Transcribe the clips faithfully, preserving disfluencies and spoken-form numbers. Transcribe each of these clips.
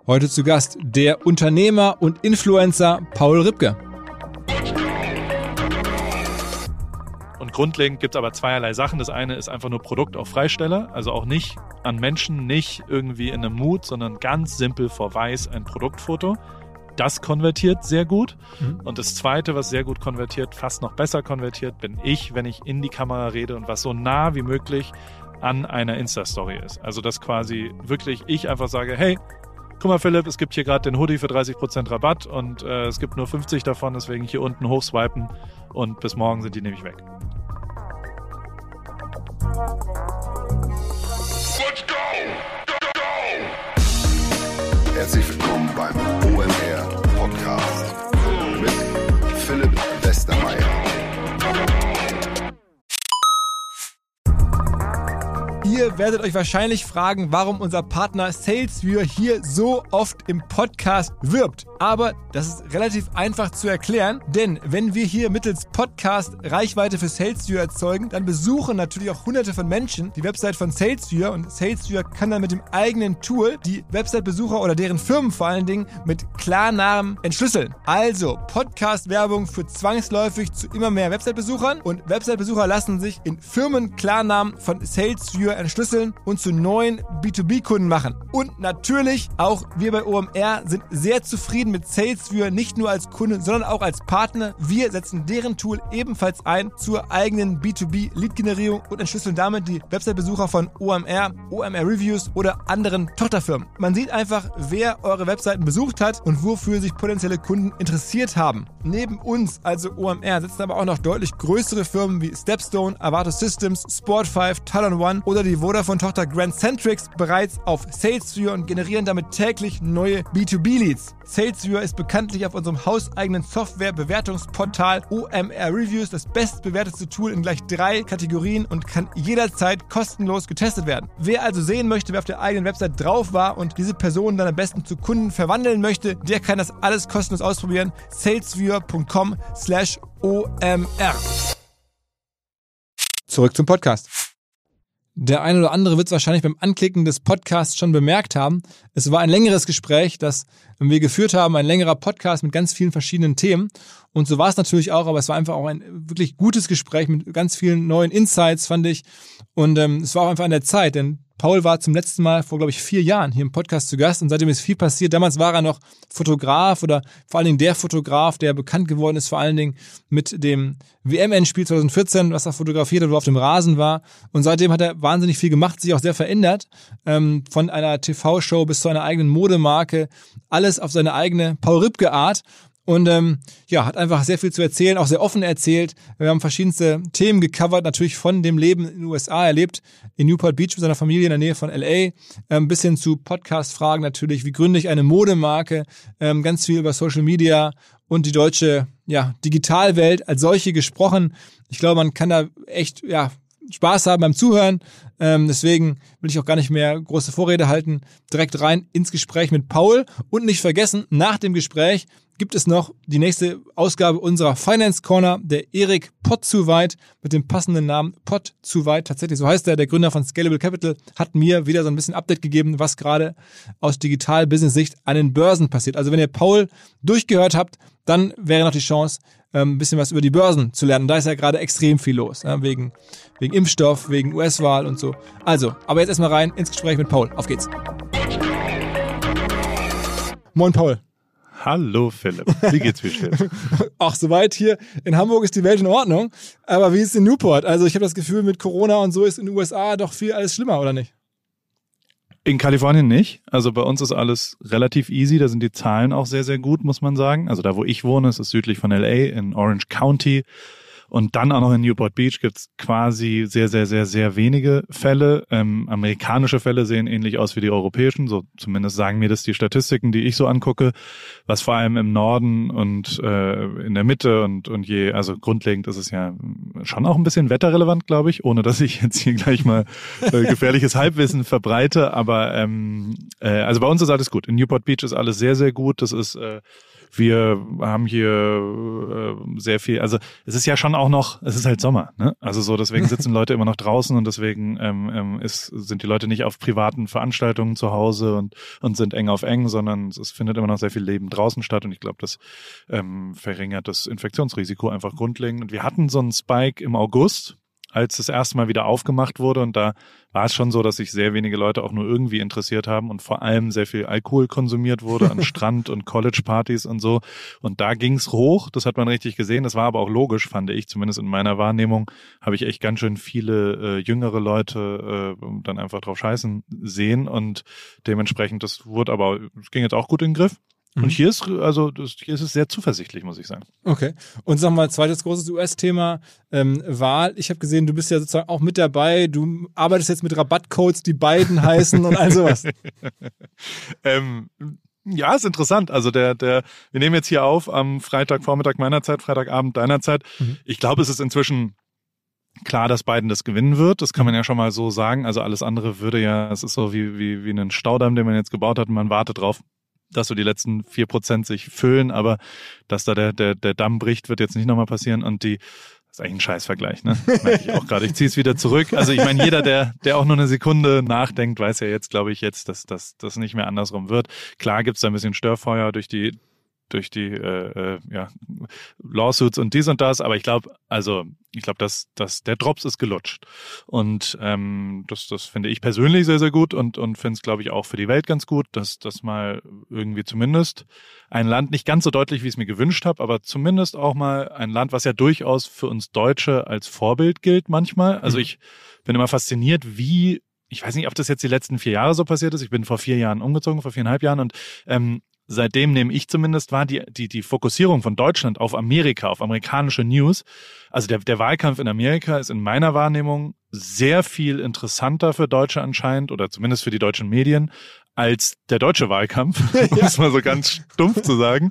Heute zu Gast der Unternehmer und Influencer Paul Ripke. Und grundlegend gibt es aber zweierlei Sachen. Das eine ist einfach nur Produkt auf Freisteller, also auch nicht an Menschen, nicht irgendwie in einem Mood, sondern ganz simpel vor Weiß ein Produktfoto. Das konvertiert sehr gut. Mhm. Und das Zweite, was sehr gut konvertiert, fast noch besser konvertiert, bin ich, wenn ich in die Kamera rede und was so nah wie möglich an einer Insta-Story ist. Also dass quasi wirklich ich einfach sage, hey, guck mal Philipp, es gibt hier gerade den Hoodie für dreißig Prozent Rabatt und äh, es gibt nur fünfzig davon, deswegen hier unten hochswipen und bis morgen sind die nämlich weg. Let's go! Go, go! Herzlich willkommen beim O M R Podcast mit Philipp Westermeier. Ihr werdet euch wahrscheinlich fragen, warum unser Partner SalesViewer hier so oft im Podcast wirbt. Aber das ist relativ einfach zu erklären, denn wenn wir hier mittels Podcast Reichweite für SalesViewer erzeugen, dann besuchen natürlich auch hunderte von Menschen die Website von SalesViewer und SalesViewer kann dann mit dem eigenen Tool die Website-Besucher oder deren Firmen vor allen Dingen mit Klarnamen entschlüsseln. Also Podcast-Werbung führt zwangsläufig zu immer mehr Website-Besuchern und Website-Besucher lassen sich in Firmen-Klarnamen von SalesViewer entschlüsseln und zu neuen B zwei B-Kunden machen. Und natürlich auch wir bei O M R sind sehr zufrieden mit SalesViewer, nicht nur als Kunde, sondern auch als Partner. Wir setzen deren Tool ebenfalls ein zur eigenen B zwei B-Lead-Generierung und entschlüsseln damit die Website-Besucher von O M R, O M R-Reviews oder anderen Tochterfirmen. Man sieht einfach, wer eure Webseiten besucht hat und wofür sich potenzielle Kunden interessiert haben. Neben uns, also O M R, setzen aber auch noch deutlich größere Firmen wie Stepstone, Avato Systems, Sport fünf, Talon One oder die Vodafone-Tochter Grand Centrix bereits auf SalesViewer und generieren damit täglich neue B zwei B-Leads. SalesViewer ist bekanntlich auf unserem hauseigenen Software-Bewertungsportal O M R Reviews das bestbewertete Tool in gleich drei Kategorien und kann jederzeit kostenlos getestet werden. Wer also sehen möchte, wer auf der eigenen Website drauf war und diese Person dann am besten zu Kunden verwandeln möchte, der kann das alles kostenlos ausprobieren. salesviewer punkt com slash O M R. Zurück zum Podcast. Der eine oder andere wird es wahrscheinlich beim Anklicken des Podcasts schon bemerkt haben. Es war ein längeres Gespräch, das wir geführt haben, ein längerer Podcast mit ganz vielen verschiedenen Themen. Und so war es natürlich auch, aber es war einfach auch ein wirklich gutes Gespräch mit ganz vielen neuen Insights, fand ich. Und ähm, es war auch einfach an der Zeit, denn Paul war zum letzten Mal vor, glaube ich, vier Jahren hier im Podcast zu Gast und seitdem ist viel passiert. Damals war er noch Fotograf oder vor allen Dingen der Fotograf, der bekannt geworden ist, vor allen Dingen mit dem W M-Endspiel zwanzig vierzehn, was er fotografiert hat, wo er auf dem Rasen war. Und seitdem hat er wahnsinnig viel gemacht, sich auch sehr verändert. Ähm, von einer T V-Show bis zu einer eigenen Modemarke. Alles auf seine eigene Paul Ripke-Art. Und ähm, ja, hat einfach sehr viel zu erzählen, auch sehr offen erzählt. Wir haben verschiedenste Themen gecovert, natürlich von dem Leben in den U S A. Er lebt in Newport Beach mit seiner Familie in der Nähe von L A. Ähm, bis hin zu Podcast-Fragen natürlich, wie gründe ich eine Modemarke, ähm, ganz viel über Social Media und die deutsche ja, Digitalwelt als solche gesprochen. Ich glaube, man kann da echt ja Spaß haben beim Zuhören. Ähm, deswegen will ich auch gar nicht mehr große Vorrede halten. Direkt rein ins Gespräch mit Paul. Und nicht vergessen, nach dem Gespräch gibt es noch die nächste Ausgabe unserer Finance Corner. Der Erik Potzuweit mit dem passenden Namen Potzuweit, tatsächlich so heißt er, der Gründer von Scalable Capital, hat mir wieder so ein bisschen Update gegeben, was gerade aus Digital-Business-Sicht an den Börsen passiert. Also wenn ihr Paul durchgehört habt, dann wäre noch die Chance, ein bisschen was über die Börsen zu lernen. Da ist ja gerade extrem viel los, ja, wegen, wegen Impfstoff, wegen U S-Wahl und so. Also, aber jetzt erstmal rein ins Gespräch mit Paul. Auf geht's. Moin Paul. Hallo Philipp, wie geht's mir, Philipp? Ach, soweit hier in Hamburg ist die Welt in Ordnung, aber wie ist es in Newport? Also ich habe das Gefühl, mit Corona und so ist in den U S A doch viel alles schlimmer, oder nicht? In Kalifornien nicht. Also bei uns ist alles relativ easy. Da sind die Zahlen auch sehr, sehr gut, muss man sagen. Also da, wo ich wohne, ist es südlich von L A in Orange County. Und dann auch noch in Newport Beach gibt's quasi sehr, sehr, sehr, sehr wenige Fälle. Ähm, amerikanische Fälle sehen ähnlich aus wie die europäischen. So zumindest sagen mir das die Statistiken, die ich so angucke. Was vor allem im Norden und äh, in der Mitte und und je, also grundlegend ist es ja schon auch ein bisschen wetterrelevant, glaube ich, ohne dass ich jetzt hier gleich mal äh, gefährliches Halbwissen verbreite. Aber ähm, äh, also bei uns ist alles gut. In Newport Beach ist alles sehr, sehr gut. Das ist äh, Wir haben hier äh, sehr viel, also es ist ja schon auch noch, es ist halt Sommer, ne? Also so, deswegen sitzen Leute immer noch draußen und deswegen ähm, ähm, ist, sind die Leute nicht auf privaten Veranstaltungen zu Hause und, und sind eng auf eng, sondern es findet immer noch sehr viel Leben draußen statt und ich glaube, das ähm, verringert das Infektionsrisiko einfach grundlegend. Und wir hatten so einen Spike im August, als das erste Mal wieder aufgemacht wurde und da war es schon so, dass sich sehr wenige Leute auch nur irgendwie interessiert haben und vor allem sehr viel Alkohol konsumiert wurde an Strand- und College-Partys und so und da ging's hoch, das hat man richtig gesehen, das war aber auch logisch, fand ich, zumindest in meiner Wahrnehmung, habe ich echt ganz schön viele äh, jüngere Leute äh, dann einfach drauf scheißen sehen und dementsprechend, das wurde aber, es ging jetzt auch gut in den Griff. Und hier ist, also, das, hier ist es sehr zuversichtlich, muss ich sagen. Okay. Und sag mal, zweites großes U S-Thema, ähm, Wahl. Ich habe gesehen, du bist ja sozusagen auch mit dabei. Du arbeitest jetzt mit Rabattcodes, die Biden heißen und all sowas. ähm, ja, ist interessant. Also der, der, wir nehmen jetzt hier auf am Freitagvormittag meiner Zeit, Freitagabend deiner Zeit. Mhm. Ich glaube, es ist inzwischen klar, dass Biden das gewinnen wird. Das kann man ja schon mal so sagen. Also alles andere würde ja, es ist so wie, wie, wie ein Staudamm, den man jetzt gebaut hat und man wartet drauf, dass so die letzten vier Prozent sich füllen, aber dass da der, der, der Damm bricht, wird jetzt nicht nochmal passieren und die, das ist eigentlich ein Scheißvergleich, ne? Merke ich auch gerade. Ich ziehe es wieder zurück. Also ich meine, jeder, der, der auch nur eine Sekunde nachdenkt, weiß ja jetzt, glaube ich, jetzt, dass das nicht mehr andersrum wird. Klar gibt's da ein bisschen Störfeuer durch die, durch die äh, äh, ja, Lawsuits und dies und das, aber ich glaube, also ich glaube, dass, dass der Drops ist gelutscht und ähm, das, das finde ich persönlich sehr, sehr gut und und finde es, glaube ich, auch für die Welt ganz gut, dass das mal irgendwie zumindest ein Land, nicht ganz so deutlich, wie ich es mir gewünscht habe, aber zumindest auch mal ein Land, was ja durchaus für uns Deutsche als Vorbild gilt manchmal. Also ich bin immer fasziniert, wie, ich weiß nicht, ob das jetzt die letzten vier Jahre so passiert ist, ich bin vor vier Jahren umgezogen, vor viereinhalb Jahren und ähm, seitdem nehme ich zumindest wahr, die, die, die Fokussierung von Deutschland auf Amerika, auf amerikanische News. Also der, der Wahlkampf in Amerika ist in meiner Wahrnehmung sehr viel interessanter für Deutsche anscheinend oder zumindest für die deutschen Medien als der deutsche Wahlkampf, um es mal so ganz stumpf zu sagen.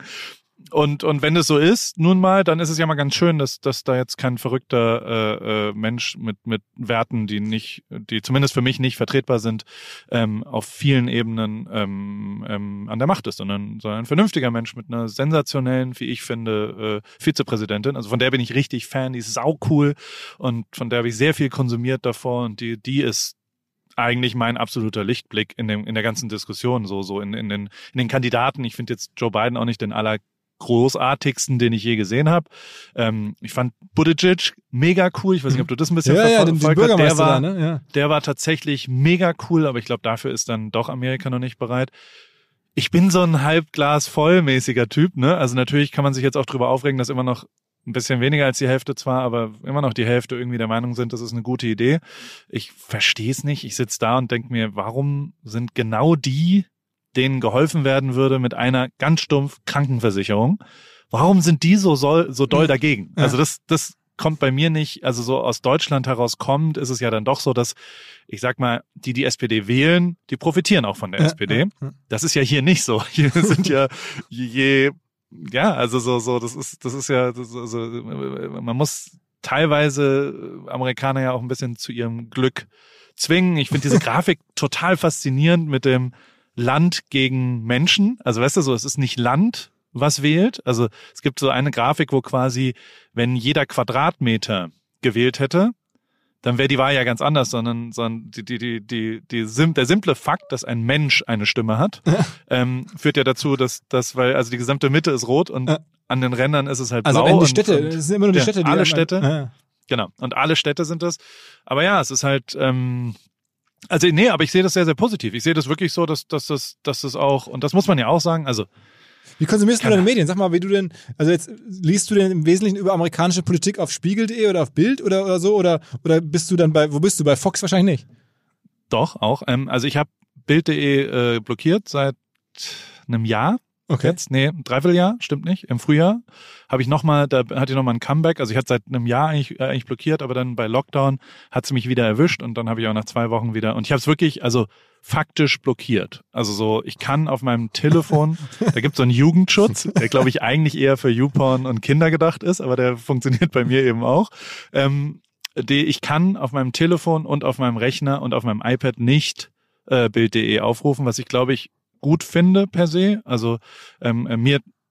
Und und wenn es so ist, nun mal, dann ist es ja mal ganz schön, dass dass da jetzt kein verrückter äh, äh, Mensch mit mit Werten, die nicht, die zumindest für mich nicht vertretbar sind, ähm, auf vielen Ebenen ähm, ähm, an der Macht ist, sondern sondern ein vernünftiger Mensch mit einer sensationellen, wie ich finde, äh, Vizepräsidentin. Also von der bin ich richtig Fan, die ist saucool und von der habe ich sehr viel konsumiert davor und die die ist eigentlich mein absoluter Lichtblick in dem in der ganzen Diskussion, so so in in den in den Kandidaten. Ich finde jetzt Joe Biden auch nicht den aller großartigsten, den ich je gesehen habe. Ähm, ich fand Buttigieg mega cool. Ich weiß nicht, ob du das ein bisschen ja, verfolgt ja, den, den hast. Der war, da, ne? Ja. der war tatsächlich mega cool, aber ich glaube, dafür ist dann doch Amerika noch nicht bereit. Ich bin so ein Halbglas vollmäßiger Typ, ne? Also natürlich kann man sich jetzt auch drüber aufregen, dass immer noch ein bisschen weniger als die Hälfte zwar, aber immer noch die Hälfte irgendwie der Meinung sind, das ist eine gute Idee. Ich verstehe es nicht. Ich sitze da und denke mir, warum sind genau die, denen geholfen werden würde mit einer ganz stumpf Krankenversicherung. Warum sind die so soll, so doll dagegen? Ja. Also das, das kommt bei mir nicht, also so aus Deutschland heraus kommt, ist es ja dann doch so, dass, ich sag mal, die die S P D wählen, die profitieren auch von der ja, S P D. Ja, ja. Das ist ja hier nicht so. Hier sind ja je, ja, also so, so, das ist, das ist ja, das, also, man muss teilweise Amerikaner ja auch ein bisschen zu ihrem Glück zwingen. Ich finde diese Grafik total faszinierend mit dem Land gegen Menschen. Also weißt du so, es ist nicht Land, was wählt. Also es gibt so eine Grafik, wo quasi, wenn jeder Quadratmeter gewählt hätte, dann wäre die Wahl ja ganz anders, sondern, sondern die, die, die, die, die sim, der simple Fakt, dass ein Mensch eine Stimme hat, ähm, führt ja dazu, dass, dass, weil, also die gesamte Mitte ist rot und ja. an den Rändern ist es halt also blau. Also die und, Städte, und, es sind immer nur die ja, Städte, die alle Städte. Ja. Genau. Und alle Städte sind das. Aber ja, es ist halt, ähm, also nee, aber ich sehe das sehr, sehr positiv. Ich sehe das wirklich so, dass, dass das, dass das auch, und das muss man ja auch sagen, also. Wie konsumierst du deine Medien? Sag mal, wie du denn, also jetzt liest du denn im Wesentlichen über amerikanische Politik auf Spiegel punkt de oder auf Bild oder, oder so, oder, oder bist du dann bei, wo bist du? Bei Fox wahrscheinlich nicht. Doch, auch. Ähm, also ich habe Bild punkt de äh, blockiert seit einem Jahr. Okay. Jetzt, nee, ein Dreivierteljahr, stimmt nicht. Im Frühjahr habe ich nochmal, da hatte ich nochmal ein Comeback. Also ich hatte seit einem Jahr eigentlich, äh, eigentlich blockiert, aber dann bei Lockdown hat sie mich wieder erwischt und dann habe ich auch nach zwei Wochen wieder, und ich habe es wirklich, also faktisch blockiert. Also so, ich kann auf meinem Telefon, da gibt es so einen Jugendschutz, der glaube ich eigentlich eher für YouPorn und Kinder gedacht ist, aber der funktioniert bei mir eben auch. Ähm, die, ich kann auf meinem Telefon und auf meinem Rechner und auf meinem iPad nicht äh, Bild punkt de aufrufen, was ich glaube ich gut finde per se. Also ähm, mir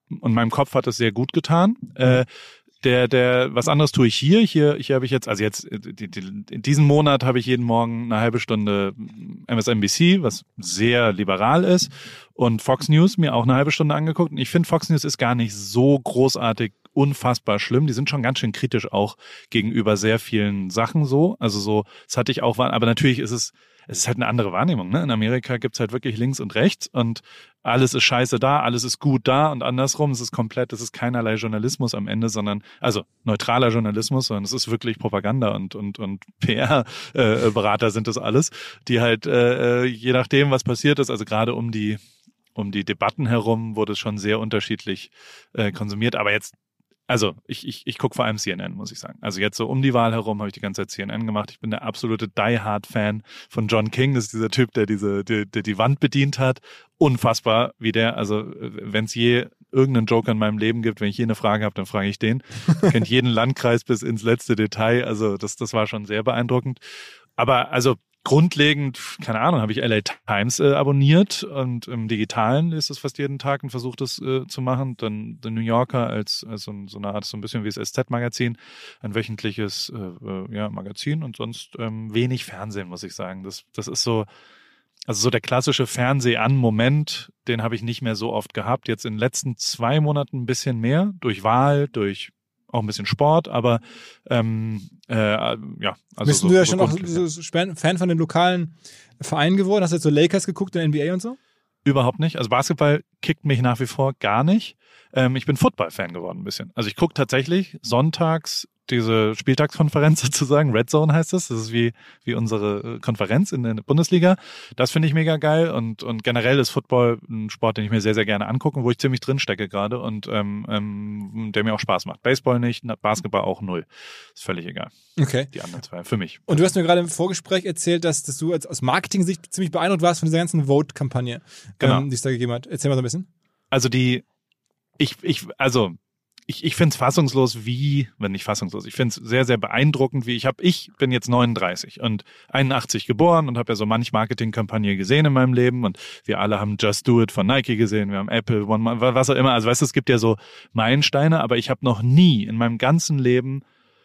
und meinem Kopf hat es sehr gut getan. Äh, Der, der, was anderes tue ich hier. Hier, hier habe ich jetzt, also jetzt, die, die, in diesem Monat habe ich jeden Morgen eine halbe Stunde M S N B C, was sehr liberal ist, und Fox News mir auch eine halbe Stunde angeguckt. Und ich finde, Fox News ist gar nicht so großartig, unfassbar schlimm. Die sind schon ganz schön kritisch auch gegenüber sehr vielen Sachen so. Also so, das hatte ich auch, aber natürlich ist es, es ist halt eine andere Wahrnehmung, ne? In Amerika gibt's halt wirklich links und rechts und alles ist scheiße da, alles ist gut da und andersrum. Es ist komplett, es ist keinerlei Journalismus am Ende, sondern, also neutraler Journalismus, sondern es ist wirklich Propaganda und und und P R-Berater sind das alles, die halt äh, je nachdem, was passiert ist, also gerade um die um die Debatten herum wurde es schon sehr unterschiedlich äh, konsumiert, aber jetzt Also ich ich ich gucke vor allem C N N, muss ich sagen. Also jetzt so um die Wahl herum habe ich die ganze Zeit C N N gemacht. Ich bin der absolute Die-Hard-Fan von John King. Das ist dieser Typ, der diese der, der die Wand bedient hat. Unfassbar, wie der, also wenn es je irgendeinen Joker in meinem Leben gibt, wenn ich je eine Frage habe, dann frage ich den. Kennt jeden Landkreis bis ins letzte Detail. Also das das war schon sehr beeindruckend. Aber also grundlegend, keine Ahnung, habe ich L A Times äh, abonniert und im Digitalen lese es fast jeden Tag und versuche das äh, zu machen. Dann The New Yorker als, als so, so eine Art, so ein bisschen wie das S Z-Magazin, ein wöchentliches äh, ja, Magazin und sonst ähm, wenig Fernsehen, muss ich sagen. Das, das ist so, also so der klassische Fernseh-an-Moment, den habe ich nicht mehr so oft gehabt. Jetzt in den letzten zwei Monaten ein bisschen mehr, durch Wahl, durch auch ein bisschen Sport, aber ähm, äh, ja. Also Bist so, du ja so schon auch grundlegend. so Fan von den lokalen Vereinen geworden? Hast du jetzt so Lakers geguckt in der N B A und so? Überhaupt nicht. Also Basketball kickt mich nach wie vor gar nicht. Ähm, ich bin Football-Fan geworden ein bisschen. Also ich gucke tatsächlich sonntags diese Spieltagskonferenz sozusagen, Red Zone heißt das. Das ist wie wie unsere Konferenz in der Bundesliga. Das finde ich mega geil und und generell ist Football ein Sport, den ich mir sehr, sehr gerne angucke, wo ich ziemlich drin stecke gerade und ähm, ähm, der mir auch Spaß macht. Baseball nicht, Basketball auch null. Ist völlig egal. Okay. Die anderen zwei, für mich. Und du hast mir gerade im Vorgespräch erzählt, dass, dass du als, aus Marketing-Sicht ziemlich beeindruckt warst von dieser ganzen Vote-Kampagne, Genau. ähm, die es da gegeben hat. Erzähl mal so ein bisschen. Also die, ich, ich, also ich, ich finde es fassungslos, wie, wenn nicht fassungslos, ich finde es sehr, sehr beeindruckend, wie ich habe, ich bin jetzt neununddreißig und einundachtzig geboren und habe ja so manch Marketingkampagne gesehen in meinem Leben und wir alle haben Just Do It von Nike gesehen, wir haben Apple, One, was auch immer, also weißt du, es gibt ja so Meilensteine, aber ich habe noch nie in meinem ganzen Leben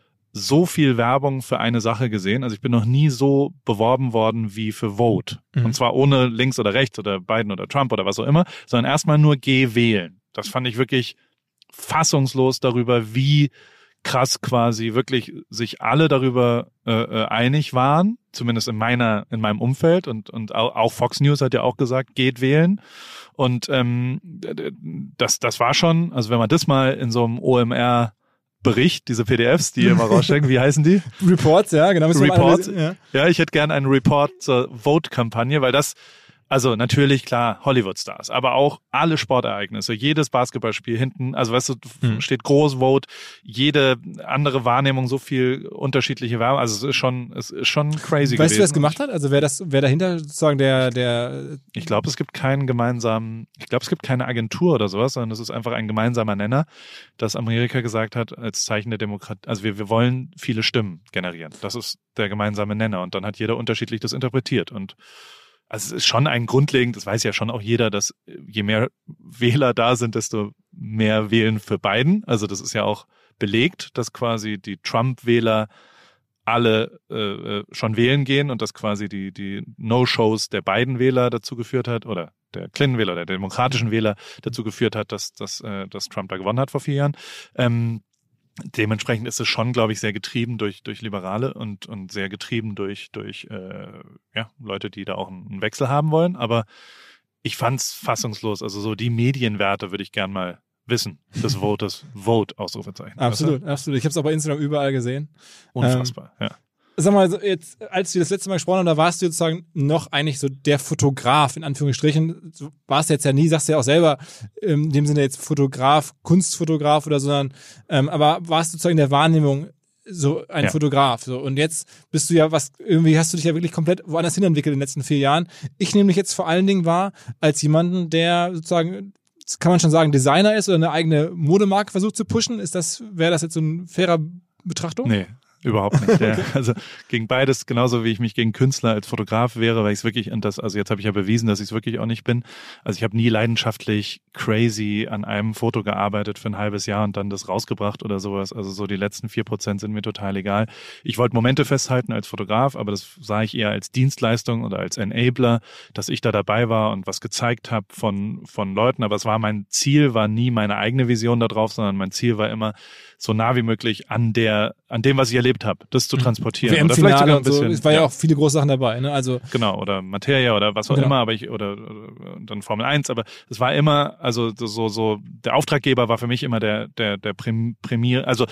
so viel Werbung für eine Sache gesehen. Also ich bin noch nie so beworben worden wie für Vote. Mhm. Und zwar ohne links oder rechts oder Biden oder Trump oder was auch immer, sondern erstmal nur geh wählen. Das fand ich wirklich fassungslos darüber, wie krass quasi wirklich sich alle darüber äh, einig waren, zumindest in meiner, in meinem Umfeld und und auch Fox News hat ja auch gesagt, geht wählen und ähm, das das war schon, also wenn man das mal in so einem O M R Bericht, diese P D Fs, die immer rausschicken, wie heißen die? Reports, ja, genau. Report. Ja. ja, ich hätte gern einen Report zur Vote-Kampagne, weil das, also natürlich, klar, Hollywood-Stars, aber auch alle Sportereignisse, jedes Basketballspiel hinten, also weißt du, hm. steht groß Vote, jede andere Wahrnehmung, so viel unterschiedliche Werbung, also es ist schon, es ist schon crazy weißt gewesen. du, wer das gemacht hat? Also wer das, wer dahinter sozusagen der, der... Ich glaube, es gibt keinen gemeinsamen, ich glaube, es gibt keine Agentur oder sowas, sondern es ist einfach ein gemeinsamer Nenner, dass Amerika gesagt hat, als Zeichen der Demokratie, also wir, wir wollen viele Stimmen generieren. Das ist der gemeinsame Nenner und dann hat jeder unterschiedlich das interpretiert und also es ist schon ein grundlegend, das weiß ja schon auch jeder, dass je mehr Wähler da sind, desto mehr wählen für Biden. Also das ist ja auch belegt, dass quasi die Trump-Wähler alle äh, schon wählen gehen und dass quasi die die No-Shows der Biden-Wähler dazu geführt hat oder der Clinton-Wähler, der demokratischen Wähler dazu geführt hat, dass, dass, äh, dass Trump da gewonnen hat vor vier Jahren. Ähm, Dementsprechend ist es schon, glaube ich, sehr getrieben durch durch Liberale und und sehr getrieben durch durch äh, ja Leute, die da auch einen Wechsel haben wollen. Aber ich fand's fassungslos. Also so die Medienwerte würde ich gern mal wissen des Votes, Vote Ausrufezeichen. Absolut, weißt du? absolut. Ich habe es auch bei Instagram überall gesehen. Unfassbar. Ähm, ja. Sag mal, jetzt, als wir das letzte Mal gesprochen haben, da warst du sozusagen noch eigentlich so der Fotograf, in Anführungsstrichen. Du warst jetzt ja nie, sagst du ja auch selber, in dem Sinne jetzt Fotograf, Kunstfotograf oder so, sondern, ähm, aber warst du sozusagen in der Wahrnehmung so ein ja. Fotograf. So. Und jetzt bist du ja was, irgendwie hast du dich ja wirklich komplett woanders hin entwickelt in den letzten vier Jahren. Ich nehme dich jetzt vor allen Dingen wahr als jemanden, der sozusagen, kann man schon sagen, Designer ist oder eine eigene Modemarke versucht zu pushen. Ist das, wäre das jetzt so ein fairer Betrachtung? Nee. überhaupt nicht. Ja. Also gegen beides, genauso wie ich mich gegen Künstler als Fotograf wäre, weil ich es wirklich, und das, also jetzt habe ich ja bewiesen, dass ich es wirklich auch nicht bin. Also ich habe nie leidenschaftlich crazy an einem Foto gearbeitet für ein halbes Jahr und dann das rausgebracht oder sowas. Also so die letzten vier Prozent sind mir total egal. Ich wollte Momente festhalten als Fotograf, aber das sah ich eher als Dienstleistung oder als Enabler, dass ich da dabei war und was gezeigt habe von von Leuten. Aber es war mein Ziel, war nie meine eigene Vision da drauf, sondern mein Ziel war immer so nah wie möglich an der, an dem, was ich erlebt habe, das zu transportieren. W M-Finale oder vielleicht sogar ein bisschen. So. Es war ja, ja auch viele große Sachen dabei, ne? Also genau, oder Materia oder was auch genau. immer, aber ich oder, oder dann Formel eins, aber es war immer, also so so der Auftraggeber war für mich immer der der der Premier, also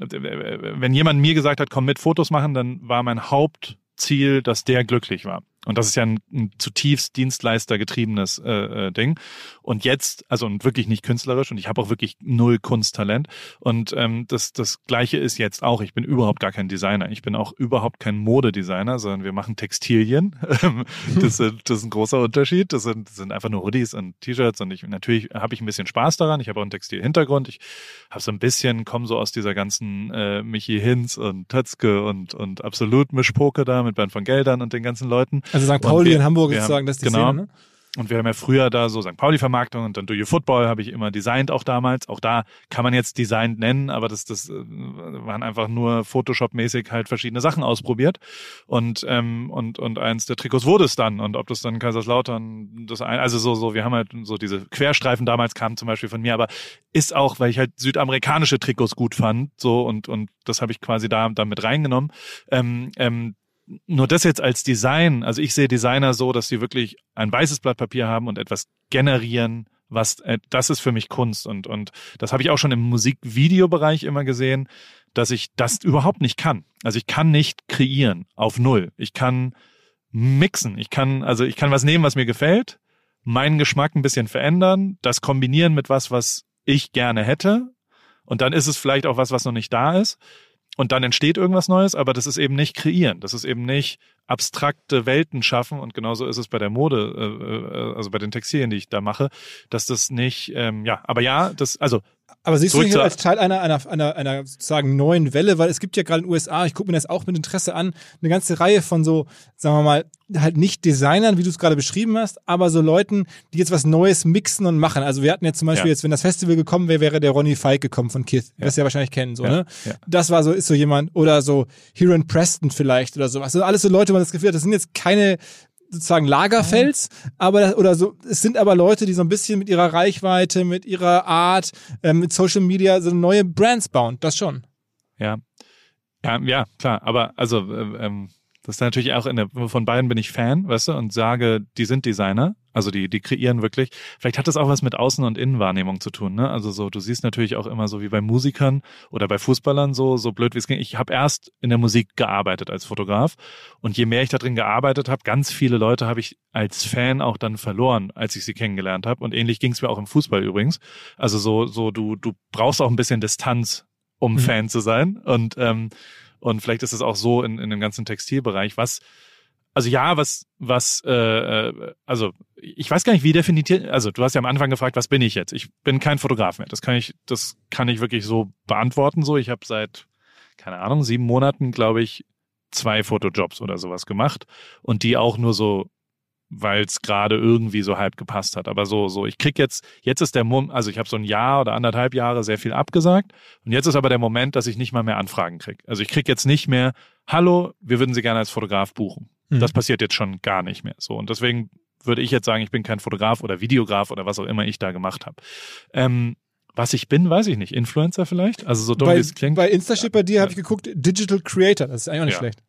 wenn jemand mir gesagt hat, komm mit Fotos machen, dann war mein Hauptziel, dass der glücklich war. Und das ist ja ein, ein zutiefst dienstleistergetriebenes äh, äh, Ding. Und jetzt, also und wirklich nicht künstlerisch, und ich habe auch wirklich null Kunsttalent. Und ähm, das das Gleiche ist jetzt auch. Ich bin überhaupt gar kein Designer. Ich bin auch überhaupt kein Modedesigner, sondern wir machen Textilien. das, sind, das ist ein großer Unterschied. Das sind, das sind einfach nur Hoodies und T-Shirts. Und ich natürlich habe ich ein bisschen Spaß daran. Ich habe auch einen Textilhintergrund. Ich habe so ein bisschen, komme so aus dieser ganzen äh, Michi Hinz und Tötzke und und absolut Mischpoke da mit Bernd von Geldern und den ganzen Leuten. Also Sankt Pauli wir, in Hamburg sozusagen, das ist die genau. Szene, ne? Und wir haben ja früher da so Sankt Pauli-Vermarktung und dann Do You Football habe ich immer designt auch damals. Auch da kann man jetzt Design nennen, aber das das waren einfach nur Photoshop-mäßig halt verschiedene Sachen ausprobiert. Und ähm, und und eins der Trikots wurde es dann. Und ob das dann Kaiserslautern, das ein, also so so wir haben halt so diese Querstreifen damals kamen zum Beispiel von mir, aber ist auch, weil ich halt südamerikanische Trikots gut fand, so und und das habe ich quasi da da mit reingenommen. Ähm, ähm, Nur das jetzt als Design, also ich sehe Designer so, dass sie wirklich ein weißes Blatt Papier haben und etwas generieren, was, äh, das ist für mich Kunst und und das habe ich auch schon im Musikvideobereich immer gesehen, dass ich das überhaupt nicht kann. Also ich kann nicht kreieren auf null. Ich kann mixen. Ich kann, also ich kann was nehmen, was mir gefällt, meinen Geschmack ein bisschen verändern, das kombinieren mit was, was ich gerne hätte und dann ist es vielleicht auch was, was noch nicht da ist. Und dann entsteht irgendwas Neues, aber das ist eben nicht kreieren. Das ist eben nicht abstrakte Welten schaffen. Und genauso ist es bei der Mode, äh, also bei den Textilien, die ich da mache, dass das nicht, ähm, ja, aber ja, das, also. Aber siehst du dich als Teil einer, einer, einer, einer sozusagen neuen Welle, weil es gibt ja gerade in den U S A, ich gucke mir das auch mit Interesse an, eine ganze Reihe von so, sagen wir mal, halt nicht Designern, wie du es gerade beschrieben hast, aber so Leuten, die jetzt was Neues mixen und machen. Also wir hatten jetzt zum Beispiel ja. jetzt, wenn das Festival gekommen wäre, wäre der Ronny Feig gekommen von Kith. Ja. Das ja wahrscheinlich kennen, so, ja. ne? Ja. Das war so, ist so jemand, oder so Heron Preston vielleicht oder sowas. Also alles so Leute, wo man das Gefühl hat, das sind jetzt keine sozusagen Lagerfels, ja. aber das, oder so, es sind aber Leute, die so ein bisschen mit ihrer Reichweite, mit ihrer Art, ähm, mit Social Media so neue Brands bauen, das schon. Ja, ja, ja, klar, aber also äh, ähm, das ist natürlich auch in der, von beiden bin ich Fan, weißt du, und sage, die sind Designer, also die die kreieren wirklich. Vielleicht hat das auch was mit Außen- und Innenwahrnehmung zu tun, ne? Also so, du siehst natürlich auch immer so wie bei Musikern oder bei Fußballern so so blöd wie es ging. Ich habe erst in der Musik gearbeitet als Fotograf und je mehr ich da drin gearbeitet habe, ganz viele Leute habe ich als Fan auch dann verloren, als ich sie kennengelernt habe. Und ähnlich ging es mir auch im Fußball übrigens. Also so so du du brauchst auch ein bisschen Distanz, um mhm. Fan zu sein und ähm, Und vielleicht ist es auch so in, in dem ganzen Textilbereich, was, also ja, was, was, äh, also ich weiß gar nicht, wie definiert, also du hast ja am Anfang gefragt, was bin ich jetzt? Ich bin kein Fotograf mehr. Das kann ich, das kann ich wirklich so beantworten. So, ich habe seit, keine Ahnung, sieben Monaten, glaube ich, zwei Fotojobs oder sowas gemacht und die auch nur so, weil es gerade irgendwie so halb gepasst hat. Aber so, so, ich krieg jetzt, jetzt ist der Moment, also ich habe so ein Jahr oder anderthalb Jahre sehr viel abgesagt und jetzt ist aber der Moment, dass ich nicht mal mehr Anfragen krieg. Also ich krieg jetzt nicht mehr, hallo, wir würden Sie gerne als Fotograf buchen. Mhm. Das passiert jetzt schon gar nicht mehr. So und deswegen würde ich jetzt sagen, ich bin kein Fotograf oder Videograf oder was auch immer ich da gemacht habe. Ähm, was ich bin, weiß ich nicht. Influencer vielleicht? Also so dumm bei, wie es klingt. Bei Insta steht bei dir, ja. habe ich geguckt, Digital Creator. Das ist eigentlich auch nicht ja. schlecht.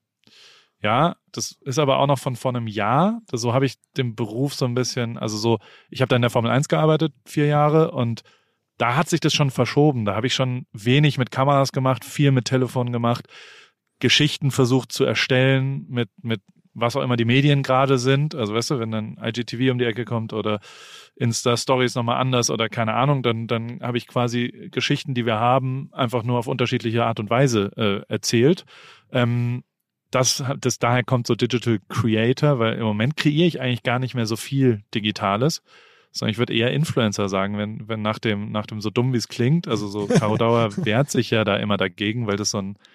Ja, das ist aber auch noch von vor einem Jahr. Das, so habe ich den Beruf so ein bisschen, also so, ich habe da in der Formel eins gearbeitet, vier Jahre und da hat sich das schon verschoben. Da habe ich schon wenig mit Kameras gemacht, viel mit Telefon gemacht, Geschichten versucht zu erstellen mit, mit was auch immer die Medien gerade sind. Also weißt du, wenn dann I G T V um die Ecke kommt oder Insta-Stories nochmal anders oder keine Ahnung, dann, dann habe ich quasi Geschichten, die wir haben, einfach nur auf unterschiedliche Art und Weise äh, erzählt. Ähm, Das, das daher kommt so Digital Creator, weil im Moment kreiere ich eigentlich gar nicht mehr so viel Digitales, sondern ich würde eher Influencer sagen, wenn, wenn nach dem, nach dem so dumm wie es klingt, also so Caro Dauer wehrt sich ja da immer dagegen, weil das so ein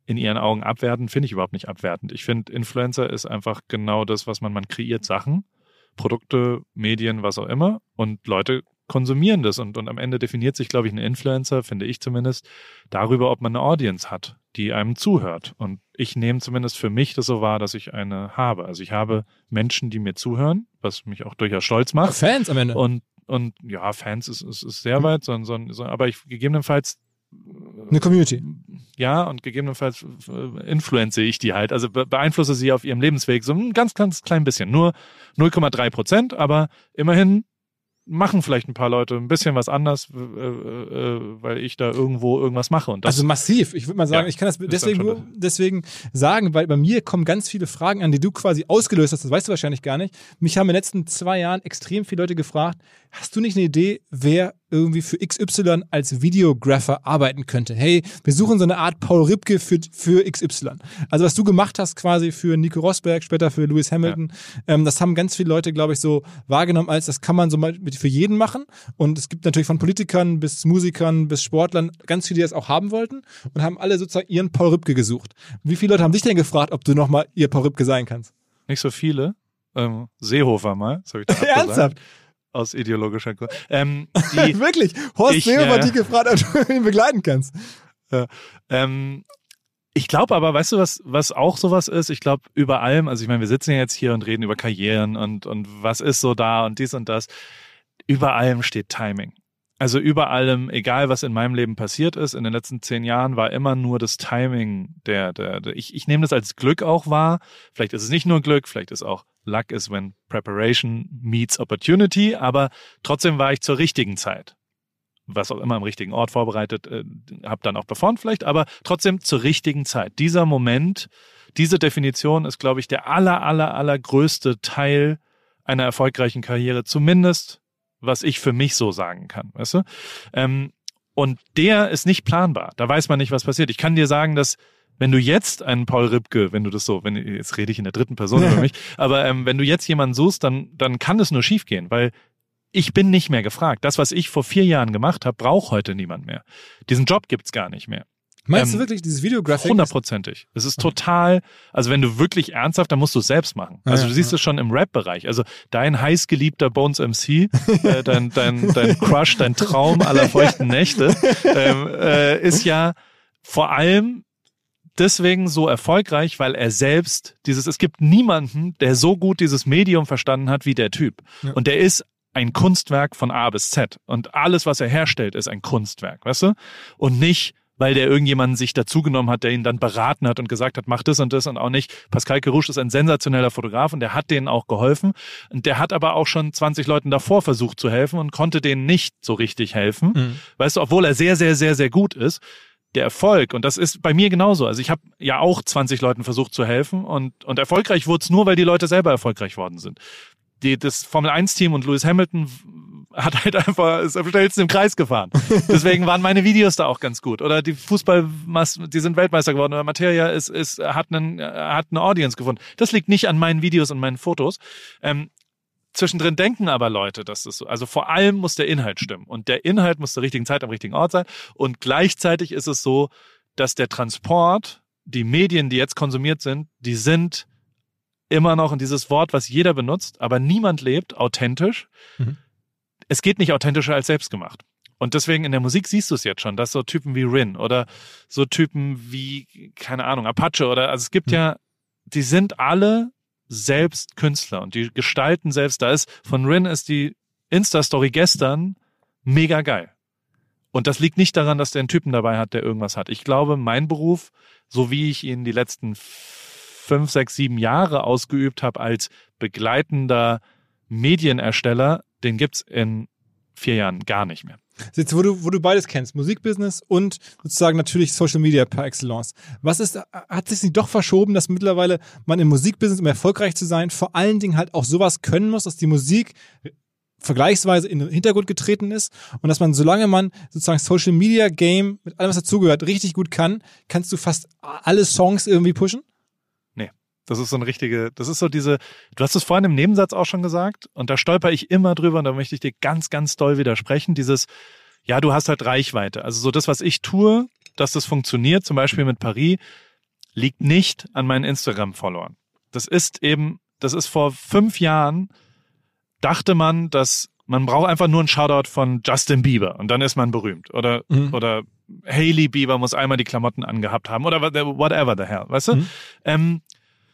in ihren Augen abwertend, finde ich überhaupt nicht abwertend. Ich finde, Influencer ist einfach genau das, was man, man kreiert Sachen, Produkte, Medien, was auch immer und Leute konsumieren das und, und am Ende definiert sich, glaube ich, ein Influencer, finde ich zumindest, darüber, ob man eine Audience hat, die einem zuhört. Und ich nehme zumindest für mich das so wahr, dass ich eine habe. Also ich habe Menschen, die mir zuhören, was mich auch durchaus stolz macht. Fans am Ende. Und, und ja, Fans ist, ist, ist sehr weit, so, so, so, aber ich gegebenenfalls eine Community. Ja, und gegebenenfalls influenze ich die halt, also beeinflusse sie auf ihrem Lebensweg so ein ganz, ganz klein bisschen. Nur null Komma drei Prozent, aber immerhin machen vielleicht ein paar Leute ein bisschen was anders, äh, äh, weil ich da irgendwo irgendwas mache. Und das, also massiv. Ich würde mal sagen, ja, ich kann das deswegen nur deswegen sagen, weil bei mir kommen ganz viele Fragen an, die du quasi ausgelöst hast. Das weißt du wahrscheinlich gar nicht. Mich haben in den letzten zwei Jahren extrem viele Leute gefragt, hast du nicht eine Idee, wer irgendwie für X Y als Videographer arbeiten könnte? Hey, wir suchen so eine Art Paul Ripke für, für X Y. Also was du gemacht hast quasi für Nico Rosberg, später für Lewis Hamilton, ja. ähm, das haben ganz viele Leute, glaube ich, so wahrgenommen, als das kann man so mal für jeden machen. Und es gibt natürlich von Politikern bis Musikern bis Sportlern ganz viele, die das auch haben wollten und haben alle sozusagen ihren Paul Ripke gesucht. Wie viele Leute haben dich denn gefragt, ob du nochmal ihr Paul Ripke sein kannst? Nicht so viele. Ähm, Seehofer mal. Das habe ich da Ernsthaft? Aus ideologischer Grund. Ähm, die, Wirklich? Horst ich, Seehofer, äh, die gefragt, ob du ihn begleiten kannst. Ja, ähm, ich glaube aber, weißt du, was, was auch sowas ist? Ich glaube, über allem, also ich meine, wir sitzen ja jetzt hier und reden über Karrieren und, und was ist so da und dies und das. Über allem steht Timing. Also über allem, egal was in meinem Leben passiert ist, in den letzten zehn Jahren war immer nur das Timing der, der, der ich, ich nehme das als Glück auch wahr. Vielleicht ist es nicht nur Glück, vielleicht ist auch Luck is when preparation meets opportunity, aber trotzdem war ich zur richtigen Zeit. Was auch immer am richtigen Ort vorbereitet, äh, habe dann auch performt vielleicht, aber trotzdem zur richtigen Zeit. Dieser Moment, diese Definition ist, glaube ich, der aller, aller, allergrößte Teil einer erfolgreichen Karriere, zumindest was ich für mich so sagen kann, weißt du? Ähm, und der ist nicht planbar. Da weiß man nicht, was passiert. Ich kann dir sagen, dass wenn du jetzt einen Paul Ripke, wenn du das so, wenn jetzt rede ich in der dritten Person über mich, aber ähm, wenn du jetzt jemanden suchst, dann dann kann es nur schief gehen, weil ich bin nicht mehr gefragt. Das, was ich vor vier Jahren gemacht habe, braucht heute niemand mehr. Diesen Job gibt's gar nicht mehr. Meinst ähm, du wirklich, dieses Videographic? Hundertprozentig. Es ist total, also wenn du wirklich ernsthaft, dann musst du es selbst machen. Also ja, du siehst ja. es schon im Rap-Bereich. Also dein heißgeliebter Bones M C, äh, dein, dein, dein Crush, dein Traum aller feuchten Nächte, ähm, äh, ist ja vor allem deswegen so erfolgreich, weil er selbst dieses, es gibt niemanden, der so gut dieses Medium verstanden hat wie der Typ. Ja. Und der ist ein Kunstwerk von A bis Z. Und alles, was er herstellt, ist ein Kunstwerk, weißt du? Und nicht, weil der irgendjemanden sich dazugenommen hat, der ihn dann beraten hat und gesagt hat, mach das und das und auch nicht. Pascal Kerouche ist ein sensationeller Fotograf und der hat denen auch geholfen. Und der hat aber auch schon zwanzig Leuten davor versucht zu helfen und konnte denen nicht so richtig helfen. Mhm. Weißt du, obwohl er sehr, sehr, sehr, sehr gut ist. Der Erfolg, und das ist bei mir genauso. Also ich habe ja auch zwanzig Leuten versucht zu helfen und, und erfolgreich wurde es nur, weil die Leute selber erfolgreich worden sind. Die, das Formel eins Team und Lewis Hamilton hat halt einfach, ist am schnellsten im Kreis gefahren. Deswegen waren meine Videos da auch ganz gut. Oder die Fußball, die sind Weltmeister geworden. Oder Materia ist, ist, hat einen, hat eine Audience gefunden. Das liegt nicht an meinen Videos und meinen Fotos. Ähm, zwischendrin denken aber Leute, dass das so, also vor allem muss der Inhalt stimmen. Und der Inhalt muss zur richtigen Zeit am richtigen Ort sein. Und gleichzeitig ist es so, dass der Transport, die Medien, die jetzt konsumiert sind, die sind immer noch in dieses Wort, was jeder benutzt, aber niemand lebt authentisch. Mhm. Es geht nicht authentischer als selbstgemacht. Und deswegen in der Musik siehst du es jetzt schon, dass so Typen wie Rin oder so Typen wie, keine Ahnung, Apache oder, also es gibt mhm. ja, die sind alle selbst Künstler und die gestalten selbst. Da ist, von Rin ist die Insta-Story gestern mega geil. Und das liegt nicht daran, dass der einen Typen dabei hat, der irgendwas hat. Ich glaube, mein Beruf, so wie ich ihn die letzten fünf, sechs, sieben Jahre ausgeübt habe als begleitender Medienersteller, den gibt's in vier Jahren gar nicht mehr. Jetzt, wo du, wo du beides kennst, Musikbusiness und sozusagen natürlich Social Media par excellence. Was ist, hat sich nicht doch verschoben, dass mittlerweile man im Musikbusiness, um erfolgreich zu sein, vor allen Dingen halt auch sowas können muss, dass die Musik vergleichsweise in den Hintergrund getreten ist und dass man, solange man sozusagen Social Media Game mit allem, was dazugehört, richtig gut kann, kannst du fast alle Songs irgendwie pushen? Das ist so eine richtige, das ist so diese, du hast es vorhin im Nebensatz auch schon gesagt und da stolper ich immer drüber und da möchte ich dir ganz, ganz doll widersprechen, dieses, ja, du hast halt Reichweite. Also so das, was ich tue, dass das funktioniert, zum Beispiel mit Paris, liegt nicht an meinen Instagram-Followern. Das ist eben, das ist vor fünf Jahren, dachte man, dass man braucht einfach nur einen Shoutout von Justin Bieber und dann ist man berühmt. Oder, mhm. oder Hailey Bieber muss einmal die Klamotten angehabt haben oder whatever the hell, weißt du? Mhm. Ähm,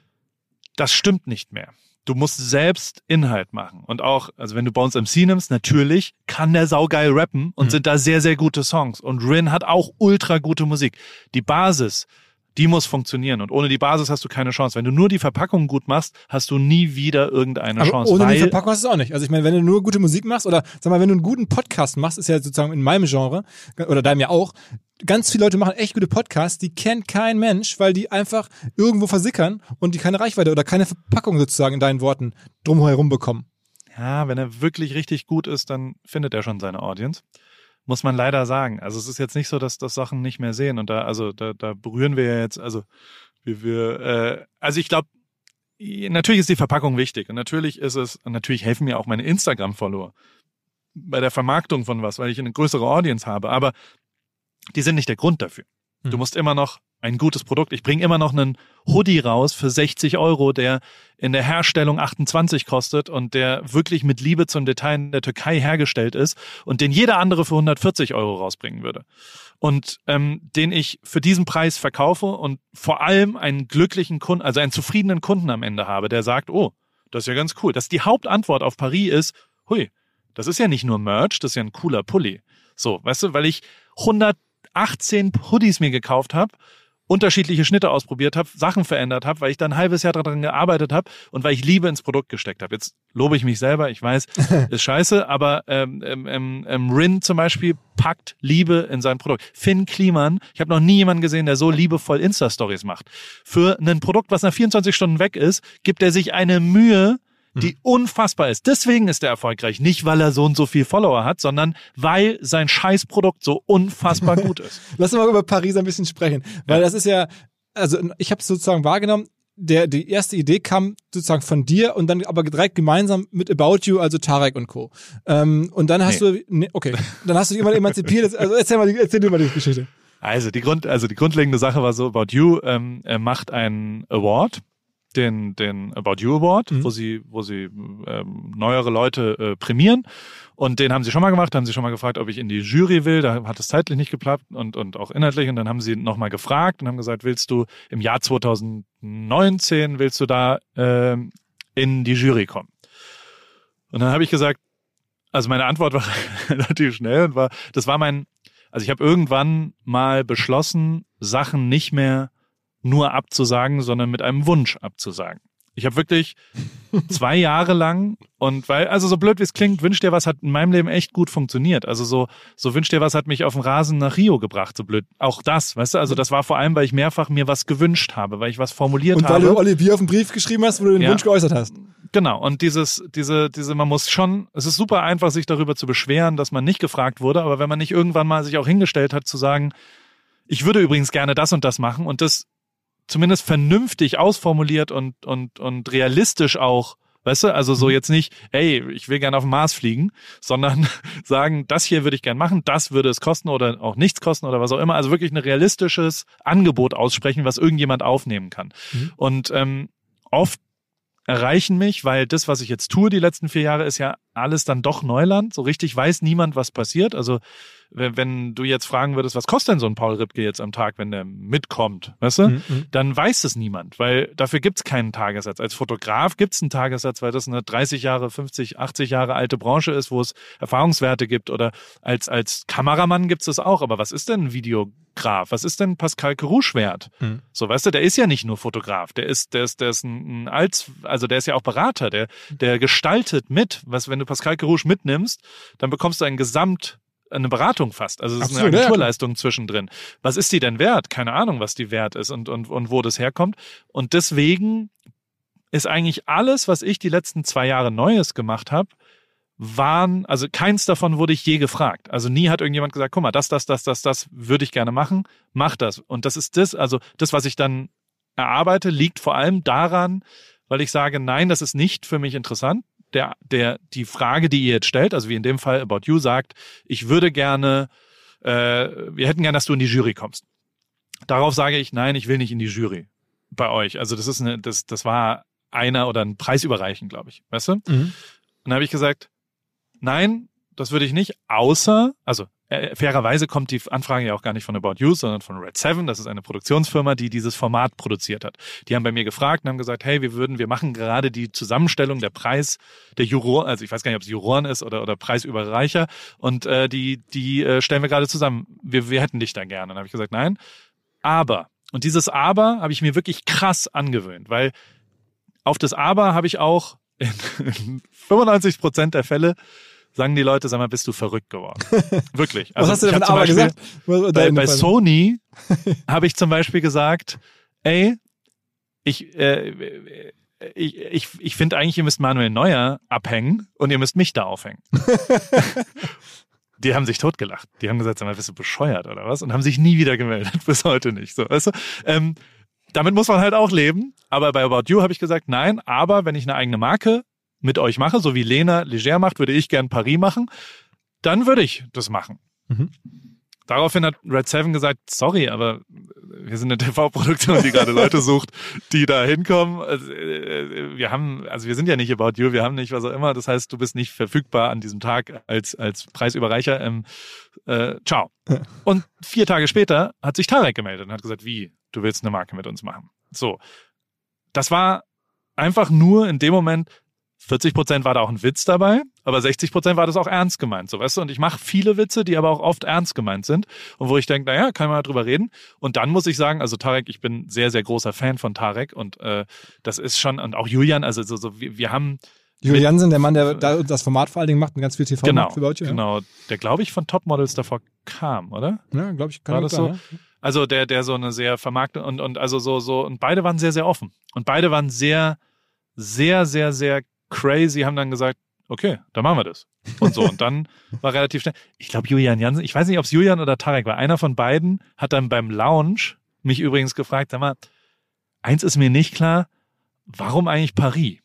das stimmt nicht mehr. Du musst selbst Inhalt machen. Und auch, also wenn du Bones M C nimmst, natürlich kann der saugeil rappen und mhm. sind da sehr, sehr gute Songs. Und Rin hat auch ultra gute Musik. Die Basis, die muss funktionieren. Und ohne die Basis hast du keine Chance. Wenn du nur die Verpackung gut machst, hast du nie wieder irgendeine aber Chance. Ohne weil die Verpackung hast du es auch nicht. Also ich meine, wenn du nur gute Musik machst oder sag mal, wenn du einen guten Podcast machst, ist ja sozusagen in meinem Genre oder deinem ja auch, ganz viele Leute machen echt gute Podcasts, die kennt kein Mensch, weil die einfach irgendwo versickern und die keine Reichweite oder keine Verpackung sozusagen in deinen Worten drumherum bekommen. Ja, wenn er wirklich richtig gut ist, dann findet er schon seine Audience. Muss man leider sagen. Also es ist jetzt nicht so, dass das Sachen nicht mehr sehen. Und da, also da, da berühren wir ja jetzt, also wie wir, äh, also ich glaube, natürlich ist die Verpackung wichtig. Und natürlich ist es, und natürlich helfen mir auch meine Instagram-Follower bei der Vermarktung von was, weil ich eine größere Audience habe. Aber die sind nicht der Grund dafür. Du musst immer noch ein gutes Produkt. Ich bringe immer noch einen Hoodie raus für sechzig Euro, der in der Herstellung achtundzwanzig kostet und der wirklich mit Liebe zum Detail in der Türkei hergestellt ist und den jeder andere für hundertvierzig Euro rausbringen würde. Und ähm, den ich für diesen Preis verkaufe und vor allem einen glücklichen Kunden, also einen zufriedenen Kunden am Ende habe, der sagt, oh, das ist ja ganz cool. Dass die Hauptantwort auf Paris ist, hui, das ist ja nicht nur Merch, das ist ja ein cooler Pulli. So, weißt du, weil ich hundertachtzehn Hoodies mir gekauft habe, unterschiedliche Schnitte ausprobiert habe, Sachen verändert habe, weil ich dann ein halbes Jahr daran gearbeitet habe und weil ich Liebe ins Produkt gesteckt habe. Jetzt lobe ich mich selber, ich weiß, ist scheiße, aber ähm, ähm, ähm, Rin zum Beispiel packt Liebe in sein Produkt. Finn Kliman, ich habe noch nie jemanden gesehen, der so liebevoll Insta-Stories macht. Für ein Produkt, was nach vierundzwanzig Stunden weg ist, gibt er sich eine Mühe, die hm. unfassbar ist. Deswegen ist er erfolgreich. Nicht, weil er so und so viel Follower hat, sondern weil sein Scheißprodukt so unfassbar gut ist. Lass uns mal über Paris ein bisschen sprechen. Weil ja. das ist ja, also ich habe es sozusagen wahrgenommen, der, die erste Idee kam sozusagen von dir und dann aber direkt gemeinsam mit About You, also Tarek und Co. Ähm, und dann hast nee. du, nee, okay, dann hast du dich immer emanzipiert. Also erzähl mal, erzähl du mal die Geschichte. Also die Grund, also die grundlegende Sache war so, About You ähm, er macht einen Award, den den About You Award, mhm. wo sie wo sie ähm, neuere Leute äh, prämieren und den haben sie schon mal gemacht, haben sie schon mal gefragt, ob ich in die Jury will, da hat es zeitlich nicht geklappt und und auch inhaltlich und dann haben sie nochmal gefragt und haben gesagt, willst du im Jahr zwanzig neunzehn, willst du da äh, in die Jury kommen? Und dann habe ich gesagt, also meine Antwort war relativ schnell und war, das war mein, also ich habe irgendwann mal beschlossen, Sachen nicht mehr nur abzusagen, sondern mit einem Wunsch abzusagen. Ich habe wirklich zwei Jahre lang und weil, also so blöd wie es klingt, Wünsch dir was hat in meinem Leben echt gut funktioniert. Also so, so Wünsch dir was hat mich auf den Rasen nach Rio gebracht, so blöd. Auch das, weißt du, also das war vor allem, weil ich mehrfach mir was gewünscht habe, weil ich was formuliert und habe. Und weil du Olivier auf den Brief geschrieben hast, wo du den ja. Wunsch geäußert hast. Genau, und dieses, diese, diese, man muss schon, es ist super einfach, sich darüber zu beschweren, dass man nicht gefragt wurde, aber wenn man nicht irgendwann mal sich auch hingestellt hat, zu sagen, ich würde übrigens gerne das und das machen und das zumindest vernünftig ausformuliert und und und realistisch auch, weißt du, also so jetzt nicht, hey, ich will gerne auf den Mars fliegen, sondern sagen, das hier würde ich gerne machen, das würde es kosten oder auch nichts kosten oder was auch immer, also wirklich ein realistisches Angebot aussprechen, was irgendjemand aufnehmen kann. Mhm. Und ähm, oft erreichen mich, weil das, was ich jetzt tue die letzten vier Jahre, ist ja alles dann doch Neuland. So richtig weiß niemand, was passiert. Also wenn, wenn du jetzt fragen würdest, was kostet denn so ein Paul Ripke jetzt am Tag, wenn der mitkommt, weißt du, mhm. dann weiß es niemand, weil dafür gibt's keinen Tagessatz. Als Fotograf gibt's einen Tagessatz, weil das eine dreißig Jahre, fünfzig, achtzig Jahre alte Branche ist, wo es Erfahrungswerte gibt. Oder als als Kameramann gibt's das auch. Aber was ist denn ein Videograf? Was ist denn Pascal Kerouche wert? Mhm. So, weißt du, der ist ja nicht nur Fotograf, der ist, der ist, der ist ein, ein als, also der ist ja auch Berater, der, der gestaltet mit. Was, wenn du Pascal Kerouche mitnimmst, dann bekommst du ein Gesamt eine Beratung fast. Also es ist Absolut, eine Agenturleistung ja. zwischendrin. Was ist die denn wert? Keine Ahnung, was die wert ist und, und, und wo das herkommt. Und deswegen ist eigentlich alles, was ich die letzten zwei Jahre Neues gemacht habe, waren, also keins davon wurde ich je gefragt. Also nie hat irgendjemand gesagt, guck mal, das, das, das, das, das würde ich gerne machen, mach das. Und das ist das, also das, was ich dann erarbeite, liegt vor allem daran, weil ich sage, nein, das ist nicht für mich interessant. Der, der, die Frage, die ihr jetzt stellt, also wie in dem Fall About You sagt, ich würde gerne, äh, wir hätten gerne, dass du in die Jury kommst. Darauf sage ich, nein, ich will nicht in die Jury bei euch. Also das ist eine, das, das war einer oder ein Preis überreichen, glaube ich. Weißt du? Mhm. Und dann habe ich gesagt, nein, das würde ich nicht, außer, also äh, fairerweise kommt die Anfrage ja auch gar nicht von About You, sondern von Red Seven. Das ist eine Produktionsfirma, die dieses Format produziert hat. Die haben bei mir gefragt und haben gesagt, hey, wir würden, wir machen gerade die Zusammenstellung der Preis der Juroren, also ich weiß gar nicht, ob es Juroren ist oder oder Preisüberreicher, und äh, die die äh, stellen wir gerade zusammen. Wir wir hätten dich da gerne. Und dann habe ich gesagt, nein, aber, und dieses Aber habe ich mir wirklich krass angewöhnt, weil auf das Aber habe ich auch in fünfundneunzig Prozent der Fälle sagen die Leute, sag mal, bist du verrückt geworden? Wirklich. Also, was hast du denn von Aber gesagt? Bei, bei Sony habe ich zum Beispiel gesagt, ey, ich, äh, ich, ich, ich finde eigentlich, ihr müsst Manuel Neuer abhängen und ihr müsst mich da aufhängen. Die haben sich totgelacht. Die haben gesagt, sag mal, bist du bescheuert oder was? Und haben sich nie wieder gemeldet, bis heute nicht. So, weißt du? ähm, damit muss man halt auch leben. Aber bei About You habe ich gesagt, nein, aber wenn ich eine eigene Marke mit euch mache, so wie Lena Leger macht, würde ich gern Paris machen, dann würde ich das machen. Mhm. Daraufhin hat Red Seven gesagt, sorry, aber wir sind eine T V-Produktion, die gerade Leute sucht, die da hinkommen. Also, wir haben, also wir sind ja nicht About You, wir haben nicht was auch immer. Das heißt, du bist nicht verfügbar an diesem Tag als als Preisüberreicher. Ähm, äh, ciao. Ja. Und vier Tage später hat sich Tarek gemeldet und hat gesagt, wie, du willst eine Marke mit uns machen. So, das war einfach nur in dem Moment, vierzig Prozent war da auch ein Witz dabei, aber sechzig Prozent war das auch ernst gemeint, so, weißt du? Und ich mache viele Witze, die aber auch oft ernst gemeint sind und wo ich denke, naja, kann man mal drüber reden. Und dann muss ich sagen, also Tarek, ich bin sehr, sehr großer Fan von Tarek und äh, das ist schon, und auch Julian, also so, so wir, wir haben Julian Jansen, der Mann, der da das Format vor allen Dingen macht und ganz viel T V genau, macht für About You. Genau, der, glaube ich, von Topmodels davor kam, oder? Ja, glaube ich, kann war das sein, so? Ja. Also der, der so eine sehr vermarkte und, und also so, so, und beide waren sehr, sehr offen. Und beide waren sehr, sehr, sehr, sehr crazy, haben dann gesagt, okay, dann machen wir das. Und so, und dann war relativ schnell, ich glaube Julian Jansen, ich weiß nicht, ob es Julian oder Tarek war, einer von beiden hat dann beim Lounge mich übrigens gefragt, sag mal, eins ist mir nicht klar, warum eigentlich Paris?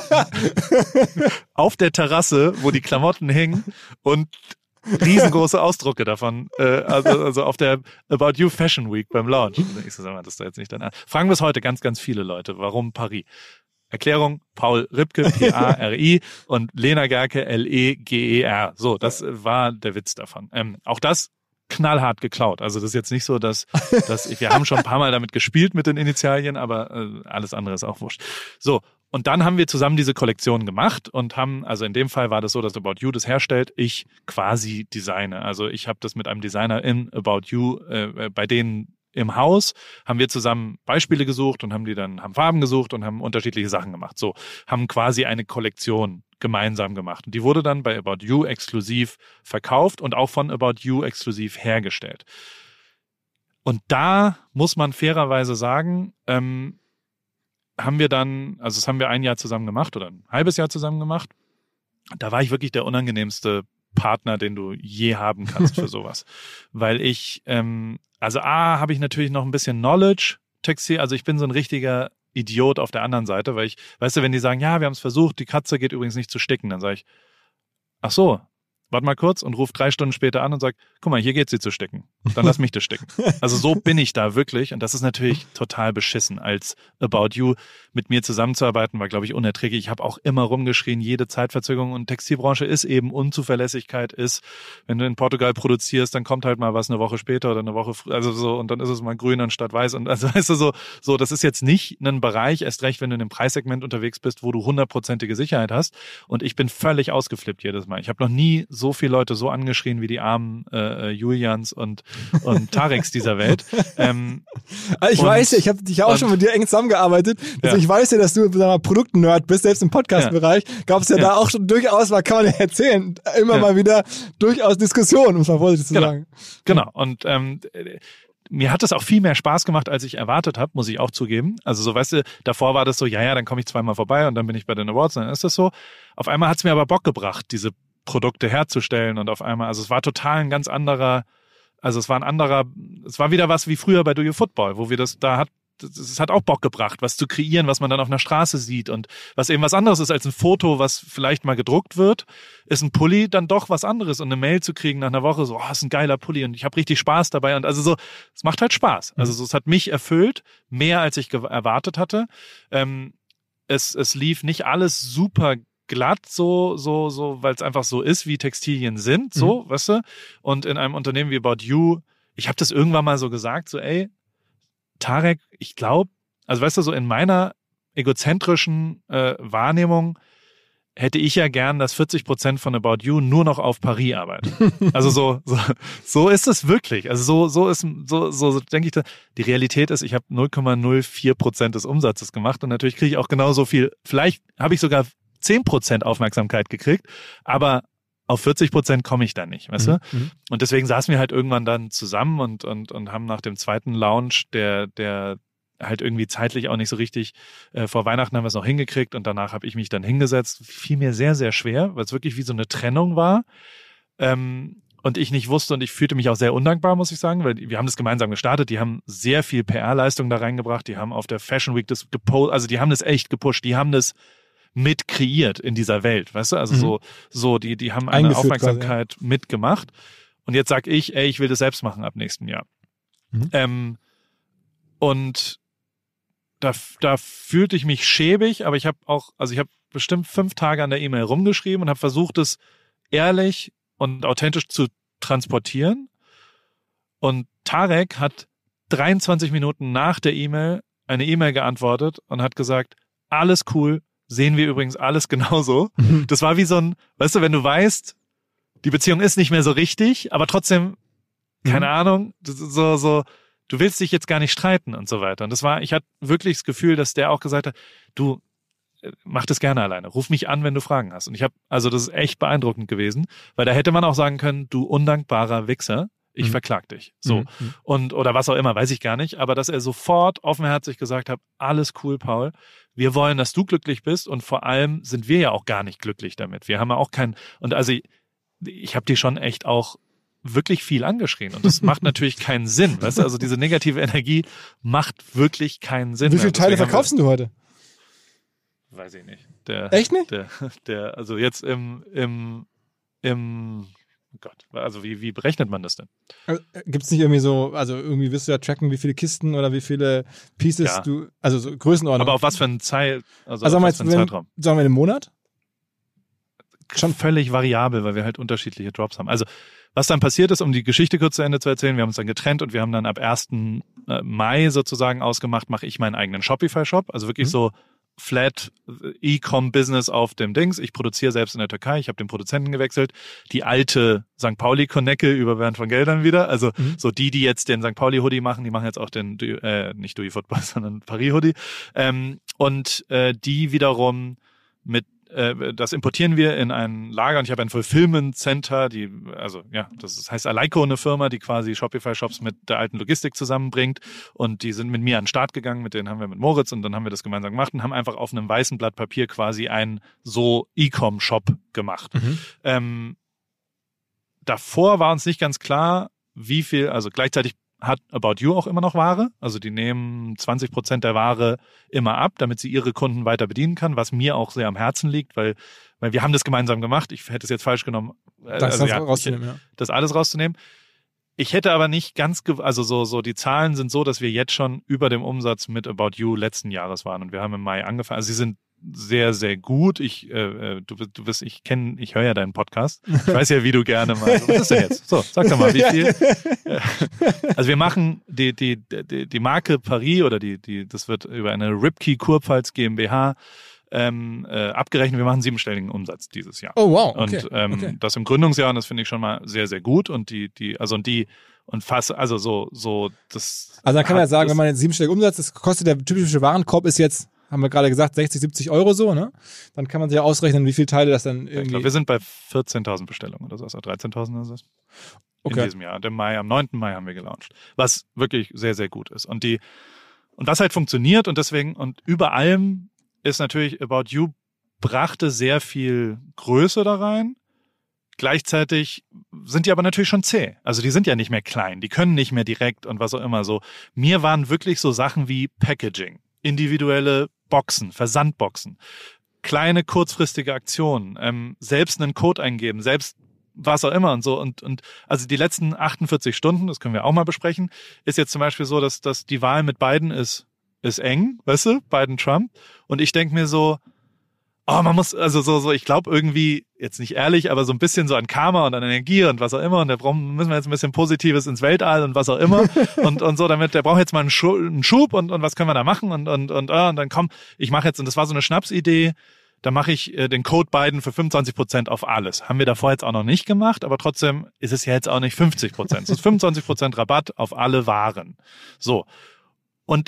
Auf der Terrasse, wo die Klamotten hängen und riesengroße Ausdrucke davon, äh, also, also auf der About You Fashion Week beim Lounge. Ich so, sag mal, das ist da jetzt nicht dein. Fragen bis heute ganz, ganz viele Leute, warum Paris? Erklärung, Paul Ripke, P A R I und Lena Gerke, L E G E R. So, das war der Witz davon. Ähm, auch das knallhart geklaut. Also das ist jetzt nicht so, dass, dass ich, wir haben schon ein paar Mal damit gespielt mit den Initialien, aber äh, alles andere ist auch wurscht. So, und dann haben wir zusammen diese Kollektion gemacht und haben, also in dem Fall war das so, dass About You das herstellt, ich quasi designe. Also ich habe das mit einem Designer in About You äh, bei denen im Haus, haben wir zusammen Beispiele gesucht und haben die dann, haben Farben gesucht und haben unterschiedliche Sachen gemacht. So, haben quasi eine Kollektion gemeinsam gemacht. Und die wurde dann bei About You exklusiv verkauft und auch von About You exklusiv hergestellt. Und da muss man fairerweise sagen, ähm, haben wir dann, also das haben wir ein Jahr zusammen gemacht oder ein halbes Jahr zusammen gemacht. Da war ich wirklich der unangenehmste Partner, den du je haben kannst für sowas. Weil ich, ähm, also A, habe ich natürlich noch ein bisschen Knowledge, Textil, also ich bin so ein richtiger Idiot auf der anderen Seite, weil ich, weißt du, wenn die sagen, ja, wir haben es versucht, die Katze geht übrigens nicht zu sticken, dann sage ich, ach so, warte mal kurz und ruft drei Stunden später an und sagt, guck mal, hier geht sie zu sticken. Dann lass mich das sticken. Also so bin ich da wirklich und das ist natürlich total beschissen. Als About You mit mir zusammenzuarbeiten, war, glaube ich, unerträglich. Ich habe auch immer rumgeschrien, jede Zeitverzögerung und Textilbranche ist eben Unzuverlässigkeit, ist, wenn du in Portugal produzierst, dann kommt halt mal was eine Woche später oder eine Woche früher, also so, und dann ist es mal grün anstatt weiß und also weißt du so, so, das ist jetzt nicht ein Bereich, erst recht, wenn du in einem Preissegment unterwegs bist, wo du hundertprozentige Sicherheit hast und ich bin völlig ausgeflippt jedes Mal. Ich habe noch nie so viele Leute so angeschrien wie die armen äh, Julians und, und Tareks dieser Welt. Ähm, ich und, weiß ja, ich habe dich ja auch und, schon mit dir eng zusammengearbeitet. Also ja. Ich weiß ja, dass du ein Produkt-Nerd bist, selbst im Podcast-Bereich. Ja. Gab es ja, ja da auch schon durchaus, mal kann man ja erzählen, immer ja. mal wieder durchaus Diskussionen, um es mal vorsichtig zu genau. sagen. Genau. Und ähm, mir hat es auch viel mehr Spaß gemacht, als ich erwartet habe, muss ich auch zugeben. Also so, weißt du, davor war das so, ja, ja, dann komme ich zweimal vorbei und dann bin ich bei den Awards, dann ist das so. Auf einmal hat es mir aber Bock gebracht, diese Produkte herzustellen und auf einmal, also es war total ein ganz anderer, also es war ein anderer, es war wieder was wie früher bei Do You Football, wo wir das, da hat es hat auch Bock gebracht, was zu kreieren, was man dann auf einer Straße sieht und was eben was anderes ist als ein Foto, was vielleicht mal gedruckt wird, ist ein Pulli dann doch was anderes und eine Mail zu kriegen nach einer Woche, so, oh, ist ein geiler Pulli und ich habe richtig Spaß dabei und also so, es macht halt Spaß. Also so, es hat mich erfüllt, mehr als ich ge- erwartet hatte. Ähm, es, es lief nicht alles super glatt, so, so, so, weil es einfach so ist, wie Textilien sind, so, mhm. weißt du? Und in einem Unternehmen wie About You, ich habe das irgendwann mal so gesagt, so, ey, Tarek, ich glaube, also weißt du, so in meiner egozentrischen äh, Wahrnehmung hätte ich ja gern, dass vierzig Prozent von About You nur noch auf Paris arbeitet. Also so, so, so ist es wirklich. Also so, so ist, so, so, so denke ich, die Realität ist, ich habe null Komma null vier Prozent des Umsatzes gemacht und natürlich kriege ich auch genauso viel, vielleicht habe ich sogar zehn Prozent Aufmerksamkeit gekriegt, aber auf vierzig Prozent komme ich da nicht, weißt du? Mhm. Und deswegen saßen wir halt irgendwann dann zusammen und, und, und haben nach dem zweiten Launch, der, der halt irgendwie zeitlich auch nicht so richtig, äh, vor Weihnachten haben wir es noch hingekriegt und danach habe ich mich dann hingesetzt. Fiel mir sehr, sehr schwer, weil es wirklich wie so eine Trennung war. Ähm, und ich nicht wusste und ich fühlte mich auch sehr undankbar, muss ich sagen, weil wir haben das gemeinsam gestartet, die haben sehr viel P R-Leistung da reingebracht, die haben auf der Fashion Week das gepostet, also die haben das echt gepusht, die haben das mit kreiert in dieser Welt, weißt du? Also mhm. so, so, die, die haben eine Aufmerksamkeit quasi, ja. mitgemacht. Und jetzt sag ich, ey, ich will das selbst machen ab nächstem Jahr. Mhm. Ähm, und da, da fühlte ich mich schäbig, aber ich habe auch, also ich habe bestimmt fünf Tage an der E-Mail rumgeschrieben und habe versucht, es ehrlich und authentisch zu transportieren. Und Tarek hat dreiundzwanzig Minuten nach der E-Mail eine E-Mail geantwortet und hat gesagt, alles cool, sehen wir übrigens alles genauso. Mhm. Das war wie so ein, weißt du, wenn du weißt, die Beziehung ist nicht mehr so richtig, aber trotzdem, keine mhm. Ahnung, so, so, du willst dich jetzt gar nicht streiten und so weiter. Und das war, ich hatte wirklich das Gefühl, dass der auch gesagt hat, du, mach das gerne alleine. Ruf mich an, wenn du Fragen hast. Und ich habe, also das ist echt beeindruckend gewesen, weil da hätte man auch sagen können, du undankbarer Wichser, ich mhm. verklag dich. So. Mhm. Und, oder was auch immer, weiß ich gar nicht. Aber dass er sofort offenherzig gesagt hat, alles cool, Paul. Wir wollen, dass du glücklich bist. Und vor allem sind wir ja auch gar nicht glücklich damit. Wir haben ja auch kein, und also ich, ich habe die schon echt auch wirklich viel angeschrien. Und das macht natürlich keinen Sinn. Weißt du, also diese negative Energie macht wirklich keinen Sinn. Wie viele Teile verkaufst du heute? Weiß ich nicht. Der, echt nicht? Der, der, also jetzt im, im, im, oh Gott, also wie, wie berechnet man das denn? Gibt es nicht irgendwie so, also irgendwie wirst du ja tracken, wie viele Kisten oder wie viele Pieces ja. du, also so Größenordnung. Aber auf was für einen Zeit, also, also auf was jetzt, für einen wenn, Zeitraum? Sagen wir einen Monat? Schon völlig variabel, weil wir halt unterschiedliche Drops haben. Also was dann passiert ist, um die Geschichte kurz zu Ende zu erzählen, wir haben uns dann getrennt und wir haben dann ab ersten Mai sozusagen ausgemacht, mache ich meinen eigenen Shopify-Shop, also wirklich mhm. so Flat E-Com-Business auf dem Dings. Ich produziere selbst in der Türkei. Ich habe den Produzenten gewechselt. Die alte Sankt Pauli-Konecke über Bernd von Geldern wieder. Also mhm. so die, die jetzt den Sankt Pauli-Hoodie machen, die machen jetzt auch den, äh, nicht Dewey Football, sondern Paris-Hoodie. Ähm, und äh, die wiederum mit das importieren wir in ein Lager und ich habe ein Fulfillment Center, die, also ja, das heißt Aleiko, eine Firma, die quasi Shopify-Shops mit der alten Logistik zusammenbringt und die sind mit mir an den Start gegangen, mit denen haben wir mit Moritz und dann haben wir das gemeinsam gemacht und haben einfach auf einem weißen Blatt Papier quasi einen so E-Com-Shop gemacht. Mhm. Ähm, davor war uns nicht ganz klar, wie viel, also gleichzeitig hat About You auch immer noch Ware. Also die nehmen zwanzig Prozent der Ware immer ab, damit sie ihre Kunden weiter bedienen kann, was mir auch sehr am Herzen liegt, weil, weil wir haben das gemeinsam gemacht. Ich hätte es jetzt falsch genommen, das, also, ja, rauszunehmen, ich, ja. das alles rauszunehmen. Ich hätte aber nicht ganz, ge- also so, so die Zahlen sind so, dass wir jetzt schon über dem Umsatz mit About You letzten Jahres waren und wir haben im Mai angefangen. Also sie sind sehr, sehr gut. Ich, äh, du, du bist, ich kenne, ich höre ja deinen Podcast. Ich weiß ja, wie du gerne mal. Was ist denn jetzt? So, sag doch mal, wie viel? Also wir machen die, die, die, die Marke Paris oder die, die, das wird über eine Ripkey Kurpfalz GmbH ähm, äh, abgerechnet. Wir machen siebenstelligen Umsatz dieses Jahr. Oh wow. Okay. Und ähm, okay. das im Gründungsjahr, und das finde ich schon mal sehr, sehr gut. Und die, die, also und die und fast, also so, so das. Also dann kann man ja sagen, wenn man jetzt siebenstelligen Umsatz, das kostet der typische Warenkorb ist jetzt, haben wir gerade gesagt, sechzig, siebzig Euro so, ne? Dann kann man sich ja ausrechnen, wie viele Teile das dann irgendwie... Ich glaube, wir sind bei vierzehntausend Bestellungen oder so, also dreizehntausend oder so. Okay. In diesem Jahr. Und im Mai, am neunten Mai haben wir gelauncht. Was wirklich sehr, sehr gut ist. Und die, und was halt funktioniert und deswegen, und über allem ist natürlich About You brachte sehr viel Größe da rein, gleichzeitig sind die aber natürlich schon zäh. Also die sind ja nicht mehr klein, die können nicht mehr direkt und was auch immer so. Mir waren wirklich so Sachen wie Packaging, individuelle Boxen, Versandboxen, kleine kurzfristige Aktionen, ähm, selbst einen Code eingeben, selbst was auch immer und so. Und, und also die letzten achtundvierzig Stunden, das können wir auch mal besprechen, ist jetzt zum Beispiel so, dass, dass die Wahl mit Biden ist, ist eng, weißt du, Biden, Trump. Und ich denke mir so, oh, man muss, also so, so, ich glaube irgendwie, jetzt nicht ehrlich, aber so ein bisschen so an Karma und an Energie und was auch immer. Und da brauchen, müssen wir jetzt ein bisschen Positives ins Weltall und was auch immer. und, und so, damit, der braucht jetzt mal einen Schub, einen Schub und, und was können wir da machen? Und, und, und, und dann komm, ich mache jetzt, und das war so eine Schnapsidee, da mache ich äh, den Code Biden für fünfundzwanzig Prozent auf alles. Haben wir davor jetzt auch noch nicht gemacht, aber trotzdem ist es ja jetzt auch nicht fünfzig Prozent. Es ist fünfundzwanzig Prozent Rabatt auf alle Waren. So. Und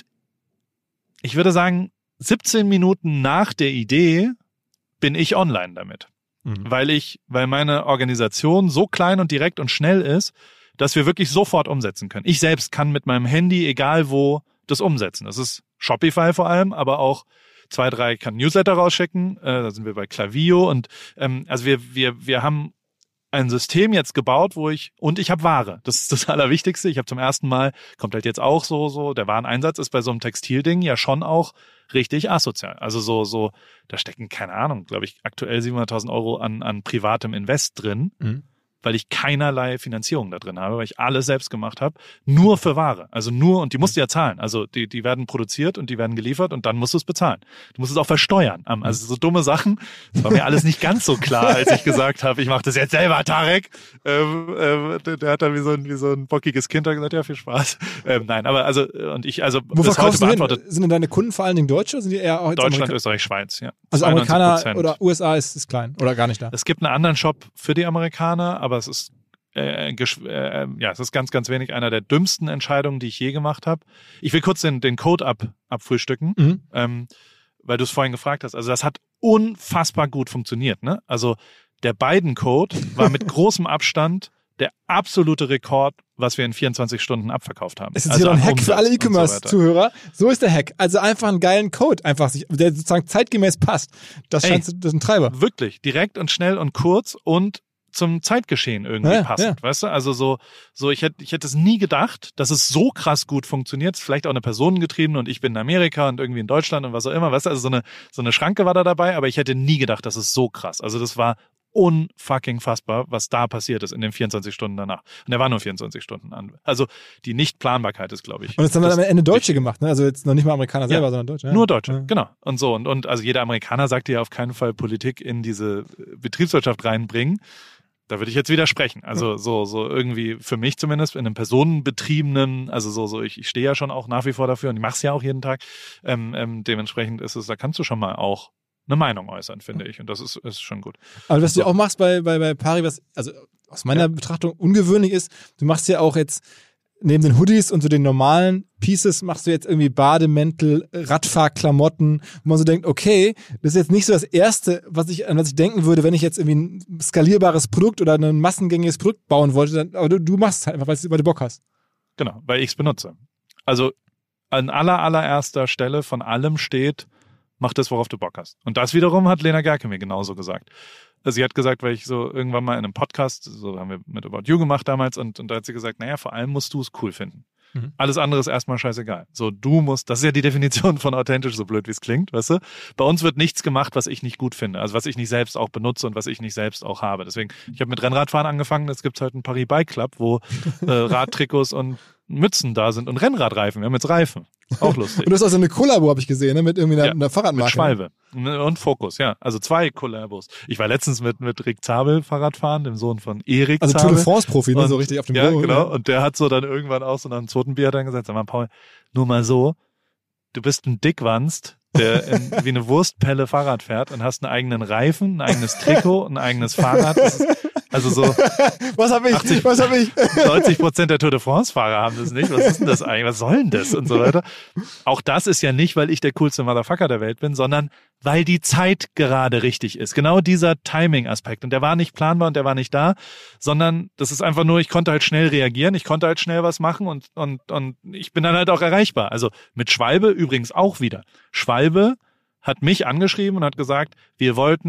ich würde sagen, siebzehn Minuten nach der Idee bin ich online damit. Mhm. Weil ich, weil meine Organisation so klein und direkt und schnell ist, dass wir wirklich sofort umsetzen können. Ich selbst kann mit meinem Handy, egal wo, das umsetzen. Das ist Shopify vor allem, aber auch zwei, drei kann Newsletter rausschicken. Äh, da sind wir bei Klaviyo und ähm, also wir wir wir haben ein System jetzt gebaut, wo ich und ich habe Ware. Das ist das Allerwichtigste. Ich habe zum ersten Mal, kommt halt jetzt auch so so, der Wareneinsatz ist bei so einem Textilding ja schon auch richtig asozial. Also so so, da stecken keine Ahnung, glaube ich aktuell siebenhunderttausend Euro an an privatem Invest drin. Mhm. Weil ich keinerlei Finanzierung da drin habe, weil ich alles selbst gemacht habe, nur für Ware. Also nur, und die musst du ja zahlen. Also die die werden produziert und die werden geliefert und dann musst du es bezahlen. Du musst es auch versteuern. Also so dumme Sachen, das war mir alles nicht ganz so klar, als ich gesagt habe, ich mache das jetzt selber, Tarek. Ähm, ähm, der, der hat dann wie so ein wie so ein bockiges Kind da gesagt, ja, viel Spaß. Ähm, nein, aber also, und ich, also Wo bis heute beantwortet. Sind denn deine Kunden vor allen Dingen Deutsche oder sind die eher auch Deutschland, Amerika- Österreich, Schweiz, ja. Also Amerikaner oder U S A ist, ist klein oder gar nicht da? Es gibt einen anderen Shop für die Amerikaner, aber es ist äh, gesch- äh, ja, es ist ganz, ganz wenig einer der dümmsten Entscheidungen, die ich je gemacht habe. Ich will kurz den, den Code ab, abfrühstücken, mhm. ähm, weil du es vorhin gefragt hast. Also das hat unfassbar gut funktioniert, ne? Also der Biden-Code war mit großem Abstand der absolute Rekord, was wir in vierundzwanzig Stunden abverkauft haben. Es ist also hier ein Hack Umsatz für alle E-Commerce-Zuhörer. So ist der Hack. Also einfach einen geilen Code, einfach sich, der sozusagen zeitgemäß passt. Das Ey, scheint das ist ein Treiber. Wirklich, direkt und schnell und kurz und zum Zeitgeschehen irgendwie ja, passend, ja. weißt du? Also so, so ich hätte, ich hätte es nie gedacht, dass es so krass gut funktioniert. Vielleicht auch eine personengetriebene und ich bin in Amerika und irgendwie in Deutschland und was auch immer, weißt du? Also so eine, so eine Schranke war da dabei, aber ich hätte nie gedacht, dass es so krass. Also das war unfucking fassbar, was da passiert ist in den vierundzwanzig Stunden danach. Und er war nur vierundzwanzig Stunden an. Also die Nichtplanbarkeit ist, glaube ich. Und das haben dann am Ende Deutsche gemacht, ne? Also jetzt noch nicht mal Amerikaner selber, ja, sondern Deutsche. Ja. Nur Deutsche, ja. Genau. Und so. Und, und also jeder Amerikaner sagt ja auf keinen Fall Politik in diese Betriebswirtschaft reinbringen. Da würde ich jetzt widersprechen. Also so so irgendwie für mich zumindest in einem personenbetriebenen, also so so ich, ich stehe ja schon auch nach wie vor dafür und ich mache es ja auch jeden Tag. Ähm, ähm, dementsprechend ist es, da kannst du schon mal auch eine Meinung äußern, finde ich. Und das ist, ist schon gut. Aber was so. du auch machst bei, bei, bei Pari, was also aus meiner ja. Betrachtung ungewöhnlich ist, du machst ja auch jetzt neben den Hoodies und so den normalen Pieces machst du jetzt irgendwie Bademäntel, Radfahrklamotten, wo man so denkt, okay, das ist jetzt nicht so das Erste, was ich, an was ich denken würde, wenn ich jetzt irgendwie ein skalierbares Produkt oder ein massengängiges Produkt bauen wollte. Dann, aber du, du machst es halt einfach, weil du Bock hast. Genau, weil ich es benutze. Also an aller, allererster Stelle von allem steht, mach das, worauf du Bock hast. Und das wiederum hat Lena Gerke mir genauso gesagt. Sie hat gesagt, weil ich so irgendwann mal in einem Podcast, so haben wir mit About You gemacht damals, und, und da hat sie gesagt, naja, vor allem musst du es cool finden. Mhm. Alles andere ist erstmal scheißegal. So, du musst, das ist ja die Definition von authentisch, so blöd wie es klingt, weißt du? Bei uns wird nichts gemacht, was ich nicht gut finde, also was ich nicht selbst auch benutze und was ich nicht selbst auch habe. Deswegen, ich habe mit Rennradfahren angefangen, jetzt gibt's halt einen Paris Bike Club, wo äh, Radtrikots und Mützen da sind und Rennradreifen. Wir haben jetzt Reifen. Auch lustig. Und du hast also eine Kollabo, habe ich gesehen, ne? Mit irgendwie einer, ja, einer Fahrradmarke. Mit Schwalbe und Fokus, ja. Also zwei Kollabos. Ich war letztens mit mit Rick Zabel Fahrradfahren, dem Sohn von Erik also Zabel. Also Tour de France-Profi, ne? So richtig auf dem Ja, Go, genau. Ne? Und der hat so dann irgendwann auch so nach dem zweiten Bier dann gesagt, sag mal, Paul, nur mal so, du bist ein Dickwanst, der in, wie eine Wurstpelle Fahrrad fährt und hast einen eigenen Reifen, ein eigenes Trikot, ein eigenes Fahrrad. Das ist, also so. Was hab ich? achtzig, was hab ich? neunzig Prozent der Tour de France Fahrer haben das nicht. Was ist denn das eigentlich? Was soll denn das? Und so weiter. Auch das ist ja nicht, weil ich der coolste Motherfucker der Welt bin, sondern weil die Zeit gerade richtig ist. Genau dieser Timing-Aspekt. Und der war nicht planbar und der war nicht da, sondern das ist einfach nur, ich konnte halt schnell reagieren, ich konnte halt schnell was machen und, und, und ich bin dann halt auch erreichbar. Also mit Schwalbe übrigens auch wieder. Schwalbe hat mich angeschrieben und hat gesagt, wir wollten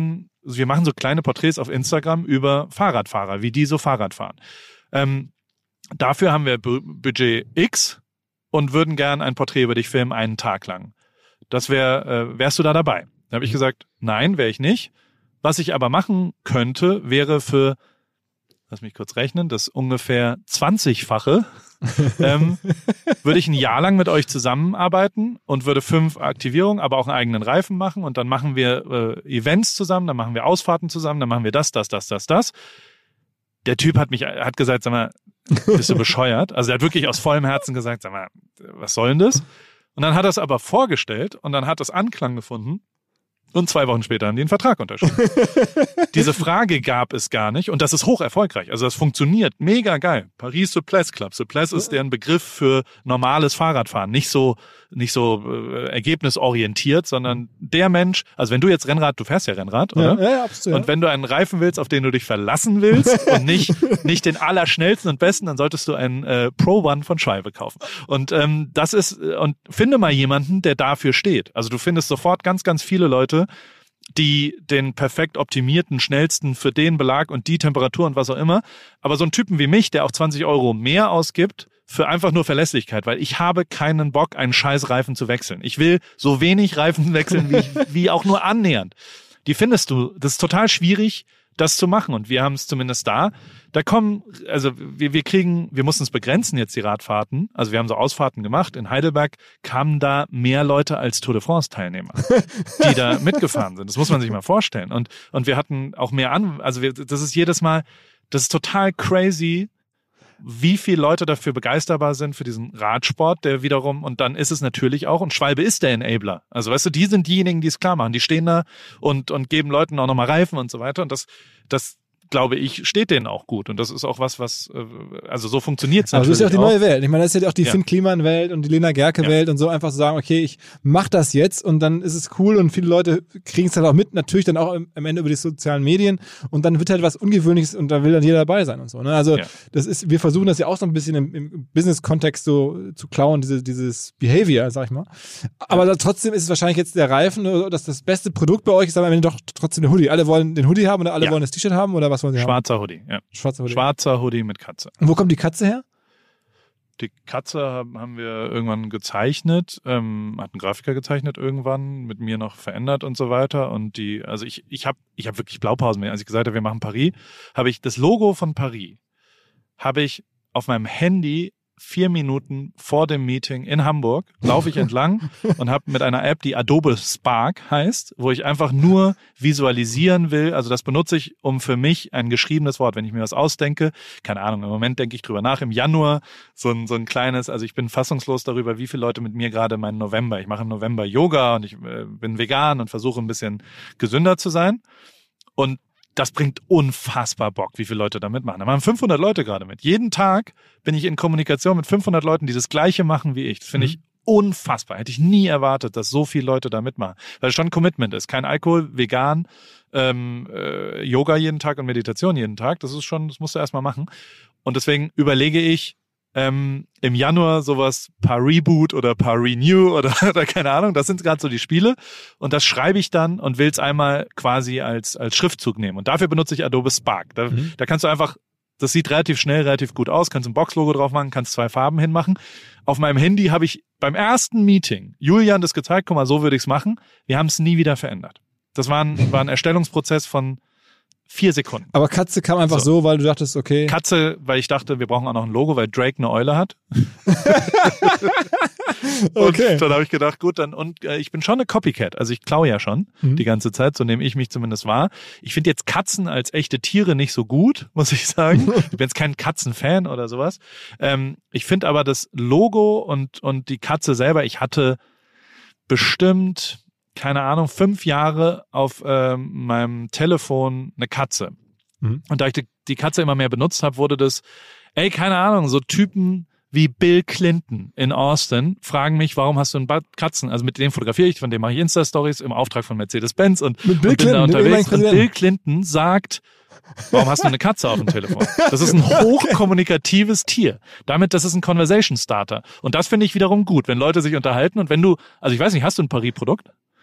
wir machen so kleine Porträts auf Instagram über Fahrradfahrer, wie die so Fahrrad fahren. Ähm, dafür haben wir B- Budget X und würden gern ein Porträt über dich filmen, einen Tag lang. Das wäre, äh, wärst du da dabei? Da habe ich gesagt, nein, wäre ich nicht. Was ich aber machen könnte, wäre für, lass mich kurz rechnen, das ungefähr zwanzigfache, ähm, würde ich ein Jahr lang mit euch zusammenarbeiten und würde fünf Aktivierungen, aber auch einen eigenen Reifen machen und dann machen wir äh, Events zusammen, dann machen wir Ausfahrten zusammen, dann machen wir das, das, das, das, das. Der Typ hat mich, hat gesagt, sag mal, bist du bescheuert? Also er hat wirklich aus vollem Herzen gesagt, sag mal, was soll denn das? Und dann hat er es aber vorgestellt und dann hat es Anklang gefunden. Und zwei Wochen später haben die einen Vertrag unterschrieben. Diese Frage gab es gar nicht und das ist hoch erfolgreich. Also das funktioniert mega geil. Paris Souplesse Club. Souplesse ist deren Begriff für normales Fahrradfahren. Nicht so, nicht so äh, ergebnisorientiert, sondern der Mensch, also wenn du jetzt Rennrad, du fährst ja Rennrad, oder? Ja, ja, absolut. Und wenn du einen Reifen willst, auf den du dich verlassen willst und nicht, nicht den allerschnellsten und besten, dann solltest du einen äh, Pro One von Schwalbe kaufen. Und ähm, das ist, und finde mal jemanden, der dafür steht. Also du findest sofort ganz, ganz viele Leute, die den perfekt optimierten, schnellsten für den Belag und die Temperatur und was auch immer. Aber so einen Typen wie mich, der auch zwanzig Euro mehr ausgibt, für einfach nur Verlässlichkeit, weil ich habe keinen Bock, einen scheiß Reifen zu wechseln. Ich will so wenig Reifen wechseln, wie, ich, wie auch nur annähernd. Die findest du, das ist total schwierig, das zu machen. Und wir haben es zumindest da. Da kommen, also wir, wir kriegen, wir mussten es begrenzen jetzt, die Radfahrten. Also wir haben so Ausfahrten gemacht. In Heidelberg kamen da mehr Leute als Tour de France-Teilnehmer, die da mitgefahren sind. Das muss man sich mal vorstellen. Und, und wir hatten auch mehr an, also wir, das ist jedes Mal, das ist total crazy, wie viele Leute dafür begeisterbar sind für diesen Radsport, der wiederum, und dann ist es natürlich auch, und Schwalbe ist der Enabler. Also weißt du, die sind diejenigen, die es klar machen. Die stehen da und, und geben Leuten auch nochmal Reifen und so weiter. Und das, das, glaube ich, steht denen auch gut. Und das ist auch was, was, also so funktioniert es natürlich. Aber das ist ja auch die auch. neue Welt. Ich meine, das ist ja auch die Ja. Finn Kliman-Welt und die Lena Gerke-Welt Ja. und so einfach zu sagen, okay, ich mach das jetzt und dann ist es cool und viele Leute kriegen es halt auch mit, natürlich dann auch am Ende über die sozialen Medien und dann wird halt was Ungewöhnliches und da will dann jeder dabei sein und so. Ne? Also Ja. das ist, wir versuchen das ja auch so ein bisschen im, im Business-Kontext so zu klauen, diese, dieses Behavior, sag ich mal. Aber da, trotzdem ist es wahrscheinlich jetzt der Reifen oder dass das beste Produkt bei euch ist aber am Ende doch trotzdem der Hoodie. Alle wollen den Hoodie haben oder alle Ja. wollen das T-Shirt haben oder was wollen sie haben? Schwarzer Hoodie, ja. Schwarzer Hoodie. Schwarzer Hoodie mit Katze. Und wo kommt die Katze her? Die Katze haben haben wir irgendwann gezeichnet, ähm, hat ein Grafiker gezeichnet irgendwann, mit mir noch verändert und so weiter. Und die, also ich, ich habe ich hab wirklich Blaupausen mehr. Als ich gesagt habe, wir machen Paris, habe ich das Logo von Paris, habe ich auf meinem Handy vier Minuten vor dem Meeting in Hamburg, laufe ich entlang und habe mit einer App, die Adobe Spark heißt, wo ich einfach nur visualisieren will. Also das benutze ich, um für mich ein geschriebenes Wort, wenn ich mir was ausdenke. Keine Ahnung, im Moment denke ich drüber nach. Im Januar so ein, so ein kleines, also ich bin fassungslos darüber, wie viele Leute mit mir gerade meinen November. Ich mache im November Yoga und ich äh, bin vegan und versuche ein bisschen gesünder zu sein. Und das bringt unfassbar Bock, wie viele Leute da mitmachen. Da machen fünfhundert Leute gerade mit. Jeden Tag bin ich in Kommunikation mit fünfhundert Leuten, die das Gleiche machen wie ich. Das finde ich unfassbar. Hätte ich nie erwartet, dass so viele Leute da mitmachen. Weil es schon ein Commitment ist. Kein Alkohol, vegan, ähm, äh, Yoga jeden Tag und Meditation jeden Tag. Das ist schon, das musst du erstmal machen. Und deswegen überlege ich, ähm, im Januar sowas paar Reboot oder paar Renew oder, oder keine Ahnung, das sind gerade so die Spiele und das schreibe ich dann und will es einmal quasi als als Schriftzug nehmen und dafür benutze ich Adobe Spark. Da, mhm. da kannst du einfach, das sieht relativ schnell, relativ gut aus, kannst ein Boxlogo drauf machen, kannst zwei Farben hinmachen. Auf meinem Handy habe ich beim ersten Meeting Julian das gezeigt, guck mal, so würde ich es machen. Wir haben es nie wieder verändert. Das war ein, war ein Erstellungsprozess von Vier Sekunden. Aber Katze kam einfach so. so, weil du dachtest, okay. Katze, weil ich dachte, wir brauchen auch noch ein Logo, weil Drake eine Eule hat. Okay. Und dann habe ich gedacht, gut, dann, und äh, ich bin schon eine Copycat. Also ich klaue ja schon mhm. die ganze Zeit, so nehme ich mich zumindest wahr. Ich finde jetzt Katzen als echte Tiere nicht so gut, muss ich sagen. Ich bin jetzt kein Katzenfan oder sowas. Ähm, ich finde aber das Logo und, und die Katze selber, ich hatte bestimmt, keine Ahnung, fünf Jahre auf ähm, meinem Telefon eine Katze. Mhm. Und da ich die, die Katze immer mehr benutzt habe, wurde das, ey, keine Ahnung, so Typen wie Bill Clinton in Austin fragen mich, warum hast du einen Katzen? Also mit dem fotografiere ich, von dem mache ich Insta-Stories im Auftrag von Mercedes-Benz und, mit Bill und bin Clinton, da unterwegs. Und Bill Clinton sagt, warum hast du eine Katze auf dem Telefon? Das ist ein hochkommunikatives Tier. Damit, das ist ein Conversation Starter. Und das finde ich wiederum gut, wenn Leute sich unterhalten und wenn du, also ich weiß nicht, hast du ein Paris-Produkt?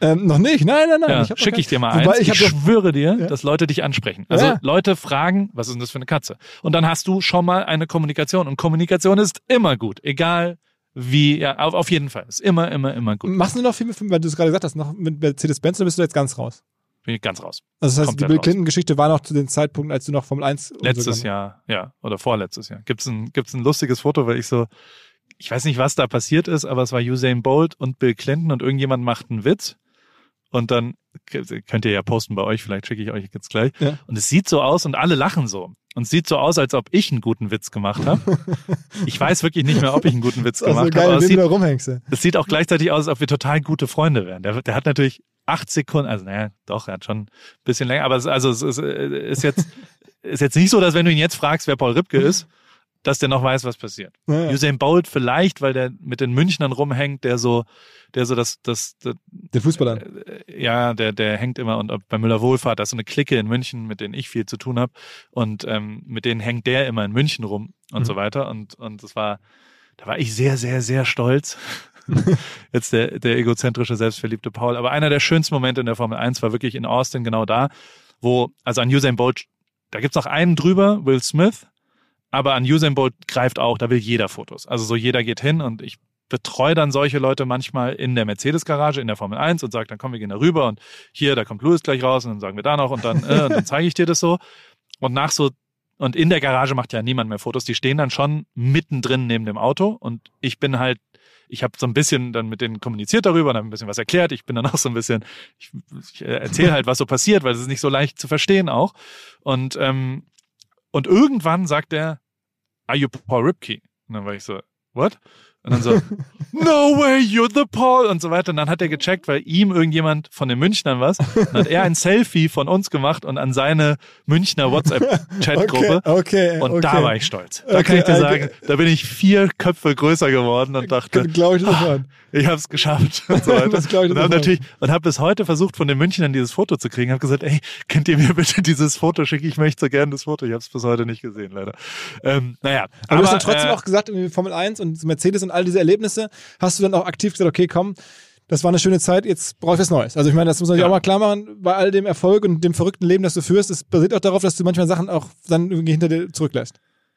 Ähm, noch nicht, nein, nein, nein. Ja, ich hab schicke ich dir mal Wobei, eins. ich, Ich, ich schwöre dir, ja. dass Leute dich ansprechen. Also Ja. Leute fragen, was ist denn das für eine Katze? Und dann hast du schon mal eine Kommunikation. Und Kommunikation ist immer gut. Egal wie, ja, auf, auf jeden Fall. Ist immer, immer, immer gut. Machst du noch viel mit, weil du es gerade gesagt hast, noch mit Mercedes-Benz, oder bist du jetzt ganz raus? Bin ich ganz raus. Also das heißt, Komplett die Bill raus. Clinton-Geschichte war noch zu dem Zeitpunkt, als du noch Formel eins... und so Letztes gegangen- Jahr, ja, oder vorletztes Jahr. Gibt's ein, gibt's ein lustiges Foto, weil ich so, ich weiß nicht, was da passiert ist, aber es war Usain Bolt und Bill Clinton und irgendjemand macht einen Witz. Und dann könnt ihr ja posten bei euch, vielleicht schicke ich euch jetzt gleich. Ja. Und es sieht so aus und alle lachen so. Und es sieht so aus, als ob ich einen guten Witz gemacht habe. Ich weiß wirklich nicht mehr, ob ich einen guten Witz Also gemacht geil, habe. Aber es wenn du sieht, da rumhängst. Ja. es sieht auch gleichzeitig aus, als ob wir total gute Freunde wären. Der, der hat natürlich acht Sekunden, also naja, doch, er hat schon ein bisschen länger. Aber es, also es ist, ist, jetzt, ist jetzt nicht so, dass wenn du ihn jetzt fragst, wer Paul Ripke ist, dass der noch weiß, was passiert. Ja, ja. Usain Bolt vielleicht, weil der mit den Münchnern rumhängt, der so, der so das, das, das Den Fußballern. äh, ja, der, der hängt immer und bei Müller Wohlfahrt, das ist so eine Clique in München, mit denen ich viel zu tun habe und ähm, mit denen hängt der immer in München rum und Mhm. so weiter und und das war, da war ich sehr, sehr, sehr stolz. Jetzt der, der egozentrische, selbstverliebte Paul. Aber einer der schönsten Momente in der Formel eins war wirklich in Austin, genau da, wo, also an Usain Bolt, da gibt's noch einen drüber, Will Smith, aber an Usain Bolt greift auch, da will jeder Fotos. Also so jeder geht hin und ich betreue dann solche Leute manchmal in der Mercedes-Garage, in der Formel eins und sage, dann kommen wir gehen da rüber und hier, da kommt Lewis gleich raus und dann sagen wir da noch und dann, äh, und dann zeige ich dir das so. Und nach so, und in der Garage macht ja niemand mehr Fotos, die stehen dann schon mittendrin neben dem Auto und ich bin halt, ich habe so ein bisschen dann mit denen kommuniziert darüber und habe ein bisschen was erklärt. Ich bin dann auch so ein bisschen, ich, ich erzähle halt, was so passiert, weil es ist nicht so leicht zu verstehen auch. Und, ähm, und irgendwann sagt er, are you Paul Ripke? Und dann war ich so, what? Und dann so, no way, you're the Paul und so weiter. Und dann hat er gecheckt, weil ihm irgendjemand von den Münchnern was, dann hat er ein Selfie von uns gemacht und an seine Münchner WhatsApp-Chatgruppe. Okay, okay, Und okay. da war ich stolz. Da Okay, kann ich dir okay. sagen, da bin ich vier Köpfe größer geworden und dachte, Glaube ich sofort. ich habe es geschafft und so weiter. Das glaub ich und habe sofort. natürlich und habe bis heute versucht, von den Münchnern dieses Foto zu kriegen. Habe gesagt, ey, könnt ihr mir bitte dieses Foto schicken? Ich möchte so gerne das Foto. Ich habe es bis heute nicht gesehen, leider. Ähm, naja, Aber, du hast dann trotzdem äh, auch gesagt, in Formel eins und Mercedes und all diese Erlebnisse, hast du dann auch aktiv gesagt, okay, komm, das war eine schöne Zeit, jetzt brauche ich was Neues. Also ich meine, das muss man sich Ja. auch mal klar machen, bei all dem Erfolg und dem verrückten Leben, das du führst, es basiert auch darauf, dass du manchmal Sachen auch dann irgendwie hinter dir zurücklässt.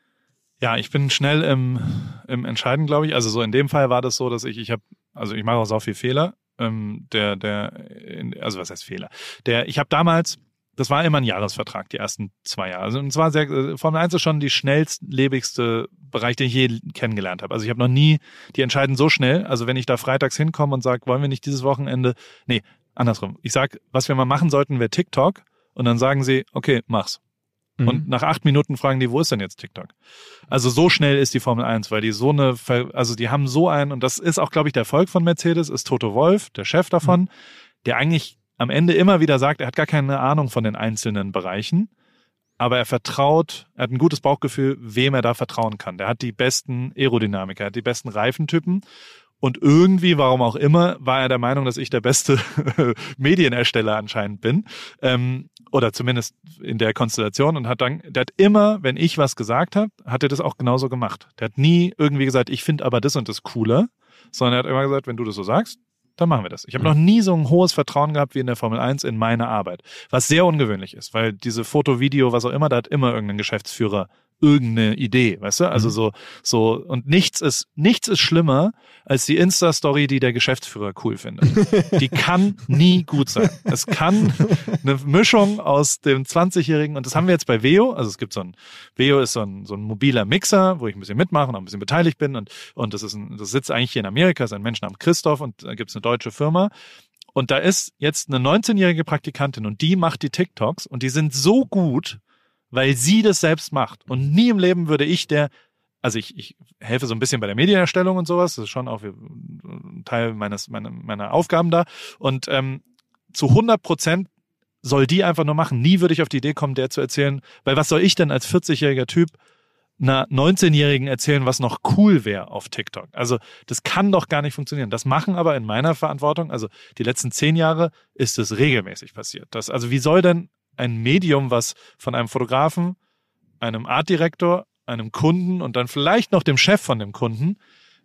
Ja, ich bin schnell im, im Entscheiden, glaube ich. Also so in dem Fall war das so, dass ich, ich habe, also ich mache auch so viel Fehler. Ähm, der, der, also was heißt Fehler? Der, ich habe damals, das war immer ein Jahresvertrag, die ersten zwei Jahre. Also und zwar sehr, Formel eins ist schon die schnellstlebigste Bereich, den ich je kennengelernt habe. Also ich habe noch nie, die entscheiden so schnell. Also wenn ich da freitags hinkomme und sage, wollen wir nicht dieses Wochenende, nee, andersrum. Ich sag, was wir mal machen sollten, wäre TikTok. Und dann sagen sie, okay, mach's. Mhm. Und nach acht Minuten fragen die, wo ist denn jetzt TikTok? Also so schnell ist die Formel eins, weil die so eine, Ver- also die haben so einen, und das ist auch, glaube ich, der Erfolg von Mercedes, ist Toto Wolff, der Chef davon, mhm. der eigentlich am Ende immer wieder sagt, er hat gar keine Ahnung von den einzelnen Bereichen, aber er vertraut, er hat ein gutes Bauchgefühl, wem er da vertrauen kann. Der hat die besten Aerodynamiker, er hat die besten Reifentypen. Und irgendwie, warum auch immer, war er der Meinung, dass ich der beste Medienersteller anscheinend bin. Ähm, oder zumindest in der Konstellation. Und hat dann, der hat immer, wenn ich was gesagt habe, hat er das auch genauso gemacht. Der hat nie irgendwie gesagt, ich finde aber das und das cooler. Sondern er hat immer gesagt, wenn du das so sagst, dann machen wir das. Ich habe noch nie so ein hohes Vertrauen gehabt wie in der Formel eins in meine Arbeit. Was sehr ungewöhnlich ist, weil diese Foto, Video, was auch immer, da hat immer irgendein Geschäftsführer irgendeine Idee, weißt du? Also so, so, und nichts ist, nichts ist schlimmer als die Insta-Story, die der Geschäftsführer cool findet. Die kann nie gut sein. Es kann eine Mischung aus dem zwanzigjährigen, und das haben wir jetzt bei Veo, also es gibt so ein, Veo ist so ein, so ein mobiler Mixer, wo ich ein bisschen mitmache und auch ein bisschen beteiligt bin, und, und das ist ein, das sitzt eigentlich hier in Amerika, ist ein Mensch namens Christoph, und da gibt es eine deutsche Firma. Und da ist jetzt eine neunzehnjährige Praktikantin, und die macht die TikToks, und die sind so gut, weil sie das selbst macht. Und nie im Leben würde ich der, also ich, ich helfe so ein bisschen bei der Medienerstellung und sowas, das ist schon auch ein Teil meines, meiner, meiner Aufgaben da. Und ähm, zu hundert Prozent soll die einfach nur machen. Nie würde ich auf die Idee kommen, der zu erzählen, weil was soll ich denn als vierzigjähriger Typ einer neunzehnjährigen erzählen, was noch cool wäre auf TikTok? Also das kann doch gar nicht funktionieren. Das machen aber in meiner Verantwortung, also die letzten zehn Jahre ist es regelmäßig passiert. Das, also wie soll denn ein Medium, was von einem Fotografen, einem Artdirektor, einem Kunden und dann vielleicht noch dem Chef von dem Kunden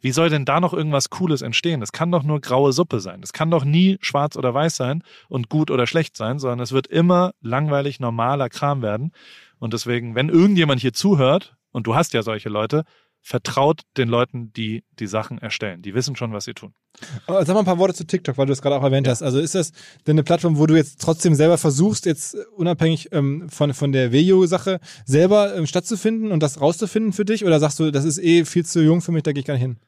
Wie soll denn da noch irgendwas Cooles entstehen? Das kann doch nur graue Suppe sein. Das kann doch nie schwarz oder weiß sein und gut oder schlecht sein, sondern es wird immer langweilig, normaler Kram werden. Und deswegen, wenn irgendjemand hier zuhört, und du hast ja solche Leute, vertraut den Leuten, die die Sachen erstellen. Die wissen schon, was sie tun. Aber sag mal ein paar Worte zu TikTok, weil du es gerade auch erwähnt ja. hast. Also ist das denn eine Plattform, wo du jetzt trotzdem selber versuchst, jetzt unabhängig ähm, von, von der Vejo-Sache, selber ähm, stattzufinden und das rauszufinden für dich? Oder sagst du, das ist eh viel zu jung für mich, da gehe ich gar nicht hin?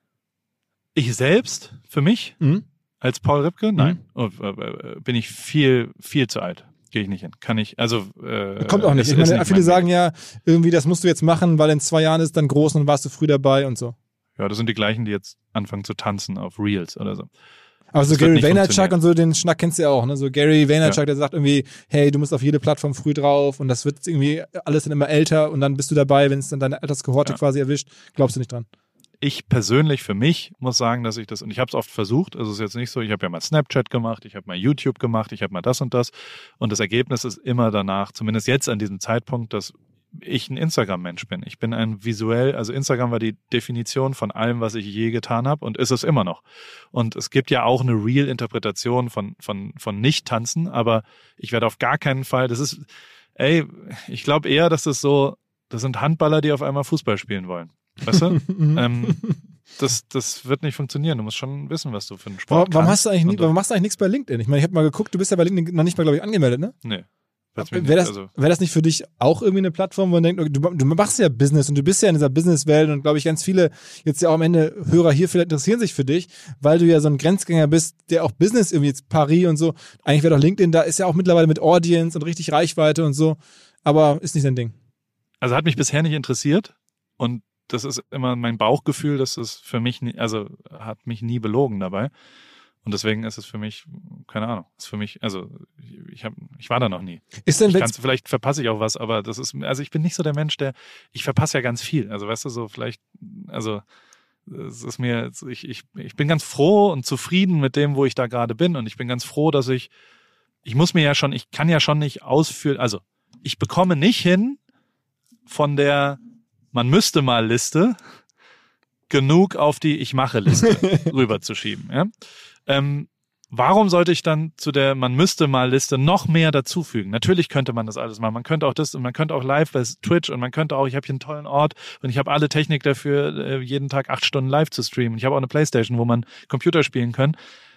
Ich selbst, für mich, Mhm. als Paul Ripke? Nein. Mhm. Oh, äh, bin ich viel, viel zu alt. Gehe ich nicht hin. Kann ich, also äh, Kommt auch nicht. Ist, Ich meine, nicht viele sagen Weg. ja, irgendwie, das musst du jetzt machen, weil in zwei Jahren ist dann groß und warst du früh dabei und so. Ja, das sind die gleichen, die jetzt anfangen zu tanzen auf Reels oder so. Aber so Das wird Gary nicht Vaynerchuk funktionieren. und so, den Schnack kennst du ja auch, ne? So Gary Vaynerchuk, Ja. der sagt irgendwie, hey, du musst auf jede Plattform früh drauf und das wird irgendwie alles dann immer älter und dann bist du dabei, wenn es dann deine Alterskohorte Ja. quasi erwischt. Glaubst du nicht dran? Ich persönlich für mich muss sagen, dass ich das, und ich habe es oft versucht, also es ist jetzt nicht so, ich habe ja mal Snapchat gemacht, ich habe mal YouTube gemacht, ich habe mal das und das und das Ergebnis ist immer danach, zumindest jetzt an diesem Zeitpunkt, dass ich ein Instagram-Mensch bin. Ich bin ein visuell, also Instagram war die Definition von allem, was ich je getan habe und ist es immer noch. Und es gibt ja auch eine Real-Interpretation von, von, von Nicht-Tanzen, aber ich werde auf gar keinen Fall, das ist, ey, ich glaube eher, dass das so, das sind Handballer, die auf einmal Fußball spielen wollen. Weißt du? ähm, das, das wird nicht funktionieren. Du musst schon wissen, was du für einen Sport Warum, warum, kannst. hast du eigentlich nie, Und warum machst du eigentlich nichts bei LinkedIn? Ich meine, ich habe mal geguckt, du bist ja bei LinkedIn noch nicht mal, glaube ich, angemeldet, ne? Nee. Wird's mir Wäre das, nicht, also, wär das nicht für dich auch irgendwie eine Plattform, wo man denkt, du, du machst ja Business und du bist ja in dieser Businesswelt und glaube ich, ganz viele jetzt ja auch am Ende Hörer hier vielleicht interessieren sich für dich, weil du ja so ein Grenzgänger bist, der auch Business irgendwie jetzt Paris und so. Eigentlich wäre doch LinkedIn, da ist ja auch mittlerweile mit Audience und richtig Reichweite und so, aber ist nicht dein Ding. also hat mich bisher nicht interessiert und das ist immer mein Bauchgefühl, dass es für mich, nie, also hat mich nie belogen dabei. Und deswegen ist es für mich, keine Ahnung, ist für mich, also ich hab, ich war da noch nie. Ist denn Ich wenn kann's, vielleicht verpasse ich auch was, aber das ist, also ich bin nicht so der Mensch, der, ich verpasse ja ganz viel. Also weißt du, so vielleicht, also es ist mir, ich, ich, ich bin ganz froh und zufrieden mit dem, wo ich da gerade bin. Und ich bin ganz froh, dass ich, ich muss mir ja schon, ich kann ja schon nicht ausführen, also ich bekomme nicht hin von der man müsste mal Liste genug auf die Ich mache Liste rüberzuschieben. Ja? Ähm, warum sollte ich dann zu der Man müsste mal Liste noch mehr dazufügen? Natürlich könnte man das alles machen. Man könnte auch das und man könnte auch live bei Twitch und man könnte auch, ich habe hier einen tollen Ort und ich habe alle Technik dafür, jeden Tag acht Stunden live zu streamen. Ich habe auch eine Playstation, wo man Computer spielen kann.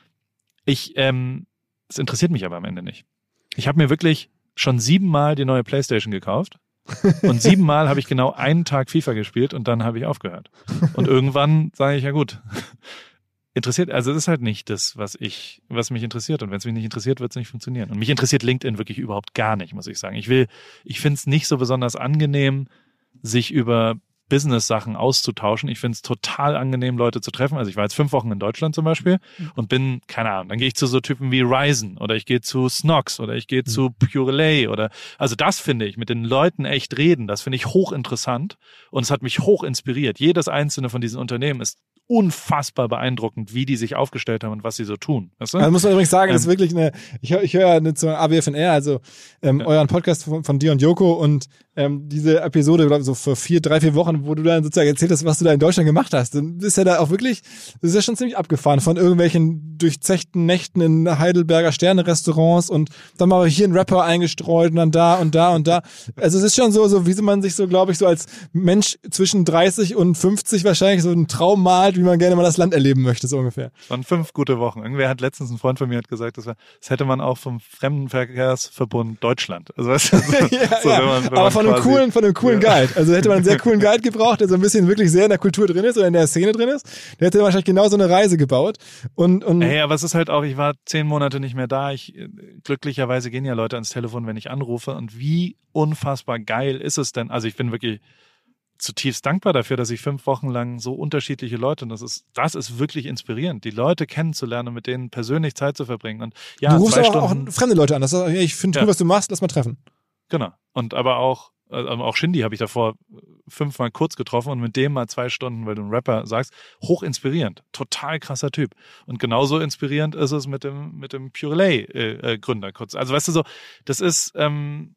Ich, ähm, es interessiert mich aber am Ende nicht. Ich habe mir wirklich schon siebenmal die neue Playstation gekauft. Und siebenmal habe ich genau einen Tag FIFA gespielt und dann habe ich aufgehört. Und irgendwann sage ich, ja gut, interessiert, also es ist halt nicht das, was ich, was mich interessiert. Und wenn es mich nicht interessiert, wird es nicht funktionieren. Und mich interessiert LinkedIn wirklich überhaupt gar nicht, muss ich sagen. Ich will, ich finde es nicht so besonders angenehm, sich über Business-Sachen auszutauschen. Ich finde es total angenehm, Leute zu treffen. Also ich war jetzt fünf Wochen in Deutschland zum Beispiel und bin, keine Ahnung, dann gehe ich zu so Typen wie Ryzen oder ich gehe zu Snox oder ich gehe mhm. zu Purelay oder, also das finde ich, mit den Leuten echt reden, das finde ich hochinteressant und es hat mich hoch inspiriert. Jedes einzelne von diesen Unternehmen ist unfassbar beeindruckend, wie die sich aufgestellt haben und was sie so tun. Weißt du? Also muss man übrigens sagen, ähm, das ist wirklich eine, ich höre ich hör ja eine zur A W F N R, also ähm, ja. euren Podcast von, von dir und Joko und ähm, diese Episode, glaube ich, so vor vier, drei, vier Wochen, wo du dann sozusagen erzählt hast, was du da in Deutschland gemacht hast. Dann ist ja da auch wirklich, das ist ja schon ziemlich abgefahren von irgendwelchen durchzechten Nächten in Heidelberger Sterne-Restaurants und dann mal hier ein Rapper eingestreut und dann da und da und da. Also es ist schon so, so wie man sich so, glaube ich, so als Mensch zwischen dreißig und fünfzig wahrscheinlich so einen Traum malt, wie man gerne mal das Land erleben möchte, so ungefähr. Das waren fünf gute Wochen. Irgendwer hat letztens, ein Freund von mir hat gesagt, das, war, das hätte man auch vom Fremdenverkehrsverbund Deutschland. Also weißt du, so, ja, so, ja. wenn man, wenn aber man von einem quasi, coolen, von einem coolen ja. Guide. Also hätte man einen sehr coolen Guide gebraucht, der so ein bisschen wirklich sehr in der Kultur drin ist oder in der Szene drin ist. Der hätte wahrscheinlich genau so eine Reise gebaut. Und, und hey, aber es ist halt auch, ich war zehn Monate nicht mehr da. Ich, glücklicherweise gehen ja Leute ans Telefon, wenn ich anrufe. Und wie unfassbar geil ist es denn? Also ich bin wirklich zutiefst dankbar dafür, dass ich fünf Wochen lang so unterschiedliche Leute, und das ist, das ist wirklich inspirierend, die Leute kennenzulernen und mit denen persönlich Zeit zu verbringen. Und ja, du rufst zwei aber Stunden, auch fremde Leute an. Das ist, ich finde cool, ja. was du machst, lass mal treffen. Genau. Und aber auch, also auch Shindy habe ich davor fünfmal kurz getroffen und mit dem mal zwei Stunden, weil du ein Rapper sagst, hoch inspirierend. Total krasser Typ. Und genauso inspirierend ist es mit dem, mit dem Purelay-Gründer kurz. Also weißt du so, das ist, ähm,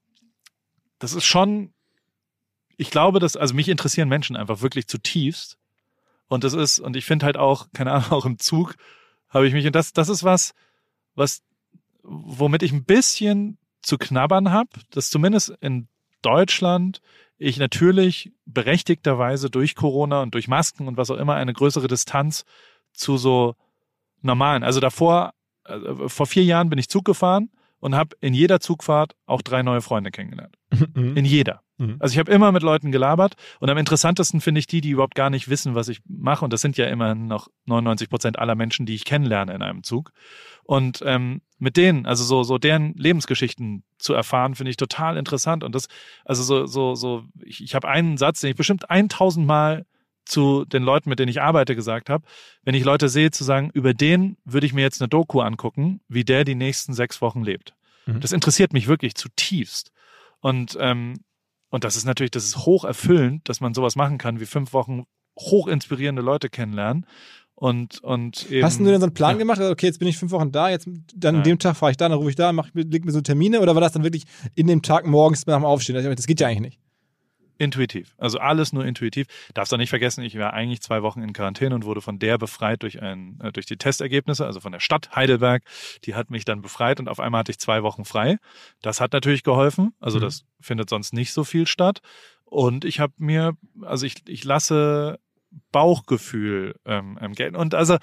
das ist schon, ich glaube, dass, also mich interessieren Menschen einfach wirklich zutiefst Und das ist, und ich finde halt auch, keine Ahnung, auch im Zug habe ich mich, und das, das ist was, was, womit ich ein bisschen zu knabbern habe, dass zumindest in Deutschland ich natürlich berechtigterweise durch Corona und durch Masken und was auch immer eine größere Distanz zu so normalen, also davor, äh, vor vier Jahren bin ich Zug gefahren und habe in jeder Zugfahrt auch drei neue Freunde kennengelernt. Mhm. In jeder. Mhm. Also ich habe immer mit Leuten gelabert und am interessantesten finde ich die, die überhaupt gar nicht wissen, was ich mache. Und das sind ja immerhin noch neunundneunzig Prozent aller Menschen, die ich kennenlerne in einem Zug. Und ähm, mit denen, also so so deren Lebensgeschichten zu erfahren, finde ich total interessant. Und das, also so so so, ich, ich habe einen Satz, den ich bestimmt tausend Mal zu den Leuten, mit denen ich arbeite, gesagt habe, wenn ich Leute sehe, zu sagen, über den würde ich mir jetzt eine Doku angucken, wie der die nächsten sechs Wochen lebt. Mhm. Das interessiert mich wirklich zutiefst. Und ähm, und das ist natürlich, das ist hoch erfüllend, dass man sowas machen kann, wie fünf Wochen hoch inspirierende Leute kennenlernen. Und, und eben, hast du denn so einen Plan ja. gemacht? Okay, jetzt bin ich fünf Wochen da, jetzt dann Nein. an dem Tag fahre ich da, dann rufe ich da, mache leg mir so Termine, oder war das dann wirklich in dem Tag morgens nach dem Aufstehen? Das geht ja eigentlich nicht. Intuitiv. Also alles nur intuitiv. Darfst auch nicht vergessen, ich war eigentlich zwei Wochen in Quarantäne und wurde von der befreit durch ein, äh, durch die Testergebnisse, also von der Stadt Heidelberg. Die hat mich dann befreit und auf einmal hatte ich zwei Wochen frei. Das hat natürlich geholfen. Also mhm. das findet sonst nicht so viel statt. Und ich habe mir, also ich, ich lasse Bauchgefühl ähm, gelten. Und also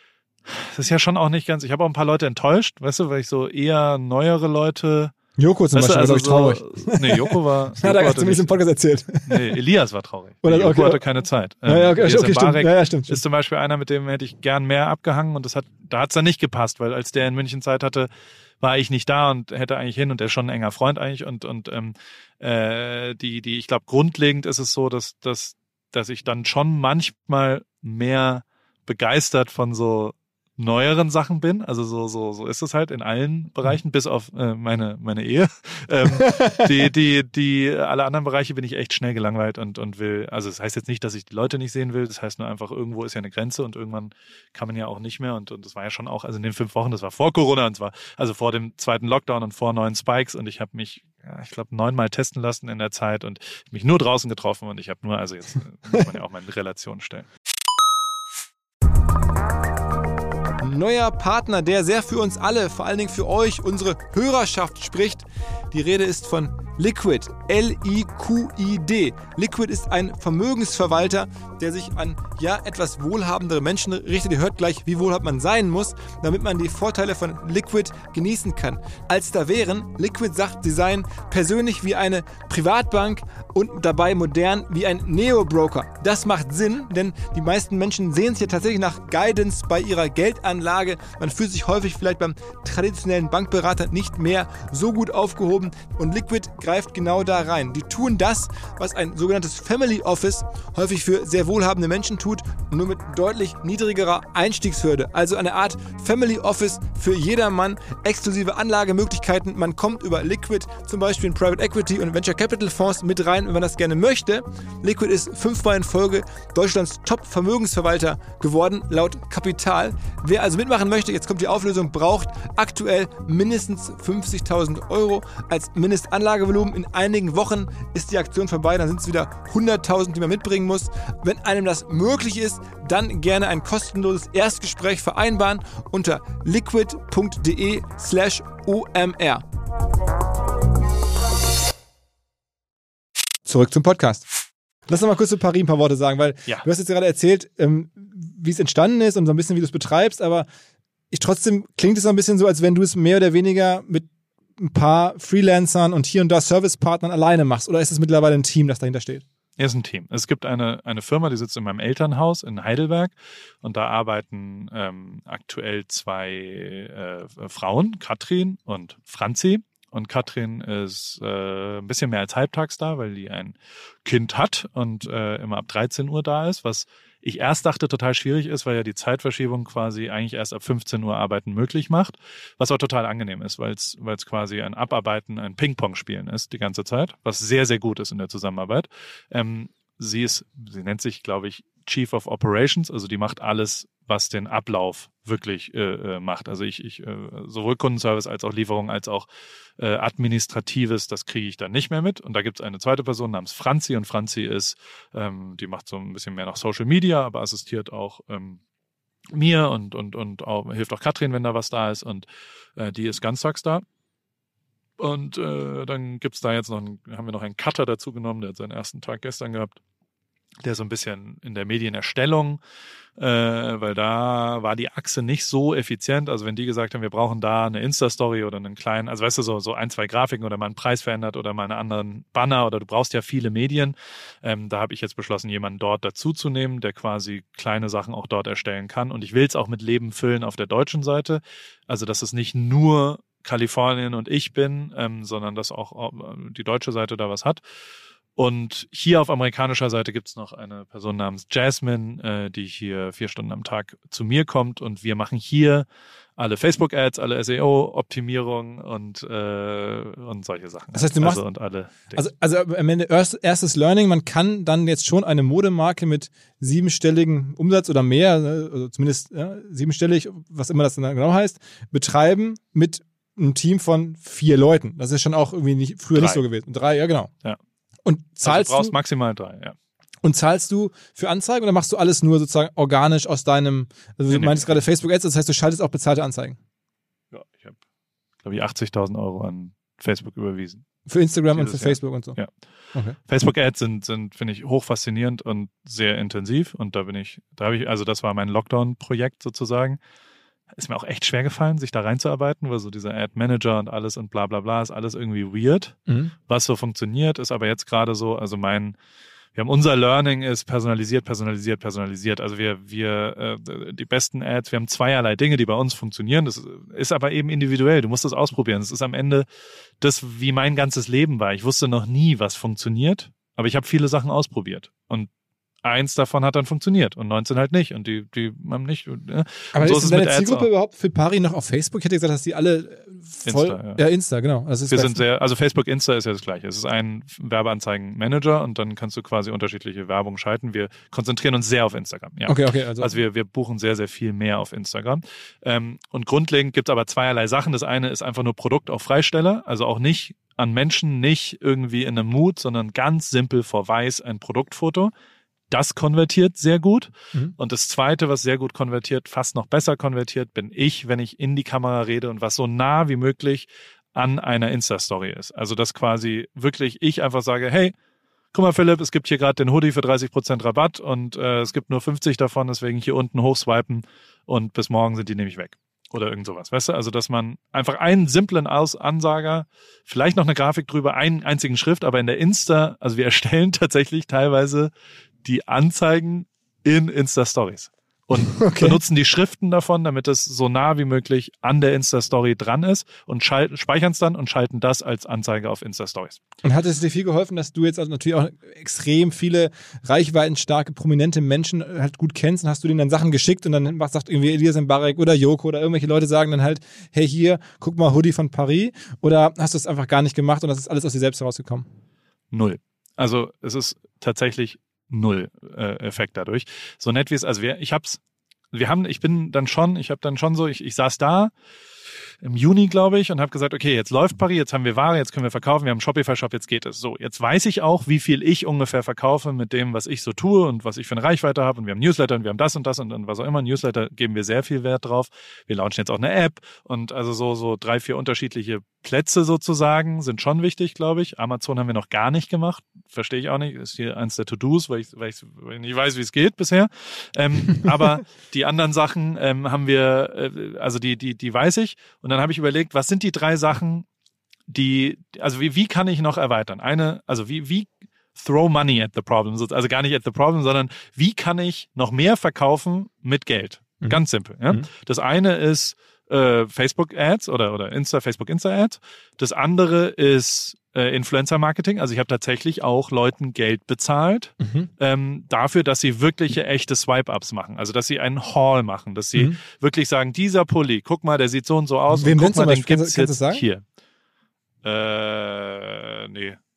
das ist ja schon auch nicht ganz, ich habe auch ein paar Leute enttäuscht, weißt du, weil ich so eher neuere Leute Joko zum weißt Beispiel du, also war, glaube ich, so, traurig. Nee, Joko war... ja, da hast du mir im Podcast erzählt. Nee, Elias war traurig. Oder, Joko okay. hatte keine Zeit. Ja, ja, okay, Elias okay, stimmt. Ja, ja, stimmt, stimmt. Ist zum Beispiel einer, mit dem hätte ich gern mehr abgehangen und das hat, da hat es dann nicht gepasst, weil als der in München Zeit hatte, war ich nicht da und hätte eigentlich hin und der ist schon ein enger Freund eigentlich und und ähm, äh, die die ich glaube grundlegend ist es so, dass dass dass ich dann schon manchmal mehr begeistert von so neueren Sachen bin, also so so so ist es halt in allen Bereichen, bis auf äh, meine meine Ehe. ähm, die die die alle anderen Bereiche bin ich echt schnell gelangweilt und und will. Also das heißt jetzt nicht, dass ich die Leute nicht sehen will. Das heißt nur einfach, irgendwo ist ja eine Grenze und irgendwann kann man ja auch nicht mehr. Und und das war ja schon auch, also in den fünf Wochen, das war vor Corona und zwar also vor dem zweiten Lockdown und vor neuen Spikes und ich habe mich, ja, ich glaube neunmal testen lassen in der Zeit und mich nur draußen getroffen und ich habe nur, also jetzt äh, muss man ja auch mal in Relation stellen. Neuer Partner, der sehr für uns alle, vor allen Dingen für euch, unsere Hörerschaft spricht. Die Rede ist von Liquid, L I Q I D. Liquid ist ein Vermögensverwalter, der sich an ja etwas wohlhabendere Menschen richtet. Ihr hört gleich, wie wohlhabend man sein muss, damit man die Vorteile von Liquid genießen kann. Als da wären, Liquid sagt, sie seien persönlich wie eine Privatbank und dabei modern wie ein Neo-Broker. Das macht Sinn, denn die meisten Menschen sehen sich ja tatsächlich nach Guidance bei ihrer Geldanlage. Man fühlt sich häufig vielleicht beim traditionellen Bankberater nicht mehr so gut aufgehoben und Liquid greift genau da rein. Die tun das, was ein sogenanntes Family Office häufig für sehr wohlhabende Menschen tut, nur mit deutlich niedrigerer Einstiegshürde. Also eine Art Family Office für jedermann, exklusive Anlagemöglichkeiten. Man kommt über Liquid zum Beispiel in Private Equity und Venture Capital Fonds mit rein, wenn man das gerne möchte. Liquid ist fünfmal in Folge Deutschlands Top-Vermögensverwalter geworden, laut Kapital. Wer also mitmachen möchte, jetzt kommt die Auflösung, braucht aktuell mindestens fünfzigtausend Euro als Mindestanlagevolumen. In einigen Wochen ist die Aktion vorbei, dann sind es wieder hunderttausend, die man mitbringen muss. Wenn einem das möglich ist, dann gerne ein kostenloses Erstgespräch vereinbaren unter liquid.de slash omr. Zurück zum Podcast. Lass uns mal kurz zu Paris ein paar Worte sagen, weil ja. du hast jetzt gerade erzählt, ähm, wie es entstanden ist und so ein bisschen, wie du es betreibst, aber ich, trotzdem klingt es so ein bisschen so, als wenn du es mehr oder weniger mit ein paar Freelancern und hier und da Servicepartnern alleine machst, oder ist es mittlerweile ein Team, das dahinter steht? Es ist ein Team. Es gibt eine, eine Firma, die sitzt in meinem Elternhaus in Heidelberg und da arbeiten ähm, aktuell zwei äh, Frauen, Katrin und Franzi. Und Katrin ist äh, ein bisschen mehr als halbtags da, weil die ein Kind hat und äh, immer ab dreizehn Uhr da ist, was ich erst dachte total schwierig ist, weil ja die Zeitverschiebung quasi eigentlich erst ab fünfzehn Uhr Arbeiten möglich macht, was auch total angenehm ist, weil es weil es quasi ein Abarbeiten, ein Ping-Pong-Spielen ist die ganze Zeit, was sehr, sehr gut ist in der Zusammenarbeit. Ähm, sie ist, sie nennt sich, glaube ich, Chief of Operations, also die macht alles, was den Ablauf wirklich äh, macht. Also ich, ich äh, sowohl Kundenservice als auch Lieferung als auch äh, Administratives, das kriege ich dann nicht mehr mit. Und da gibt es eine zweite Person namens Franzi und Franzi ist, ähm, die macht so ein bisschen mehr noch Social Media, aber assistiert auch ähm, mir und und und auch, hilft auch Katrin, wenn da was da ist und äh, die ist ganztags da. Und äh, dann gibt's da jetzt noch, einen, haben wir noch einen Cutter dazu genommen, der hat seinen ersten Tag gestern gehabt, der so ein bisschen in der Medienerstellung, äh, weil da war die Achse nicht so effizient. Also wenn die gesagt haben, wir brauchen da eine Insta-Story oder einen kleinen, also weißt du, so, so ein, zwei Grafiken oder mal einen Preis verändert oder mal einen anderen Banner oder du brauchst ja viele Medien. Ähm, da habe ich jetzt beschlossen, jemanden dort dazu zu nehmen, der quasi kleine Sachen auch dort erstellen kann. Und ich will es auch mit Leben füllen auf der deutschen Seite. Also dass es nicht nur Kalifornien und ich bin, ähm, sondern dass auch die deutsche Seite da was hat. Und hier auf amerikanischer Seite gibt es noch eine Person namens Jasmine, äh, die hier vier Stunden am Tag zu mir kommt und wir machen hier alle Facebook-Ads, alle S E O-Optimierung und äh, und solche Sachen. Das heißt, du machst also, und alle also, also am Ende erst, erstes Learning, man kann dann jetzt schon eine Modemarke mit siebenstelligen Umsatz oder mehr, also zumindest ja, siebenstellig, was immer das dann genau heißt, betreiben mit einem Team von vier Leuten. Das ist schon auch irgendwie nicht, früher Drei. nicht so gewesen. Drei, ja genau. Ja. Und zahlst also du brauchst du, maximal drei, ja. Und zahlst du für Anzeigen oder machst du alles nur sozusagen organisch aus deinem, also du Nee, meintest nee. gerade Facebook Ads, das heißt, du schaltest auch bezahlte Anzeigen. Ja, ich habe, glaube ich, achtzigtausend Euro an Facebook überwiesen. Für Instagram und für Dieses Jahr. Facebook und so. Ja. Okay. Facebook-Ads sind, sind finde ich, hoch faszinierend und sehr intensiv. Und da bin ich, da habe ich, also das war mein Lockdown-Projekt sozusagen. Ist mir auch echt schwer gefallen, sich da reinzuarbeiten, weil so dieser Ad-Manager und alles und bla bla bla ist alles irgendwie weird. Mhm. Was so funktioniert, ist aber jetzt gerade so, also mein, wir haben unser Learning ist personalisiert, personalisiert, personalisiert. Also wir, wir, äh, die besten Ads, wir haben zweierlei Dinge, die bei uns funktionieren. Das ist aber eben individuell. Du musst das ausprobieren. Das ist am Ende das, wie mein ganzes Leben war. Ich wusste noch nie, was funktioniert, aber ich habe viele Sachen ausprobiert. Und eins davon hat dann funktioniert und neunzehn halt nicht und die, die haben nicht. Ja. Aber und so ist, es deine mit Ads Zielgruppe auch. überhaupt für Pari noch auf Facebook? Ich hätte gesagt, dass die alle voll... Insta, ja. ja, Insta, genau. Das ist Wir bei- sind sehr, also Facebook, Insta ist ja das Gleiche. Es ist ein Werbeanzeigen-Manager und dann kannst du quasi unterschiedliche Werbung schalten. Wir konzentrieren uns sehr auf Instagram. Ja. Okay, okay. Also, Also wir, wir buchen sehr, sehr viel mehr auf Instagram. Ähm, und grundlegend gibt es aber zweierlei Sachen. Das eine ist einfach nur Produkt auf Freisteller, also auch nicht an Menschen, nicht irgendwie in einem Mood, sondern ganz simpel vor Weiß ein Produktfoto. Das konvertiert sehr gut. Mhm. Und das Zweite, was sehr gut konvertiert, fast noch besser konvertiert, bin ich, wenn ich in die Kamera rede und was so nah wie möglich an einer Insta-Story ist. Also dass quasi wirklich ich einfach sage, hey, guck mal Philipp, es gibt hier gerade den Hoodie für dreißig Prozent Rabatt und äh, es gibt nur fünfzig davon, deswegen hier unten hochswipen und bis morgen sind die nämlich weg. Oder irgend sowas, weißt du? Also, dass man einfach einen simplen Aus- Ansager, vielleicht noch eine Grafik drüber, einen einzigen Schrift, aber in der Insta, also wir erstellen tatsächlich teilweise die Anzeigen in Insta-Stories und Okay. benutzen die Schriften davon, damit es so nah wie möglich an der Insta-Story dran ist und schal- speichern es dann und schalten das als Anzeige auf Insta-Stories. und hat es dir viel geholfen, dass du jetzt also natürlich auch extrem viele reichweitenstarke, prominente Menschen halt gut kennst und hast du denen dann Sachen geschickt und dann macht, sagt irgendwie Elias Mbarek oder Joko oder irgendwelche Leute sagen dann halt, hey hier, guck mal Hoodie von Paris, oder hast du es einfach gar nicht gemacht und das ist alles aus dir selbst herausgekommen? Null. Also es ist tatsächlich null äh, Effekt dadurch. So nett wie es, also wir, ich hab's, wir haben, ich bin dann schon, ich habe dann schon so, ich, ich saß da im Juni, glaube ich, und habe gesagt, okay, jetzt läuft Paris, jetzt haben wir Ware, jetzt können wir verkaufen, wir haben einen Shopify-Shop, jetzt geht es. So, jetzt weiß ich auch, wie viel ich ungefähr verkaufe mit dem, was ich so tue und was ich für eine Reichweite habe. Und wir haben Newsletter und wir haben das und das und, und was auch immer. Newsletter geben wir sehr viel Wert drauf. Wir launchen jetzt auch eine App und also so, so drei, vier unterschiedliche Plätze sozusagen sind schon wichtig, glaube ich. Amazon haben wir noch gar nicht gemacht. Verstehe ich auch nicht. Ist hier eins der To-Dos, weil ich, weil ich, weil ich nicht weiß, wie es geht bisher. Ähm, aber die anderen Sachen ähm, haben wir, äh, also die, die, die weiß ich. Und dann habe ich überlegt, was sind die drei Sachen, die, also wie, wie kann ich noch erweitern? Eine, also wie, wie throw money at the problem, also gar nicht at the problem, sondern wie kann ich noch mehr verkaufen mit Geld? Mhm. Ganz simpel. Ja? Mhm. Das eine ist äh, Facebook-Ads oder, oder Insta, Facebook-Insta-Ads. Das andere ist äh, Influencer-Marketing. Also ich habe tatsächlich auch Leuten Geld bezahlt Mhm. ähm, dafür, dass sie wirkliche echte Swipe-Ups machen. Also dass sie einen Haul machen, dass sie Mhm. wirklich sagen, dieser Pulli, guck mal, der sieht so und so aus. Wem und denn guck zum mal, den Beispiel? gibt's Kannst du jetzt sagen? hier. Äh, nee,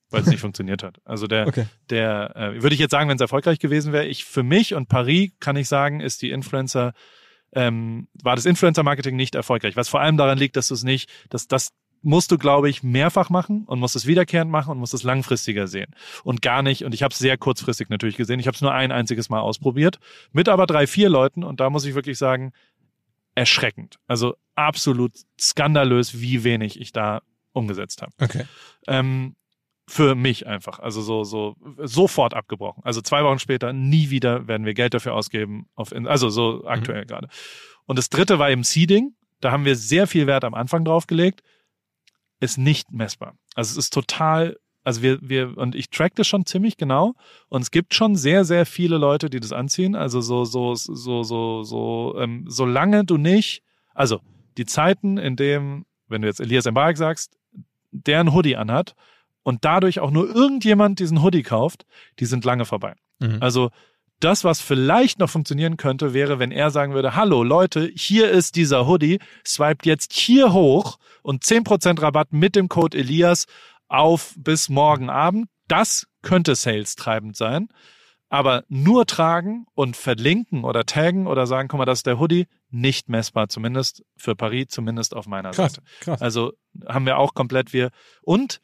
weil es nicht funktioniert hat. Also der, Okay. der, äh, würde ich jetzt sagen, wenn es erfolgreich gewesen wäre, ich für mich und Paris kann ich sagen, ist die Influencer, ähm, war das Influencer-Marketing nicht erfolgreich. Was vor allem daran liegt, dass du es nicht, dass das musst du, glaube ich, mehrfach machen und musst es wiederkehrend machen und musst es langfristiger sehen. Und gar nicht, und ich habe es sehr kurzfristig natürlich gesehen, ich habe es nur ein einziges Mal ausprobiert, mit aber drei, vier Leuten und da muss ich wirklich sagen, erschreckend. Also absolut skandalös, wie wenig ich da umgesetzt habe. Okay. Ähm, für mich einfach. Also so, so sofort abgebrochen. Also zwei Wochen später, nie wieder werden wir Geld dafür ausgeben, auf, also so aktuell mhm. gerade. Und das dritte war eben Seeding. Da haben wir sehr viel Wert am Anfang drauf gelegt. Ist nicht messbar. Also es ist total, also wir, wir, und ich track das schon ziemlich genau und es gibt schon sehr, sehr viele Leute, die das anziehen. Also so, so, so, so, so, ähm, solange du nicht, also die Zeiten, in dem, wenn du jetzt Elias Mbarek sagst, der einen Hoodie anhat und dadurch auch nur irgendjemand diesen Hoodie kauft, die sind lange vorbei. Mhm. Also das, was vielleicht noch funktionieren könnte, wäre, wenn er sagen würde, hallo Leute, hier ist dieser Hoodie, swiped jetzt hier hoch und zehn Prozent Rabatt mit dem Code Elias auf bis morgen Abend. Das könnte salestreibend sein, aber nur tragen und verlinken oder taggen oder sagen, guck mal, das ist der Hoodie, nicht messbar, zumindest für Paris, zumindest auf meiner krass, Seite. Krass. Also haben wir auch komplett wir und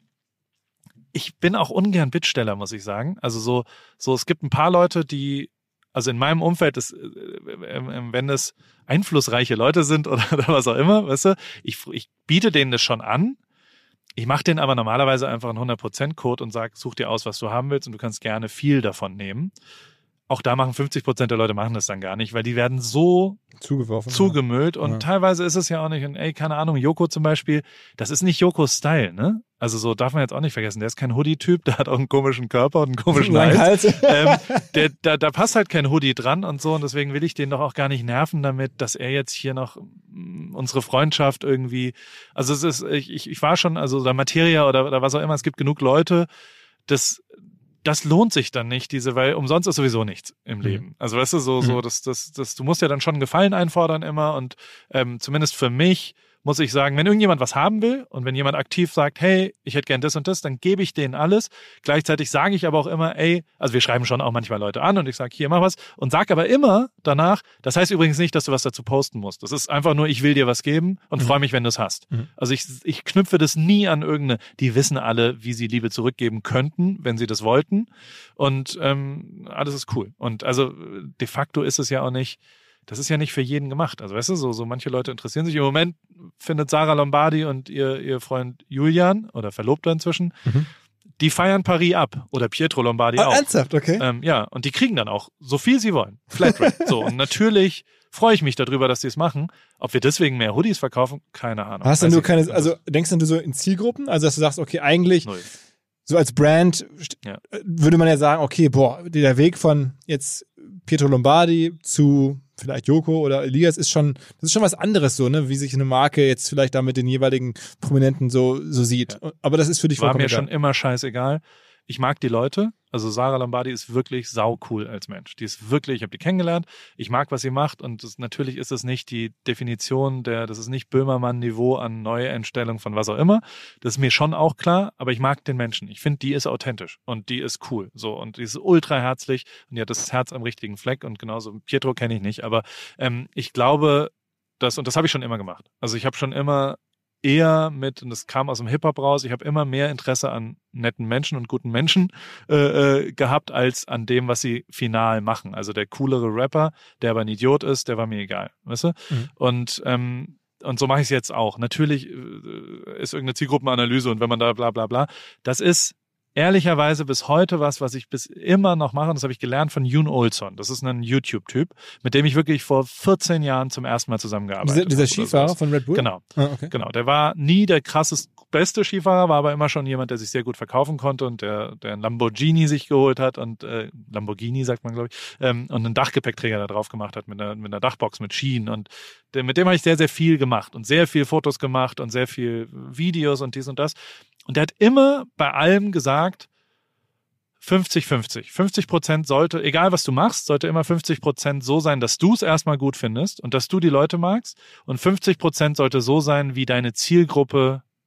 ich bin auch ungern Bittsteller, muss ich sagen. Also so, so es gibt ein paar Leute, die, also in meinem Umfeld, ist, wenn es einflussreiche Leute sind oder, oder was auch immer, weißt du, ich, ich biete denen das schon an. Ich mache denen aber normalerweise einfach einen hundert Prozent Code und sage, such dir aus, was du haben willst und du kannst gerne viel davon nehmen. Auch da machen fünfzig Prozent der Leute machen das dann gar nicht, weil die werden so zugeworfen, zugemüllt und ja. teilweise ist es ja auch nicht, und ey, keine Ahnung, Joko zum Beispiel, das ist nicht Jokos Style, ne? Also so darf man jetzt auch nicht vergessen, der ist kein Hoodie-Typ, der hat auch einen komischen Körper und einen komischen Hals. Hals. ähm, der, da, da passt halt kein Hoodie dran und so und deswegen will ich den doch auch gar nicht nerven damit, dass er jetzt hier noch mh, unsere Freundschaft irgendwie, also es ist, ich, ich war schon, also oder Materia oder, oder was auch immer, es gibt genug Leute, das das lohnt sich dann nicht, diese, weil umsonst ist sowieso nichts im Leben. Also weißt du, so, so, das, das, das, du musst ja dann schon einen Gefallen einfordern immer und ähm, zumindest für mich muss ich sagen, wenn irgendjemand was haben will und wenn jemand aktiv sagt, hey, ich hätte gern das und das, dann gebe ich denen alles. Gleichzeitig sage ich aber auch immer, ey, also wir schreiben schon auch manchmal Leute an und ich sage, hier, mach was und sage aber immer danach, das heißt übrigens nicht, dass du was dazu posten musst. Das ist einfach nur, ich will dir was geben und mhm. freue mich, wenn du es hast. Mhm. Also ich, ich knüpfe das nie an irgendeine, die wissen alle, wie sie Liebe zurückgeben könnten, wenn sie das wollten und ähm, alles ist cool. Und also de facto ist es ja auch nicht, das ist ja nicht für jeden gemacht. Also weißt du, so, so manche Leute interessieren sich. Im Moment findet Sarah Lombardi und ihr, ihr Freund Julian oder Verlobter inzwischen, mhm. die feiern Paris ab. Oder Pietro Lombardi ah, auch. Ernsthaft, okay. Ähm, ja, und die kriegen dann auch so viel sie wollen. Flatrate. So, und natürlich freue ich mich darüber, dass die es machen. Ob wir deswegen mehr Hoodies verkaufen, keine Ahnung. Hast du keine, also denkst du so in Zielgruppen? Also dass du sagst, okay, eigentlich Null. So als Brand ja. würde man ja sagen, okay, boah, der Weg von jetzt Pietro Lombardi zu vielleicht Joko oder Elias ist schon, das ist schon was anderes so, ne, wie sich eine Marke jetzt vielleicht da mit den jeweiligen Prominenten so, so sieht. Ja. Aber das ist für dich War vollkommen mir egal. Schon immer scheißegal. Ich mag die Leute. Also Sarah Lombardi ist wirklich saucool als Mensch. Die ist wirklich, ich habe die kennengelernt, ich mag, was sie macht und das, natürlich ist es nicht die Definition der, das ist nicht Böhmermann-Niveau an Neuentstellung von was auch immer. Das ist mir schon auch klar, aber ich mag den Menschen. Ich finde, die ist authentisch und die ist cool. So und die ist ultra herzlich und die hat das Herz am richtigen Fleck und genauso Pietro kenne ich nicht, aber ähm, ich glaube, dass, und das habe ich schon immer gemacht. Also ich habe schon immer eher mit, und das kam aus dem Hip-Hop raus, ich habe immer mehr Interesse an netten Menschen und guten Menschen äh, gehabt, als an dem, was sie final machen. Also der coolere Rapper, der aber ein Idiot ist, der war mir egal, weißt du? Mhm. Und ähm, und so mache ich es jetzt auch. Natürlich äh, ist irgendeine Zielgruppenanalyse und wenn man da bla bla bla, das ist ehrlicherweise bis heute was, was ich bis immer noch mache. Und das habe ich gelernt von Yoon Olson. Das ist ein YouTube-Typ, mit dem ich wirklich vor vierzehn Jahren zum ersten Mal zusammengearbeitet habe. Dieser, dieser Skifahrer von Red Bull? Genau. Ah, okay. Genau. Der war nie der krasseste, beste Skifahrer, war aber immer schon jemand, der sich sehr gut verkaufen konnte und der, der ein Lamborghini sich geholt hat und äh, Lamborghini sagt man, glaube ich, ähm, und einen Dachgepäckträger da drauf gemacht hat mit einer, mit einer Dachbox mit Schienen. Und der, mit dem habe ich sehr, sehr viel gemacht und sehr viel Fotos gemacht und sehr viel Videos und dies und das. Und der hat immer bei allem gesagt, fünfzig fünfzig. fünfzig Prozent sollte, egal was du machst, sollte immer fünfzig Prozent so sein, dass du es erstmal gut findest und dass du die Leute magst. Und fünfzig Prozent sollte so sein, wie deine Zielgruppe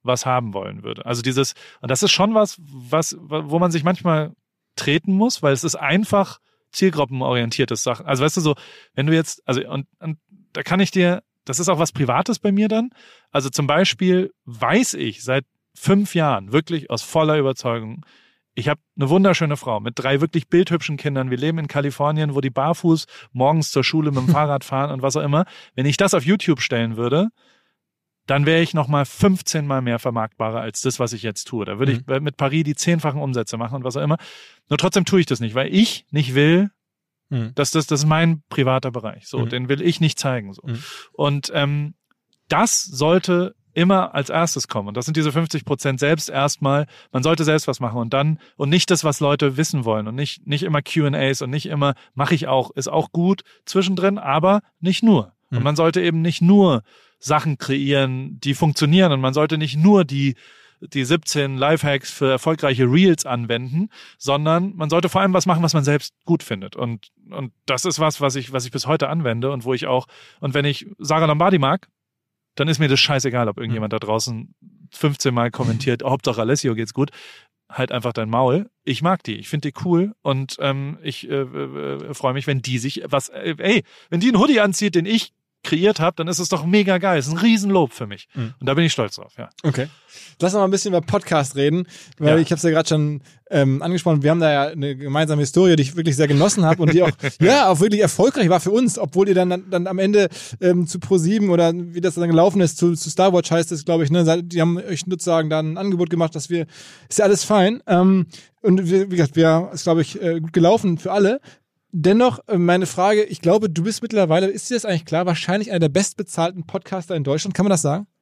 was haben wollen würde. Also dieses, und das ist schon was, was, wo man sich manchmal treten muss, weil es ist einfach zielgruppenorientiertes Sachen. Also weißt du so, wenn du jetzt, also und, und da kann ich dir, das ist auch was Privates bei mir dann. Also zum Beispiel weiß ich seit fünf Jahren wirklich aus voller Überzeugung, ich habe eine wunderschöne Frau mit drei wirklich bildhübschen Kindern. Wir leben in Kalifornien, wo die barfuß morgens zur Schule mit dem Fahrrad fahren und was auch immer. Wenn ich das auf YouTube stellen würde, dann wäre ich nochmal fünfzehn Mal mehr vermarktbarer als das, was ich jetzt tue. Da würde mhm. ich mit Paris die zehnfachen Umsätze machen und was auch immer. Nur trotzdem tue ich das nicht, weil ich nicht will, mhm. dass das, das ist mein privater Bereich. So, mhm. den will ich nicht zeigen. So. Mhm. Und ähm, das sollte immer als erstes kommen. Und das sind diese fünfzig Prozent selbst erstmal. Man sollte selbst was machen und dann, und nicht das, was Leute wissen wollen und nicht, nicht immer Q and A's und nicht immer, mache ich auch, ist auch gut zwischendrin, aber nicht nur. Mhm. Und man sollte eben nicht nur Sachen kreieren, die funktionieren und man sollte nicht nur die, die siebzehn Lifehacks für erfolgreiche Reels anwenden, sondern man sollte vor allem was machen, was man selbst gut findet. Und, und das ist was, was ich, was ich bis heute anwende und wo ich auch, und wenn ich Sarah Lombardi mag, dann ist mir das scheißegal, ob irgendjemand da draußen fünfzehn Mal kommentiert, Hauptsache Alessio geht's gut. Halt einfach dein Maul. Ich mag die, ich finde die cool und ähm, ich äh, äh, freue mich, wenn die sich was, äh, ey, wenn die einen Hoodie anzieht, den ich kreiert habe, dann ist es doch mega geil. Das ist ein Riesenlob für mich. Mhm. Und da bin ich stolz drauf, ja. Okay. Lass uns mal ein bisschen über Podcast reden, weil ja. ich habe es ja gerade schon ähm, angesprochen. Wir haben da ja eine gemeinsame Historie, die ich wirklich sehr genossen habe und die auch ja auch wirklich erfolgreich war für uns, obwohl ihr dann dann am Ende ähm, zu ProSieben oder wie das dann gelaufen ist, zu, zu Starwatch heißt es, glaube ich, ne, die haben euch sozusagen dann ein Angebot gemacht, dass wir, ist ja alles fein. Ähm, und wie, wie gesagt, wir ist, glaube ich, äh, gut gelaufen für alle. Dennoch, meine Frage, ich glaube, du bist mittlerweile, ist dir das eigentlich klar, wahrscheinlich einer der bestbezahlten Podcaster in Deutschland, kann man das sagen?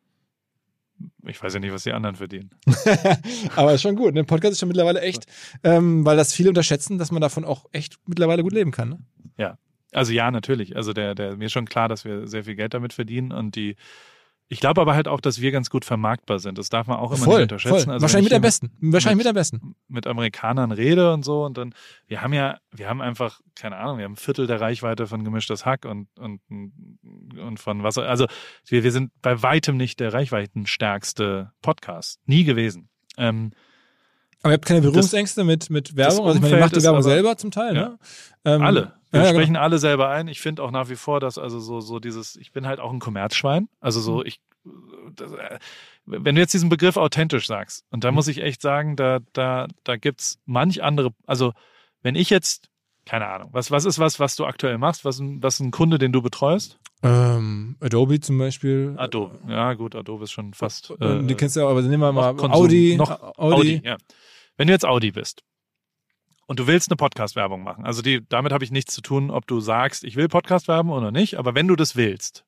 Ich weiß ja nicht, was die anderen verdienen. Aber ist schon gut, ne? Podcast ist schon mittlerweile echt, ähm, weil das viele unterschätzen, dass man davon auch echt mittlerweile gut leben kann, ne? Ja, also ja, natürlich. Also der, der, mir ist schon klar, dass wir sehr viel Geld damit verdienen und die, ich glaube aber halt auch, dass wir ganz gut vermarktbar sind. Das darf man auch immer voll, nicht unterschätzen. Voll. Also wahrscheinlich mit am besten. Wahrscheinlich mit, mit am besten. Mit Amerikanern rede und so und dann, wir haben ja, wir haben einfach, keine Ahnung, wir haben ein Viertel der Reichweite von Gemischtes Hack und, und, und von was, also wir, wir sind bei weitem nicht der reichweitenstärkste Podcast. Nie gewesen. Ähm, aber ihr habt keine Berührungsängste das, mit, mit Werbung? Also ich meine, ihr macht die Werbung aber, selber zum Teil, ja. ne? Ähm, alle. Wir ja, sprechen genau. alle selber ein. Ich finde auch nach wie vor, dass also so, so dieses, ich bin halt auch ein Kommerzschwein. Also so, ich, das, wenn du jetzt diesen Begriff authentisch sagst, und da muss ich echt sagen, da, da, da gibt's manch andere, also wenn ich jetzt, keine Ahnung, was, was ist was, was du aktuell machst? Was, was ist ein Kunde, den du betreust? Ähm, Adobe zum Beispiel. Adobe, ja gut, Adobe ist schon fast. Äh, die kennst du ja, aber nehmen wir mal Konsum, Audi. Noch Audi. Audi, ja. Wenn du jetzt Audi bist und du willst eine Podcast-Werbung machen, also die, damit habe ich nichts zu tun, ob du sagst, ich will Podcast-Werbung oder nicht, aber wenn du das willst,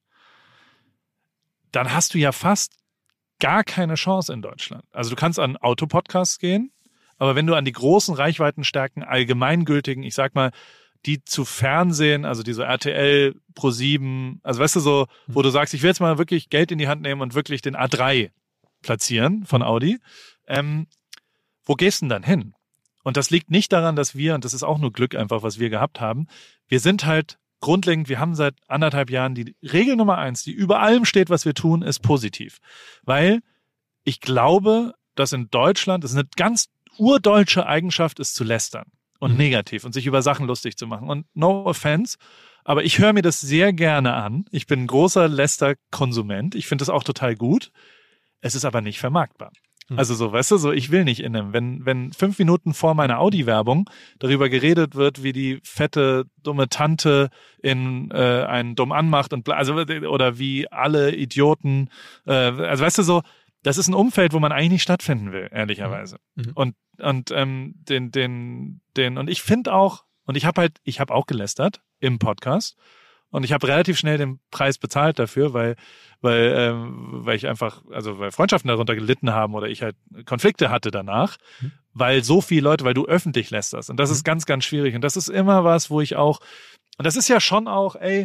dann hast du ja fast gar keine Chance in Deutschland. Also du kannst an Autopodcasts gehen, aber wenn du an die großen Reichweitenstärken allgemeingültigen, ich sag mal, die zu Fernsehen, also diese R T L, ProSieben, also weißt du so, wo du sagst, ich will jetzt mal wirklich Geld in die Hand nehmen und wirklich den A drei platzieren von Audi, ähm, wo gehst du denn dann hin? Und das liegt nicht daran, dass wir, und das ist auch nur Glück einfach, was wir gehabt haben, wir sind halt grundlegend, wir haben seit anderthalb Jahren die Regel Nummer eins, die über allem steht, was wir tun, ist positiv. Weil ich glaube, dass in Deutschland, das ist eine ganz urdeutsche Eigenschaft, ist zu lästern und mhm. negativ und sich über Sachen lustig zu machen. Und no offense, aber ich höre mir das sehr gerne an. Ich bin ein großer Läster-Konsument. Ich finde das auch total gut. Es ist aber nicht vermarktbar. Also so, weißt du, so ich will nicht in einem, wenn wenn fünf Minuten vor meiner Audi-Werbung darüber geredet wird, wie die fette, dumme Tante in äh, einen dumm anmacht und also oder wie alle Idioten, äh, also weißt du so, das ist ein Umfeld, wo man eigentlich nicht stattfinden will, ehrlicherweise. Mhm. Und und ähm, den den den und ich finde auch und ich habe halt, ich habe auch gelästert im Podcast. Und ich habe relativ schnell den Preis bezahlt dafür, weil weil ähm, weil ich einfach, also weil Freundschaften darunter gelitten haben oder ich halt Konflikte hatte danach, mhm. weil so viele Leute, weil du öffentlich lästerst. Und das mhm. ist ganz, ganz schwierig. Und das ist immer was, wo ich auch, und das ist ja schon auch, ey,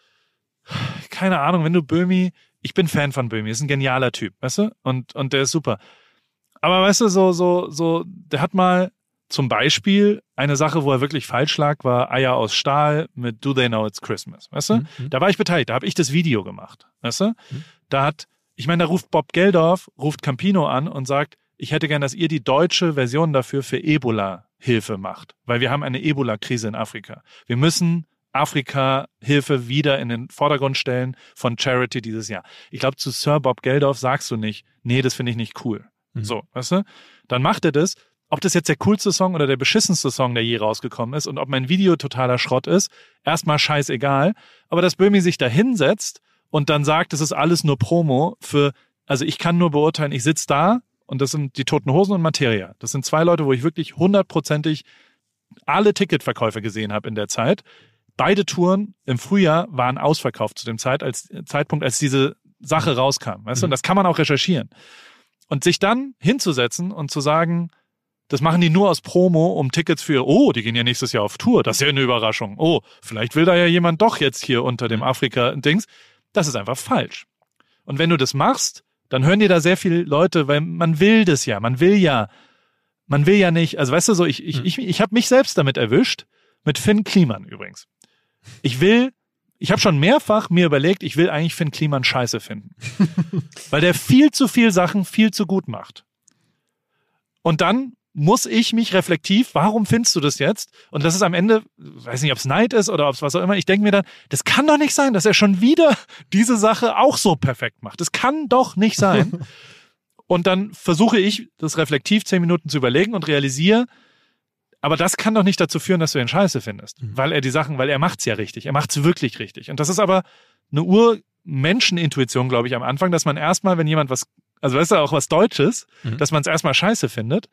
keine Ahnung, wenn du Böhmi, ich bin Fan von Böhmi, ist ein genialer Typ, weißt du? Und und der ist super. Aber weißt du, so so so, der hat mal zum Beispiel eine Sache, wo er wirklich falsch lag, war Eier aus Stahl mit Do They Know It's Christmas, weißt du? Mhm. Da war ich beteiligt, da habe ich das Video gemacht, weißt du? Mhm. Da hat Ich meine, da ruft Bob Geldorf, ruft Campino an und sagt, ich hätte gern, dass ihr die deutsche Version dafür für Ebola-Hilfe macht, weil wir haben eine Ebola-Krise in Afrika. Wir müssen Afrika-Hilfe wieder in den Vordergrund stellen von Charity dieses Jahr. Ich glaube, zu Sir Bob Geldorf sagst du nicht, nee, das finde ich nicht cool. Mhm. So, weißt du? Dann macht er das. Ob das jetzt der coolste Song oder der beschissenste Song, der je rausgekommen ist und ob mein Video totaler Schrott ist, erstmal scheißegal. Aber dass Böhmi sich da hinsetzt und dann sagt, das ist alles nur Promo für, also ich kann nur beurteilen, ich sitze da und das sind die Toten Hosen und Materia. Das sind zwei Leute, wo ich wirklich hundertprozentig alle Ticketverkäufe gesehen habe in der Zeit. Beide Touren im Frühjahr waren ausverkauft zu dem Zeit, als, Zeitpunkt, als diese Sache rauskam. Weißt du? Und das kann man auch recherchieren. Und sich dann hinzusetzen und zu sagen, das machen die nur aus Promo, um Tickets für, oh, die gehen ja nächstes Jahr auf Tour, das ist ja eine Überraschung. Oh, vielleicht will da ja jemand doch jetzt hier unter dem Afrika-Dings. Das ist einfach falsch. Und wenn du das machst, dann hören dir da sehr viele Leute, weil man will das ja, man will ja, man will ja nicht, also weißt du so, ich, ich, ich, ich habe mich selbst damit erwischt, mit Finn Kliman übrigens. Ich will, ich habe schon mehrfach mir überlegt, ich will eigentlich Finn Kliman scheiße finden. Weil der viel zu viel Sachen viel zu gut macht. Und dann muss ich mich reflektiv, warum findest du das jetzt? Und das ist am Ende, weiß nicht, ob es Neid ist oder ob es was auch immer, ich denke mir dann, das kann doch nicht sein, dass er schon wieder diese Sache auch so perfekt macht. Das kann doch nicht sein. Und dann versuche ich, das reflektiv zehn Minuten zu überlegen und realisiere, aber das kann doch nicht dazu führen, dass du ihn scheiße findest. Mhm. Weil er die Sachen, weil er macht's ja richtig. Er macht's wirklich richtig. Und das ist aber eine Ur-Menschenintuition, glaube ich, am Anfang, dass man erstmal, wenn jemand was, also weißt du, auch was Deutsches, mhm. dass man es erstmal scheiße findet.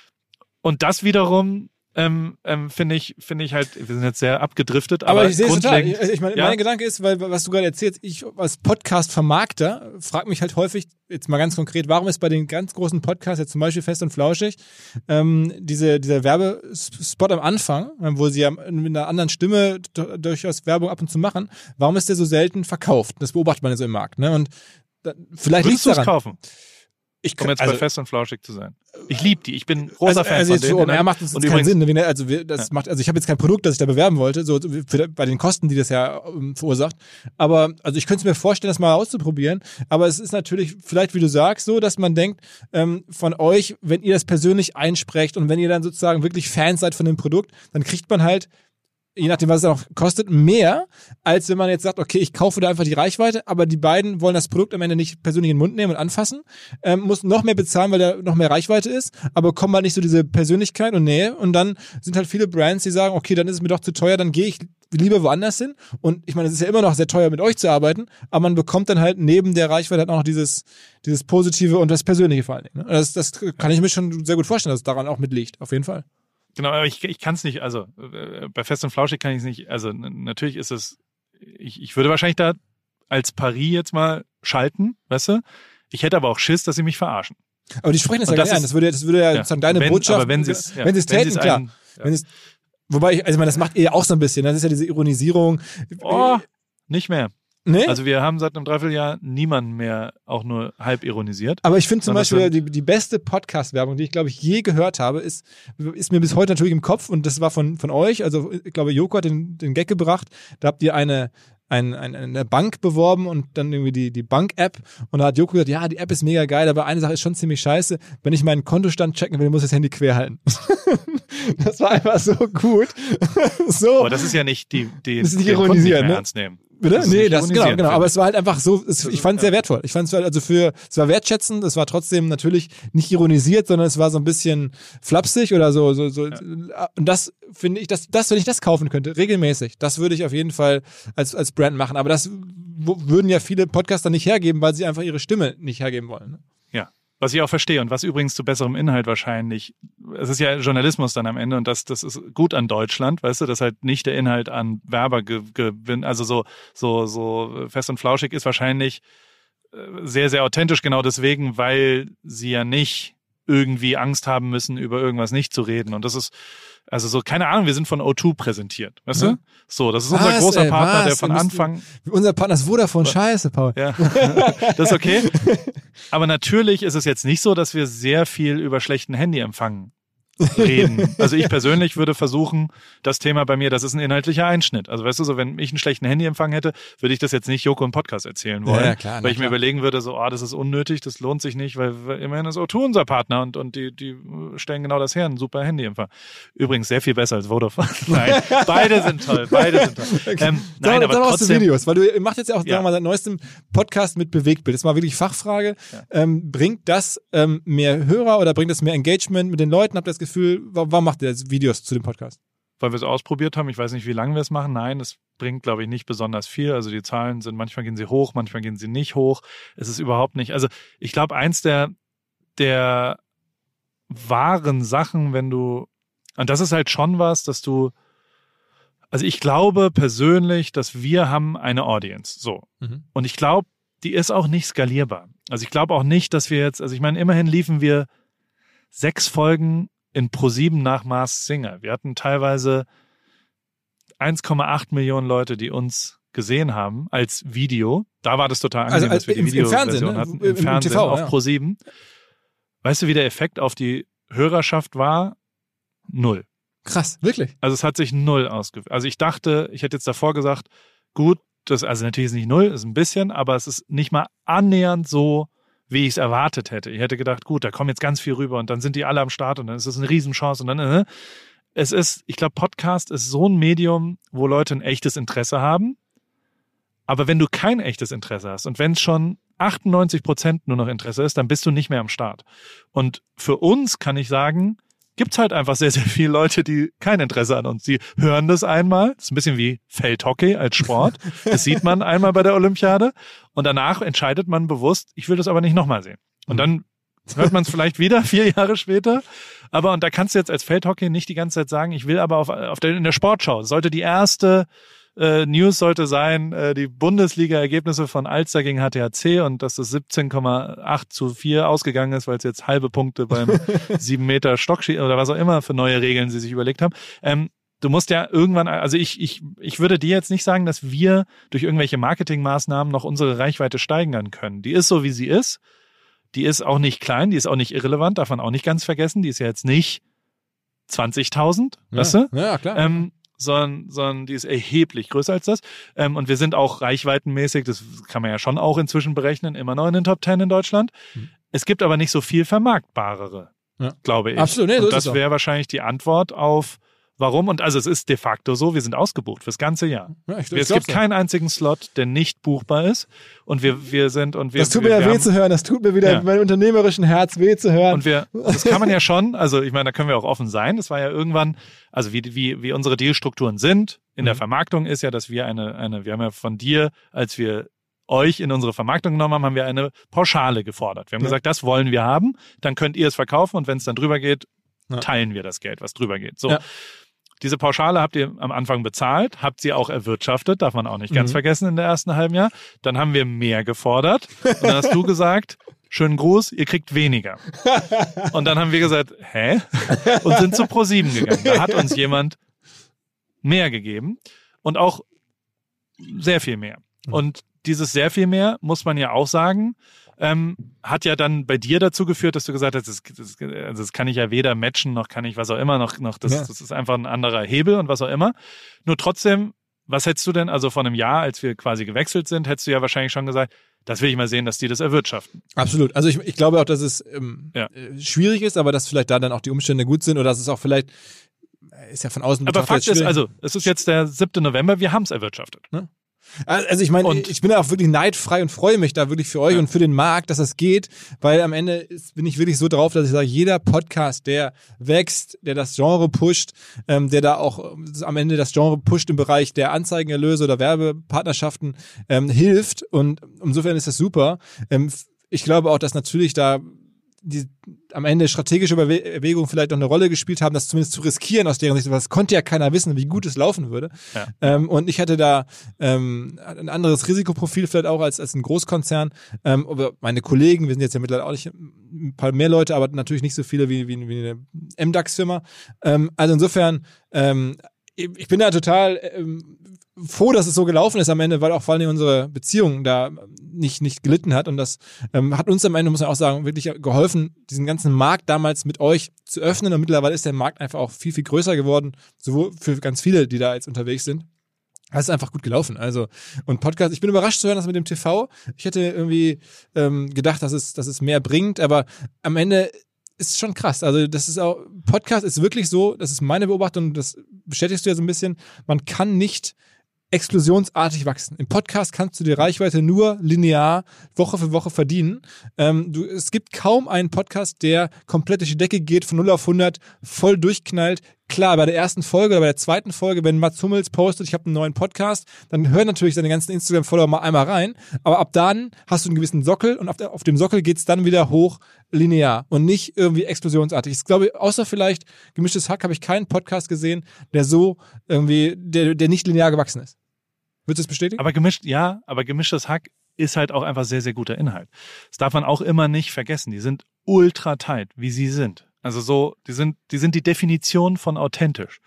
Und das wiederum, ähm, ähm, finde ich, finde ich halt, wir sind jetzt sehr abgedriftet, aber, aber ich sehe es total. Ich, ich meine, ja? mein Gedanke ist, weil was du gerade erzählst, ich als Podcast-Vermarkter frage mich halt häufig, jetzt mal ganz konkret, warum ist bei den ganz großen Podcasts, jetzt zum Beispiel Fest und Flauschig, ähm, diese, dieser Werbespot am Anfang, wo sie ja mit einer anderen Stimme durchaus Werbung ab und zu machen, warum ist der so selten verkauft? Das beobachtet man ja so im Markt, ne? Und da, vielleicht liegt es daran. Kaufen? Ich um jetzt also, bei Fest und Flauschig zu sein. Ich liebe die. Ich bin großer also, Fan also von denen. So, er macht das und keinen übrigens, Sinn. Ne? Also, wir, das ja. macht, also ich habe jetzt kein Produkt, das ich da bewerben wollte, so für, bei den Kosten, die das ja um, verursacht. Aber also ich könnte es mir vorstellen, das mal auszuprobieren. Aber es ist natürlich vielleicht, wie du sagst, so, dass man denkt, ähm, von euch, wenn ihr das persönlich einsprecht und wenn ihr dann sozusagen wirklich Fans seid von dem Produkt, dann kriegt man halt, je nachdem, was es auch kostet, mehr, als wenn man jetzt sagt, okay, ich kaufe da einfach die Reichweite, aber die beiden wollen das Produkt am Ende nicht persönlich in den Mund nehmen und anfassen, ähm, muss noch mehr bezahlen, weil da noch mehr Reichweite ist, aber kommen halt nicht so diese Persönlichkeit und Nähe und dann sind halt viele Brands, die sagen, okay, dann ist es mir doch zu teuer, dann gehe ich lieber woanders hin und ich meine, es ist ja immer noch sehr teuer, mit euch zu arbeiten, aber man bekommt dann halt neben der Reichweite halt auch noch dieses, dieses Positive und das Persönliche vor allen Dingen. Ne? Das, das kann ich mir schon sehr gut vorstellen, dass es daran auch mit liegt, auf jeden Fall. Genau, aber ich, ich kann es nicht, also äh, bei Fest und Flauschig kann ich es nicht, also n- natürlich ist es, ich, ich würde wahrscheinlich da als Paris jetzt mal schalten, weißt du? Ich hätte aber auch Schiss, dass sie mich verarschen. Aber die sprechen das und ja das gar nicht ein. Das würde, das würde ja, ja sozusagen deine wenn, Botschaft, aber wenn sie es ja, wenn sie es täten, klar. Ein, ja. Wenn es, wobei, ich, also ich meine, das macht ihr auch so ein bisschen, das ist ja diese Ironisierung. Oh, nicht mehr. Nee? Also wir haben seit einem Dreivierteljahr niemanden mehr auch nur halb ironisiert. Aber ich finde zum Beispiel die, die beste Podcast-Werbung, die ich glaube ich je gehört habe, ist, ist mir bis heute natürlich im Kopf und das war von, von euch, also ich glaube Joko hat den, den Gag gebracht, da habt ihr eine Ein, ein, eine Bank beworben und dann irgendwie die, die Bank-App und da hat Joko gesagt, ja, die App ist mega geil, aber eine Sache ist schon ziemlich scheiße, wenn ich meinen Kontostand checken will, muss ich das Handy quer halten. Das war einfach so gut. So. Aber das ist ja nicht die, die das ist nicht den Kunden nicht mehr ne? ernst nehmen. Bitte? Das nee, das genau, genau. Aber es war halt einfach so, es, also, ich fand es sehr wertvoll. Ich fand es also für, es war wertschätzend, es war trotzdem natürlich nicht ironisiert, sondern es war so ein bisschen flapsig oder so, so, so. Ja. Und das finde ich, das, das, wenn ich das kaufen könnte, regelmäßig, das würde ich auf jeden Fall als, als Brand machen. Aber das w- würden ja viele Podcaster nicht hergeben, weil sie einfach ihre Stimme nicht hergeben wollen. Ne? Ja. Was ich auch verstehe und was übrigens zu besserem Inhalt wahrscheinlich, es ist ja Journalismus dann am Ende und das, das ist gut an Deutschland, weißt du, dass halt nicht der Inhalt an Werber gewinnt, also so, so, so Fest und Flauschig ist wahrscheinlich sehr, sehr authentisch, genau deswegen, weil sie ja nicht irgendwie Angst haben müssen, über irgendwas nicht zu reden und das ist, also so, keine Ahnung, wir sind von O zwei präsentiert, weißt ja. du? So, das ist unser was, großer ey, Partner, was? der von Anfang... Unser Partner ist Vodafone, scheiße, Paul. Ja, das ist okay. Aber natürlich ist es jetzt nicht so, dass wir sehr viel über schlechten Handyempfang reden. Also ich persönlich würde versuchen, das Thema bei mir, das ist ein inhaltlicher Einschnitt. Also weißt du, so wenn ich einen schlechten Handyempfang hätte, würde ich das jetzt nicht Joko im Podcast erzählen wollen. Ja, klar, weil ich klar. mir überlegen würde, so, oh, das ist unnötig, das lohnt sich nicht, weil, weil immerhin ist O zwei unser Partner und, und die, die stellen genau das her, ein super Handyempfang. Übrigens sehr viel besser als Vodafone. Nein, beide sind toll, beide sind toll. Okay. Ähm, nein, dann, aber dann trotzdem, du Videos, weil du machst jetzt ja auch, Ja. sagen wir mal, seit neuestem Podcast mit Bewegtbild. Das ist mal wirklich Fachfrage. Ja. Ähm, bringt das ähm, mehr Hörer oder bringt das mehr Engagement mit den Leuten? Habt ihr das Gefühl, warum, warum macht ihr jetzt Videos zu dem Podcast? weil wir es ausprobiert haben. Ich weiß nicht, wie lange wir es machen. Nein, es bringt, glaube ich, nicht besonders viel. Also die Zahlen sind, manchmal gehen sie hoch, manchmal gehen sie nicht hoch. Es ist überhaupt nicht, also ich glaube, eins der, der wahren Sachen, wenn du, und das ist halt schon was, dass du, also ich glaube persönlich, dass wir haben eine Audience, so. Mhm. Und ich glaube, die ist auch nicht skalierbar. Also ich glaube auch nicht, dass wir jetzt, also ich meine, immerhin liefen wir sechs Folgen in ProSieben nach Masked Singer. Wir hatten teilweise eins Komma acht Millionen Leute, die uns gesehen haben als Video. Da war das total angenehm, Also, dass wir die im- im Videoversion Fernsehen, ne? hatten. Im- Im, im Fernsehen T V, auf ja. ProSieben. Weißt du, wie der Effekt auf die Hörerschaft war? Null. Krass, wirklich. Also es hat sich null ausgewirkt. Also ich dachte, ich hätte jetzt davor gesagt, gut, das, also natürlich ist nicht null, ist ein bisschen, aber es ist nicht mal annähernd so, wie ich es erwartet hätte. Ich hätte gedacht, gut, da kommen jetzt ganz viel rüber und dann sind die alle am Start und dann ist das eine Riesenchance und dann, äh, es ist, ich glaube, Podcast ist so ein Medium, wo Leute ein echtes Interesse haben. Aber wenn du kein echtes Interesse hast und wenn es schon achtundneunzig Prozent nur noch Interesse ist, dann bist du nicht mehr am Start. Und für uns kann ich sagen, gibt's halt einfach sehr, sehr viele Leute, die kein Interesse an uns. Die hören das einmal. Das ist ein bisschen wie Feldhockey als Sport. Das sieht man einmal bei der Olympiade. Und danach entscheidet man bewusst, ich will das aber nicht nochmal sehen. Und dann hört man es vielleicht wieder, vier Jahre später. Aber, und da kannst du jetzt als Feldhockey nicht die ganze Zeit sagen, ich will aber auf, auf der, in der Sportschau, sollte die erste äh, News sollte sein, äh, die Bundesliga-Ergebnisse von Alster gegen H T H C und dass das siebzehn Komma acht zu vier ausgegangen ist, weil es jetzt halbe Punkte beim sieben Meter Stockschießen oder was auch immer für neue Regeln sie sich überlegt haben. Ähm, du musst ja irgendwann, also ich, ich, ich würde dir jetzt nicht sagen, dass wir durch irgendwelche Marketingmaßnahmen noch unsere Reichweite steigern können. Die ist so, wie sie ist. Die ist auch nicht klein, die ist auch nicht irrelevant, darf man auch nicht ganz vergessen. Die ist ja jetzt nicht zwanzigtausend, Ja. weißt du? Ja, klar. Ähm, sondern, sondern die ist erheblich größer als das. Ähm, und wir sind auch reichweitenmäßig, das kann man ja schon auch inzwischen berechnen, immer noch in den Top Ten in Deutschland. Mhm. Es gibt aber nicht so viel vermarktbarere, Ja. glaube ich. Absolut, nee, so und ist es das auch. wäre wahrscheinlich die Antwort auf warum. Und also es ist de facto so, wir sind ausgebucht fürs ganze Jahr. Ja, ich, es ich gibt glaub's keinen einzigen Slot, der nicht buchbar ist. Und wir, wir sind und wir. Das tut wir, mir ja wir weh haben, zu hören, das tut mir wieder Ja. mein unternehmerischen Herz weh zu hören. Und wir, das kann man ja schon, also ich meine, da können wir auch offen sein. Das war ja irgendwann, also wie, wie, wie unsere Dealstrukturen sind in der Mhm. Vermarktung ist ja, dass wir eine, eine, wir haben ja von dir, als wir euch in unsere Vermarktung genommen haben, haben wir eine Pauschale gefordert. Wir haben Ja. gesagt, das wollen wir haben, dann könnt ihr es verkaufen und wenn es dann drüber geht, Ja. teilen wir das Geld, was drüber geht. So. Ja. Diese Pauschale habt ihr am Anfang bezahlt, habt sie auch erwirtschaftet, darf man auch nicht ganz Mhm. vergessen in der ersten halben Jahr. Dann haben wir mehr gefordert und dann hast du gesagt, schönen Gruß, ihr kriegt weniger. Und dann haben wir gesagt, hä? Und sind zu ProSieben gegangen. Da hat uns jemand mehr gegeben und auch sehr viel mehr. Und dieses sehr viel mehr, muss man ja auch sagen, ähm, hat ja dann bei dir dazu geführt, dass du gesagt hast, das, das, also das kann ich ja weder matchen, noch kann ich was auch immer, noch, noch das, Ja. das ist einfach ein anderer Hebel und was auch immer. Nur trotzdem, was hättest du denn, also vor einem Jahr, als wir quasi gewechselt sind, hättest du ja wahrscheinlich schon gesagt, das will ich mal sehen, dass die das erwirtschaften. Absolut. Also ich, ich glaube auch, dass es ähm, Ja. äh, schwierig ist, aber dass vielleicht da dann auch die Umstände gut sind oder dass es auch vielleicht, äh, ist ja von außen Aber betrachtet Fakt ist, schwierig. also, es ist jetzt der siebte November, wir haben es erwirtschaftet. Also ich meine, Und- ich bin da auch wirklich neidfrei und freue mich da wirklich für euch Ja. und für den Markt, dass das geht, weil am Ende ist, bin ich wirklich so drauf, dass ich sage, jeder Podcast, der wächst, der das Genre pusht, ähm, der da auch ähm, am Ende das Genre pusht im Bereich der Anzeigenerlöse oder Werbepartnerschaften, ähm, hilft und insofern ist das super. Ähm, f- ich glaube auch, dass natürlich da die am Ende strategische Überwe- Erwägungen vielleicht noch eine Rolle gespielt haben, das zumindest zu riskieren aus deren Sicht, weil es konnte ja keiner wissen, wie gut es laufen würde. Ja. Ähm, und ich hatte da ähm, ein anderes Risikoprofil vielleicht auch als, als ein Großkonzern. Ähm, aber meine Kollegen, wir sind jetzt ja mittlerweile auch nicht ein paar mehr Leute, aber natürlich nicht so viele wie, wie, wie eine M DAX-Firma. Ähm, also insofern, ähm, ich bin da total ähm, froh, dass es so gelaufen ist am Ende, weil auch vor allem unsere Beziehung da nicht, nicht gelitten hat und das ähm, hat uns am Ende, muss man auch sagen, wirklich geholfen, diesen ganzen Markt damals mit euch zu öffnen und mittlerweile ist der Markt einfach auch viel, viel größer geworden, sowohl für ganz viele, die da jetzt unterwegs sind. Das ist einfach gut gelaufen. Also, und Podcast, ich bin überrascht zu hören, dass mit dem T V, ich hätte irgendwie ähm, gedacht, dass es, dass es mehr bringt, aber am Ende ist schon krass. Also, das ist auch, Podcast ist wirklich so, das ist meine Beobachtung, das bestätigst du ja so ein bisschen, man kann nicht explosionsartig wachsen. Im Podcast kannst du die Reichweite nur linear Woche für Woche verdienen. Ähm, du, es gibt kaum einen Podcast, der komplett durch die Decke geht, von null auf hundert, voll durchknallt. Klar, bei der ersten Folge oder bei der zweiten Folge, wenn Mats Hummels postet, ich habe einen neuen Podcast, dann hören natürlich seine ganzen Instagram-Follower mal einmal rein. Aber ab dann hast du einen gewissen Sockel und auf, der, auf dem Sockel geht's dann wieder hoch linear und nicht irgendwie explosionsartig. Ich glaube, außer vielleicht Gemischtes Hack habe ich keinen Podcast gesehen, der so irgendwie, der, der nicht linear gewachsen ist. Würdest du das bestätigen? Aber gemischt, ja, aber Gemischtes Hack ist halt auch einfach sehr, sehr guter Inhalt. Das darf man auch immer nicht vergessen. Die sind ultra tight, wie sie sind. Also so, die sind, die sind die Definition von authentisch.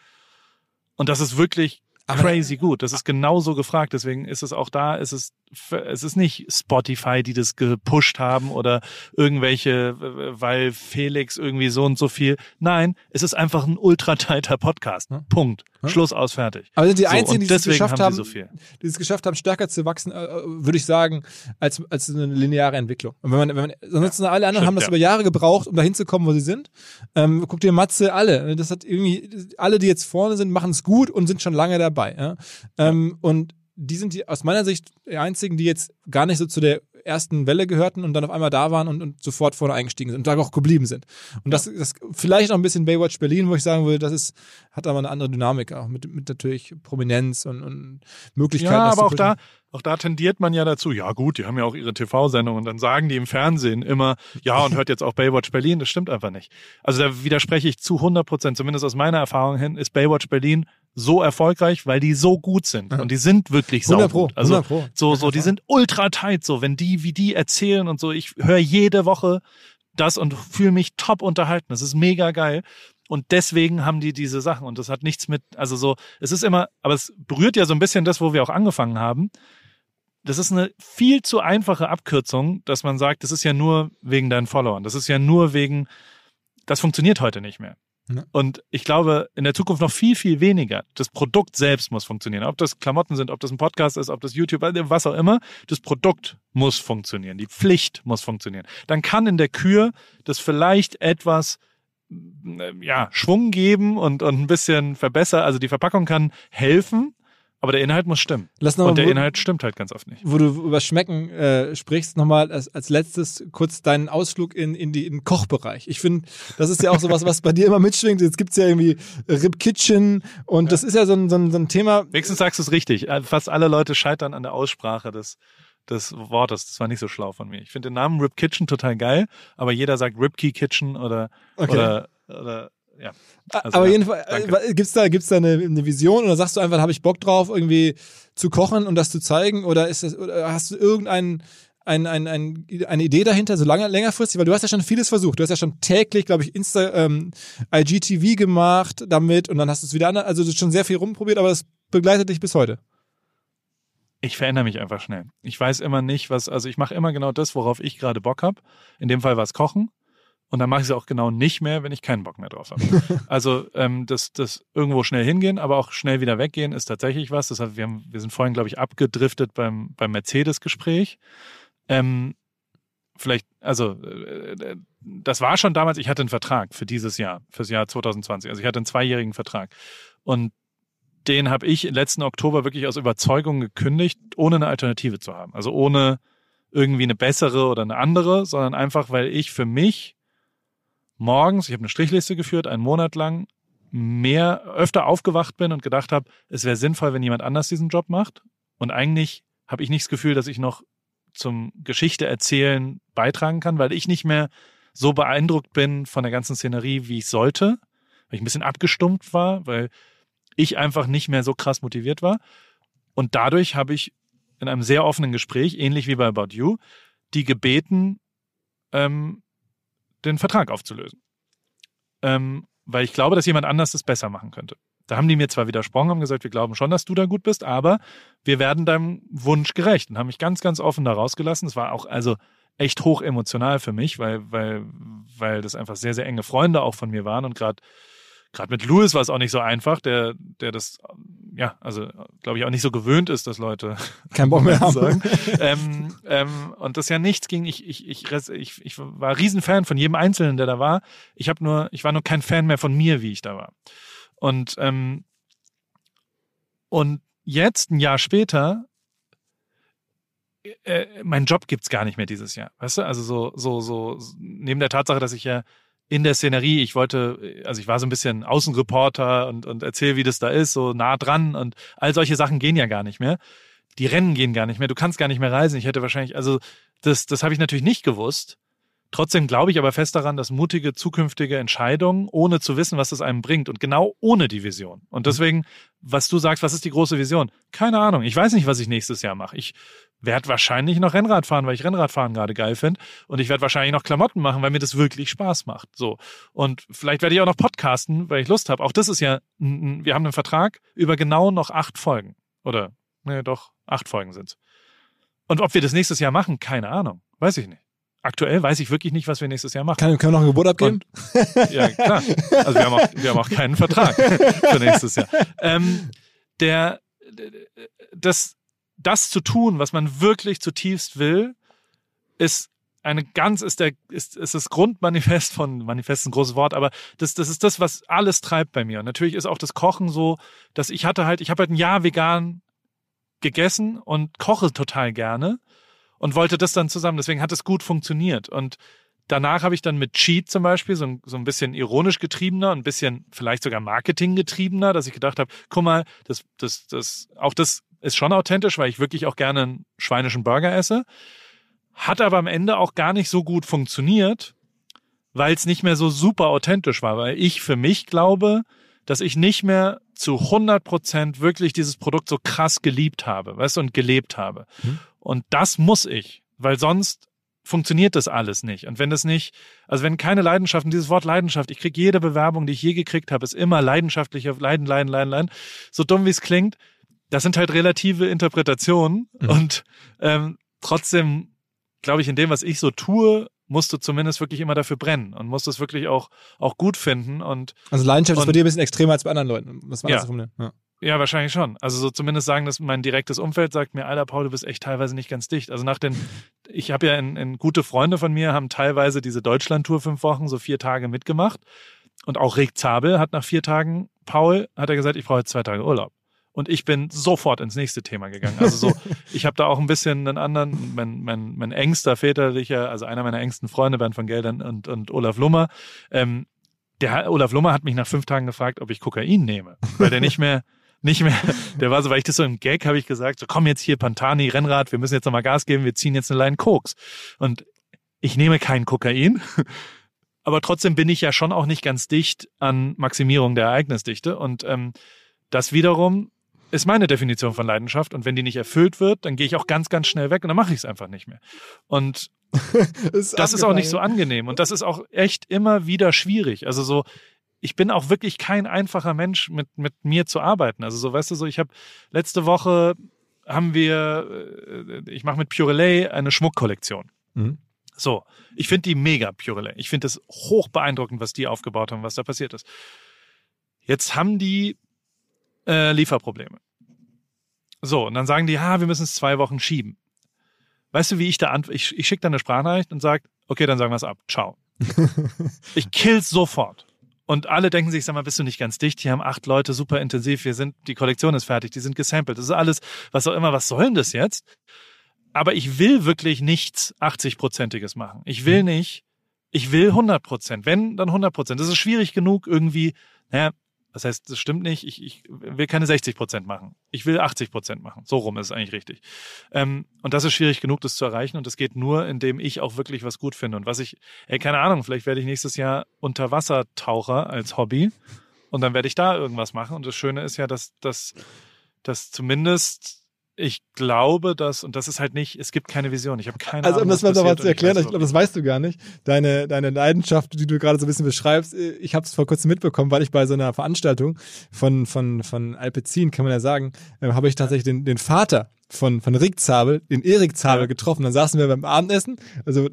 Und das ist wirklich aber crazy gut. Das ist genauso gefragt. Deswegen ist es auch da, ist es, es ist nicht Spotify, die das gepusht haben oder irgendwelche, weil Felix irgendwie so und so viel. Nein, es ist einfach ein ultra tighter Podcast. Hm? Punkt. Hm? Schluss aus, fertig. Aber sind die so, Einzigen, die es geschafft haben, so viel. die es geschafft haben, stärker zu wachsen, äh, würde ich sagen, als, als eine lineare Entwicklung. Und wenn man, wenn man, sonst ja, alle anderen stimmt, haben das ja. über Jahre gebraucht, um dahin zu kommen, wo sie sind. Ähm, guck dir Matze, alle. Das hat irgendwie, alle, die jetzt vorne sind, machen es gut und sind schon lange dabei. Ja? Ähm, ja. Und die sind die aus meiner Sicht die einzigen, die jetzt gar nicht so zu der ersten Welle gehörten und dann auf einmal da waren und, und sofort vorne eingestiegen sind und da auch geblieben sind. Und das, das vielleicht auch ein bisschen Baywatch Berlin, wo ich sagen würde, das ist, hat aber eine andere Dynamik auch mit, mit natürlich Prominenz und, und Möglichkeiten. Ja, aber auch da, auch da tendiert man ja dazu, ja gut, die haben ja auch ihre T V-Sendung und dann sagen die im Fernsehen immer, ja und hört jetzt auch Baywatch Berlin, das stimmt einfach nicht. Also da widerspreche ich zu hundert Prozent, zumindest aus meiner Erfahrung hin, ist Baywatch Berlin so erfolgreich, weil die so gut sind. Ja. Und die sind wirklich so gut. Also Pro. so, so, die sind ultra tight, so, wenn die, wie die erzählen und so, ich höre jede Woche das und fühle mich top unterhalten. Das ist mega geil. Und deswegen haben die diese Sachen. Und das hat nichts mit, also so, es ist immer, aber es berührt ja so ein bisschen das, wo wir auch angefangen haben. Das ist eine viel zu einfache Abkürzung, dass man sagt, das ist ja nur wegen deinen Followern. Das ist ja nur wegen, das funktioniert heute nicht mehr. Ja. Und ich glaube, in der Zukunft noch viel, viel weniger. Das Produkt selbst muss funktionieren. Ob das Klamotten sind, ob das ein Podcast ist, ob das YouTube, was auch immer. Das Produkt muss funktionieren. Die Pflicht muss funktionieren. Dann kann in der Kür das vielleicht etwas, ja, Schwung geben und, und ein bisschen verbessern. Also die Verpackung kann helfen, aber der Inhalt muss stimmen. Lass noch und mal, der wo, Inhalt stimmt halt ganz oft nicht. Wo du über Schmecken äh, sprichst, nochmal als, als letztes kurz deinen Ausflug in, in, die, in den Kochbereich. Ich finde, das ist ja auch sowas, was bei dir immer mitschwingt. Jetzt gibt's ja irgendwie Rib Kitchen und ja. das ist ja so ein, so ein, so ein Thema. Wenigstens sagst du es richtig. Fast alle Leute scheitern an der Aussprache des, des Wortes. Das war nicht so schlau von mir. Ich finde den Namen Rib Kitchen total geil, aber jeder sagt Ribkey Kitchen oder, okay. oder, oder ja. Also, aber ja, jedenfalls, danke. gibt's da, gibt's da eine, eine Vision oder sagst du einfach, da habe ich Bock drauf, irgendwie zu kochen und das zu zeigen oder ist das, oder hast du irgendein, ein, ein, ein, eine Idee dahinter, so lange, längerfristig, weil du hast ja schon vieles versucht, du hast ja schon täglich, glaube ich, Insta, ähm, I G T V gemacht damit und dann hast du es wieder an, also du hast schon sehr viel rumprobiert, aber das begleitet dich bis heute. Ich verändere mich einfach schnell. Ich weiß immer nicht, was, also ich mache immer genau das, worauf ich gerade Bock habe. In dem Fall war es Kochen. Und dann mache ich es auch genau nicht mehr, wenn ich keinen Bock mehr drauf habe. Also ähm, das, das irgendwo schnell hingehen, aber auch schnell wieder weggehen, ist tatsächlich was. Das heißt, wir, haben, wir sind vorhin, glaube ich, abgedriftet beim, beim Mercedes-Gespräch. Ähm, vielleicht, also äh, das war schon damals, ich hatte einen Vertrag für dieses Jahr, fürs Jahr zwanzig zwanzig. Also ich hatte einen zweijährigen Vertrag. Und den habe ich letzten Oktober wirklich aus Überzeugung gekündigt, ohne eine Alternative zu haben. Also ohne irgendwie eine bessere oder eine andere, sondern einfach, weil ich für mich morgens, ich habe eine Strichliste geführt, einen Monat lang, mehr, öfter aufgewacht bin und gedacht habe, es wäre sinnvoll, wenn jemand anders diesen Job macht. Und eigentlich habe ich nicht das Gefühl, dass ich noch zum Geschichte erzählen beitragen kann, weil ich nicht mehr so beeindruckt bin von der ganzen Szenerie, wie ich sollte, weil ich ein bisschen abgestumpft war, weil ich einfach nicht mehr so krass motiviert war. Und dadurch habe ich in einem sehr offenen Gespräch, ähnlich wie bei About You, die gebeten, ähm, den Vertrag aufzulösen. Ähm, weil ich glaube, dass jemand anders das besser machen könnte. Da haben die mir zwar widersprochen, haben gesagt, wir glauben schon, dass du da gut bist, aber wir werden deinem Wunsch gerecht und haben mich ganz, ganz offen da rausgelassen. Es war auch also echt hoch emotional für mich, weil, weil, weil das einfach sehr, sehr enge Freunde auch von mir waren und gerade gerade mit Louis war es auch nicht so einfach, der, der das, ja, also glaube ich auch nicht so gewöhnt ist, dass Leute keinen Bock mehr haben. Sagen. ähm, ähm, und das ja nichts ging. Ich, ich, ich, ich, ich war Riesenfan von jedem Einzelnen, der da war. Ich habe nur, ich war nur kein Fan mehr von mir, wie ich da war. Und ähm, und jetzt ein Jahr später, äh, mein Job gibt's gar nicht mehr dieses Jahr, weißt du? Also so, so, so neben der Tatsache, dass ich ja in der Szenerie, ich wollte, also ich war so ein bisschen Außenreporter und, und erzähle, wie das da ist, so nah dran und all solche Sachen gehen ja gar nicht mehr. Die Rennen gehen gar nicht mehr, du kannst gar nicht mehr reisen. Ich hätte wahrscheinlich, also das, das habe ich natürlich nicht gewusst. Trotzdem glaube ich aber fest daran, dass mutige zukünftige Entscheidungen, ohne zu wissen, was das einem bringt und genau ohne die Vision. Und deswegen, was du sagst, was ist die große Vision? Keine Ahnung. Ich weiß nicht, was ich nächstes Jahr mache. Ich werde wahrscheinlich noch Rennrad fahren, weil ich Rennradfahren gerade geil finde. Und ich werde wahrscheinlich noch Klamotten machen, weil mir das wirklich Spaß macht. So. Und vielleicht werde ich auch noch podcasten, weil ich Lust habe. Auch das ist ja, wir haben einen Vertrag über genau noch acht Folgen. Oder, nee, doch, acht Folgen sind's. Und ob wir das nächstes Jahr machen, keine Ahnung. Weiß ich nicht. Aktuell weiß ich wirklich nicht, was wir nächstes Jahr machen. Kann, können wir noch ein Gebot abgeben? Und, ja, klar. Also wir haben auch, wir haben auch keinen Vertrag für nächstes Jahr. Ähm, der, das, das zu tun, was man wirklich zutiefst will, ist eine ganz, ist der, ist, ist das Grundmanifest von, Manifest ist ein großes Wort, aber das, das ist das, was alles treibt bei mir. Und natürlich ist auch das Kochen so, dass ich hatte halt, ich habe halt ein Jahr vegan gegessen und koche total gerne. Und wollte das dann zusammen, deswegen hat es gut funktioniert. Und danach habe ich dann mit Cheat zum Beispiel, so ein, so ein bisschen ironisch getriebener, ein bisschen vielleicht sogar Marketing getriebener, dass ich gedacht habe, guck mal, das, das, das, auch das ist schon authentisch, weil ich wirklich auch gerne einen schweinischen Burger esse. Hat aber am Ende auch gar nicht so gut funktioniert, weil es nicht mehr so super authentisch war, weil ich für mich glaube, dass ich nicht mehr zu hundert Prozent wirklich dieses Produkt so krass geliebt habe, weißt du, und gelebt habe. Mhm. Und das muss ich, weil sonst funktioniert das alles nicht. Und wenn das nicht, also wenn keine Leidenschaft, und dieses Wort Leidenschaft, ich kriege jede Bewerbung, die ich je gekriegt habe, ist immer leidenschaftliche Leiden, Leiden, Leiden, Leiden. So dumm wie es klingt, das sind halt relative Interpretationen. Mhm. Und ähm, trotzdem, glaube ich, in dem, was ich so tue, musst du zumindest wirklich immer dafür brennen und musst es wirklich auch, auch gut finden. Und also Leidenschaft und, ist bei dir ein bisschen extremer als bei anderen Leuten. Was war ja. das von dir? Ja. Ja, wahrscheinlich schon. Also so zumindest sagen, dass mein direktes Umfeld sagt mir, Alter Paul, du bist echt teilweise nicht ganz dicht. Also nach den, ich habe ja in, in gute Freunde von mir, haben teilweise diese Deutschlandtour fünf Wochen, so vier Tage mitgemacht. Und auch Rick Zabel hat nach vier Tagen, Paul, hat er gesagt, ich brauche jetzt zwei Tage Urlaub. Und ich bin sofort ins nächste Thema gegangen. Also so, ich habe da auch ein bisschen einen anderen, mein, mein, mein engster väterlicher, also einer meiner engsten Freunde, Bernd von Geldern und, und Olaf Lummer, ähm, der Olaf Lummer hat mich nach fünf Tagen gefragt, ob ich Kokain nehme, weil der nicht mehr Nicht mehr, der war so, weil ich das so im Gag habe ich gesagt, so komm jetzt hier Pantani, Rennrad, wir müssen jetzt nochmal Gas geben, wir ziehen jetzt eine Line Koks. Und ich nehme kein Kokain, aber trotzdem bin ich ja schon auch nicht ganz dicht an Maximierung der Ereignisdichte. Und ähm, das wiederum ist meine Definition von Leidenschaft. Und wenn die nicht erfüllt wird, dann gehe ich auch ganz, ganz schnell weg und dann mache ich es einfach nicht mehr. Und das, ist, das ist auch nicht so angenehm. Und das ist auch echt immer wieder schwierig. Also so, ich bin auch wirklich kein einfacher Mensch, mit, mit mir zu arbeiten. Also so, weißt du, so ich habe letzte Woche haben wir, ich mache mit Purelay eine Schmuckkollektion. Mhm. So, ich finde die mega, Purelay. Ich finde das hoch beeindruckend, was die aufgebaut haben, was da passiert ist. Jetzt haben die äh, Lieferprobleme. So, und dann sagen die, ja, wir müssen es zwei Wochen schieben. Weißt du, wie ich da antworte? Ich, ich schicke da eine Sprachnachricht und sage, okay, dann sagen wir es ab. Ciao. Ich kill's sofort. Und alle denken sich, sag mal, bist du nicht ganz dicht? Hier haben acht Leute, super intensiv. Wir sind, die Kollektion ist fertig, die sind gesampelt. Das ist alles, was auch immer. Was soll denn das jetzt? Aber ich will wirklich nichts achtzig-prozentiges machen. Ich will nicht, ich will hundert Prozent. Wenn, dann hundert Prozent. Das ist schwierig genug irgendwie, naja, das heißt, das stimmt nicht. Ich, ich will keine sechzig Prozent machen. Ich will achtzig Prozent machen. So rum ist es eigentlich richtig. Ähm, und das ist schwierig genug, das zu erreichen. Und das geht nur, indem ich auch wirklich was gut finde. Und was ich, ey, keine Ahnung, vielleicht werde ich nächstes Jahr Unterwassertaucher als Hobby. Und dann werde ich da irgendwas machen. Und das Schöne ist ja, dass, dass, dass zumindest ich glaube, dass, und das ist halt nicht, es gibt keine Vision. Ich habe keine Also, Ahnung. um das mal nochmal zu erklären, ich weiß, glaube, das weißt du gar nicht. Deine, deine Leidenschaft, die du gerade so ein bisschen beschreibst, ich habe es vor kurzem mitbekommen, weil ich bei so einer Veranstaltung von, von, von Alpecin, kann man ja sagen, äh, habe ich tatsächlich den, den Vater von, von Rick Zabel, den Erik Zabel Ja. getroffen. Dann saßen wir beim Abendessen, also,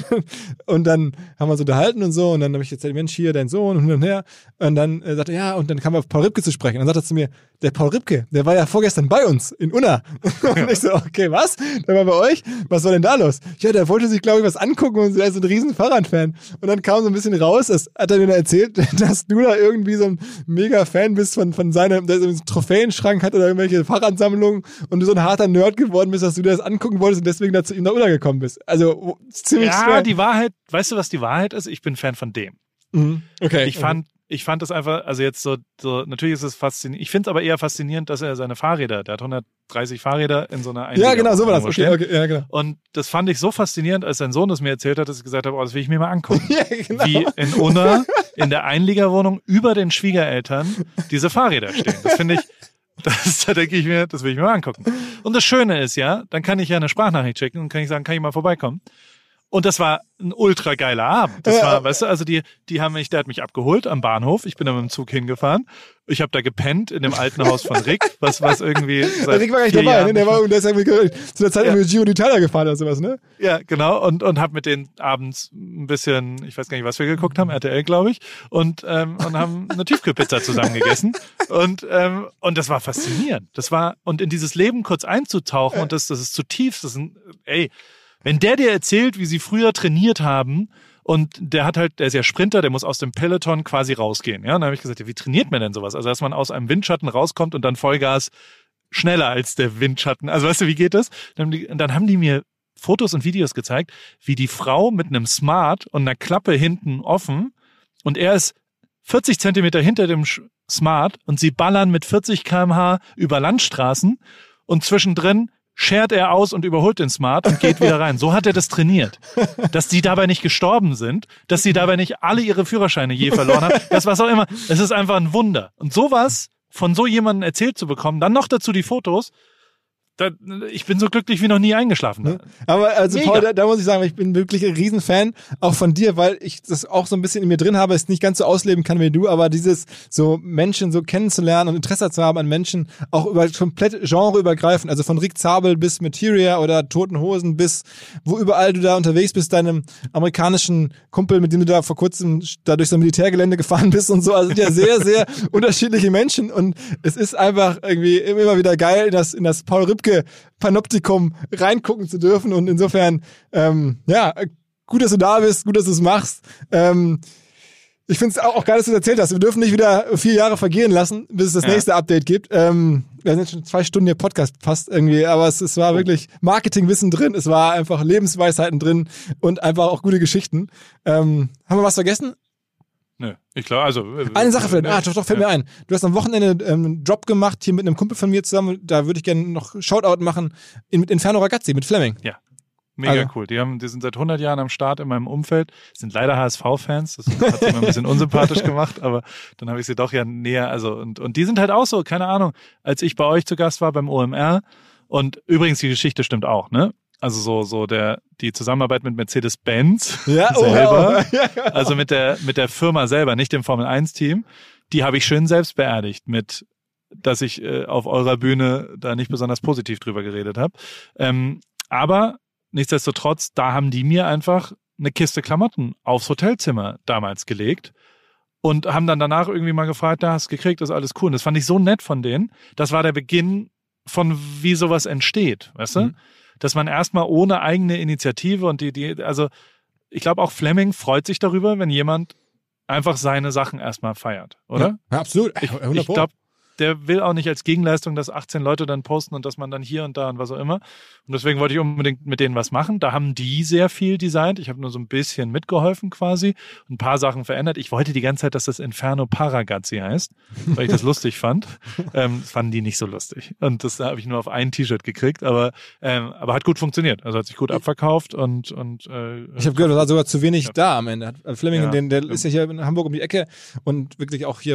und dann haben wir uns unterhalten und so, und dann habe ich gesagt, Mensch, hier, dein Sohn, und hin und her. Und dann äh, sagte er, ja, und dann kam er auf Paul Ripke zu sprechen. Und dann sagte er zu mir, der Paul Ripke, der war ja vorgestern bei uns in Unna. Und ich so, okay, was? Der war bei euch? Was war denn da los? Ja, der wollte sich, glaube ich, was angucken und er ist ein riesen Fahrradfan. Und dann kam so ein bisschen raus, das hat er mir dann erzählt, dass du da irgendwie so ein mega Fan bist von, von seinem, der so einen Trophäenschrank hat oder irgendwelche Fahrradsammlungen und du so ein harter Nerd geworden bist, dass du dir das angucken wolltest und deswegen da zu ihm nach Unna gekommen bist. Also, ziemlich Ja, schwer. die Wahrheit, weißt du, was die Wahrheit ist? Ich bin Fan von dem. Mhm. Okay. Ich fand, ich fand das einfach, also jetzt so, so natürlich ist es faszinierend. Ich finde es aber eher faszinierend, dass er seine Fahrräder, der hat hundertdreißig Fahrräder in so einer Einlieger- Ja, genau, so war das. irgendwo Okay, stehen. okay, ja, genau. Und das fand ich so faszinierend, als sein Sohn das mir erzählt hat, dass ich gesagt habe, oh, das will ich mir mal angucken. Ja, genau. Wie in Unna, in der Einliegerwohnung über den Schwiegereltern diese Fahrräder stehen. Das finde ich, das, da denke ich mir, das will ich mir mal angucken. Und das Schöne ist ja, dann kann ich ja eine Sprachnachricht schicken und kann ich sagen, kann ich mal vorbeikommen? Und das war ein ultra geiler Abend. Das Ja. war, weißt du, also die, die haben mich, der hat mich abgeholt am Bahnhof. Ich bin dann mit dem Zug hingefahren. Ich habe da gepennt in dem alten Haus von Rick, was, was irgendwie seit Der Rick war gar nicht vier dabei, Jahren ne? Der war, der ist irgendwie zu der Zeit Ja. irgendwie Giro d'Italia gefahren oder sowas, ne? Ja, genau. Und, und habe mit denen abends ein bisschen, ich weiß gar nicht, was wir geguckt haben, R T L, glaube ich, und, ähm, und haben eine Tiefkühlpizza zusammen gegessen. Und, ähm, und das war faszinierend. Das war, und in dieses Leben kurz einzutauchen, und das, das ist zutiefst, das ist ein, ey, wenn der dir erzählt, wie sie früher trainiert haben, und der hat halt, der ist ja Sprinter, der muss aus dem Peloton quasi rausgehen. Ja, und dann habe ich gesagt, ja, wie trainiert man denn sowas? Also, dass man aus einem Windschatten rauskommt und dann Vollgas schneller als der Windschatten. Also, weißt du, wie geht das? Dann haben die, dann haben die mir Fotos und Videos gezeigt, wie die Frau mit einem Smart und einer Klappe hinten offen, und er ist vierzig Zentimeter hinter dem Smart, und sie ballern mit vierzig Kilometer pro Stunde über Landstraßen, und zwischendrin schert er aus und überholt den Smart und geht wieder rein. So hat er das trainiert. Dass die dabei nicht gestorben sind, dass sie dabei nicht alle ihre Führerscheine je verloren haben, das was auch immer. Es ist einfach ein Wunder. Und sowas von so jemandem erzählt zu bekommen, dann noch dazu die Fotos, da, ich bin so glücklich wie noch nie eingeschlafen. Ja. Aber also Mega. Paul, da, da muss ich sagen, ich bin wirklich ein Riesenfan auch von dir, weil ich das auch so ein bisschen in mir drin habe, es nicht ganz so ausleben kann wie du, aber dieses so Menschen so kennenzulernen und Interesse zu haben an Menschen, auch über komplett genreübergreifend, also von Rick Zabel bis Materia oder Toten Hosen bis wo überall du da unterwegs bist, deinem amerikanischen Kumpel, mit dem du da vor kurzem da durch so ein Militärgelände gefahren bist und so, also sind ja sehr, sehr unterschiedliche Menschen, und es ist einfach irgendwie immer wieder geil, in das, in das Paul Ripke Panoptikum reingucken zu dürfen, und insofern, ähm, ja, gut, dass du da bist, gut, dass du es machst. Ähm, ich finde es auch, auch geil, dass du es erzählt hast. Wir dürfen nicht wieder vier Jahre vergehen lassen, bis es das Ja. nächste Update gibt. Ähm, wir sind jetzt schon zwei Stunden hier Podcast fast irgendwie, aber es, es war wirklich Marketingwissen drin, es war einfach Lebensweisheiten drin und einfach auch gute Geschichten. Ähm, haben wir was vergessen? Nö, ich glaube, also. Eine Sache vielleicht, ah, doch, doch, fällt ja. mir ein. Du hast am Wochenende ähm, einen Drop gemacht, hier mit einem Kumpel von mir zusammen, da würde ich gerne noch Shoutout machen, in, mit Inferno Ragazzi, mit Fleming. Ja. Mega Also. cool. Die haben, die sind seit hundert Jahren am Start in meinem Umfeld, sind leider H S V-Fans, das hat sie mir ein bisschen unsympathisch gemacht, aber dann habe ich sie doch ja näher, also, und, und die sind halt auch so, keine Ahnung, als ich bei euch zu Gast war beim O M R, und übrigens die Geschichte stimmt auch, ne? Also so, so der, die Zusammenarbeit mit Mercedes-Benz Ja, oh, selber, ja, ja. also mit der, mit der Firma selber, nicht dem Formel eins Team, die habe ich schön selbst beerdigt mit, dass ich äh, auf eurer Bühne da nicht besonders positiv drüber geredet habe. Ähm, aber nichtsdestotrotz, da haben die mir einfach eine Kiste Klamotten aufs Hotelzimmer damals gelegt und haben dann danach irgendwie mal gefragt, da hast du gekriegt, das ist alles cool. Und das fand ich so nett von denen. Das war der Beginn von wie sowas entsteht, weißt du? Mhm. Dass man erstmal ohne eigene Initiative und die, die, also ich glaube auch Fleming freut sich darüber, wenn jemand einfach seine Sachen erstmal feiert, oder? Ja, ja, absolut. Ich, hundert ich Pro. glaube, der will auch nicht als Gegenleistung, dass achtzehn Leute dann posten und dass man dann hier und da und was auch immer. Und deswegen wollte ich unbedingt mit denen was machen. Da haben die sehr viel designt. Ich habe nur so ein bisschen mitgeholfen quasi und ein paar Sachen verändert. Ich wollte die ganze Zeit, dass das Inferno Paragazzi heißt, weil ich das lustig fand. Ähm, das fanden die nicht so lustig. Und das habe ich nur auf ein T-Shirt gekriegt, aber, ähm, aber hat gut funktioniert. Also hat sich gut abverkauft und, und äh, Ich habe gehört, da war sogar zu wenig Ja. da am Ende. Fleming, Ja. den, der ist ja hier in Hamburg um die Ecke und wirklich auch hier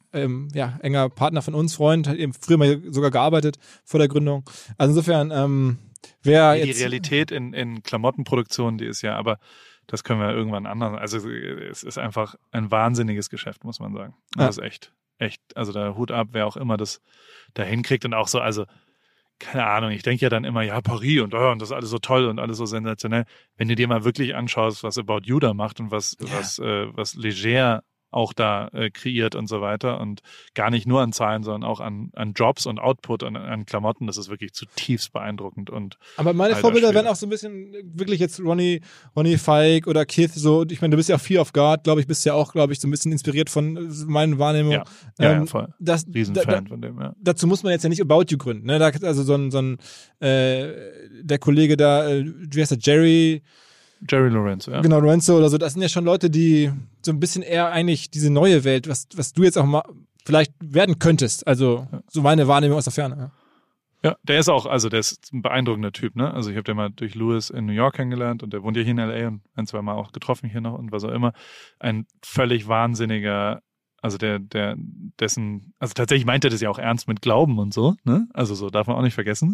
ähm, ja, enger Partner von uns, Freund, hat eben früher mal sogar gearbeitet vor der Gründung. Also insofern, ähm, wer nee, jetzt... Die Realität in, in Klamottenproduktion, die ist ja, aber das können wir irgendwann anders. Also es ist einfach ein wahnsinniges Geschäft, muss man sagen. Ja. Das ist echt, echt, also der Hut ab, wer auch immer das da hinkriegt und auch so, also keine Ahnung, ich denke ja dann immer, ja, Paris und, oh, und das ist alles so toll und alles so sensationell. Wenn du dir mal wirklich anschaust, was About You da macht und was, ja. was, äh, was Leger auch da äh, kreiert und so weiter und gar nicht nur an Zahlen, sondern auch an, an Jobs und Output und an Klamotten, das ist wirklich zutiefst beeindruckend. Und aber meine Vorbilder wären auch so ein bisschen wirklich jetzt Ronny, Ronny Fike oder Keith, so, ich meine, du bist ja auch Fear of God, glaube ich, bist ja auch, glaube ich, so ein bisschen inspiriert von meinen Wahrnehmungen. Ja, ja, ähm, ja voll. Das, Riesenfan da, da, von dem, ja. Dazu muss man jetzt ja nicht About You gründen, ne? Da, also so ein, so ein äh, der Kollege da, äh, wie heißt der, Jerry Jerry Lorenzo, ja. Genau, Lorenzo oder so, das sind ja schon Leute, die so ein bisschen eher eigentlich diese neue Welt, was, was du jetzt auch mal vielleicht werden könntest, also ja. so meine Wahrnehmung aus der Ferne. Ja. Ja, der ist auch, also der ist ein beeindruckender Typ, ne? Also ich habe den mal durch Lewis in New York kennengelernt und der wohnt ja hier in L A und ein, zwei Mal auch getroffen hier noch und was auch immer. Ein völlig wahnsinniger, also der, der, dessen, also tatsächlich meint er das ja auch ernst mit Glauben und so, ne? Also so darf man auch nicht vergessen.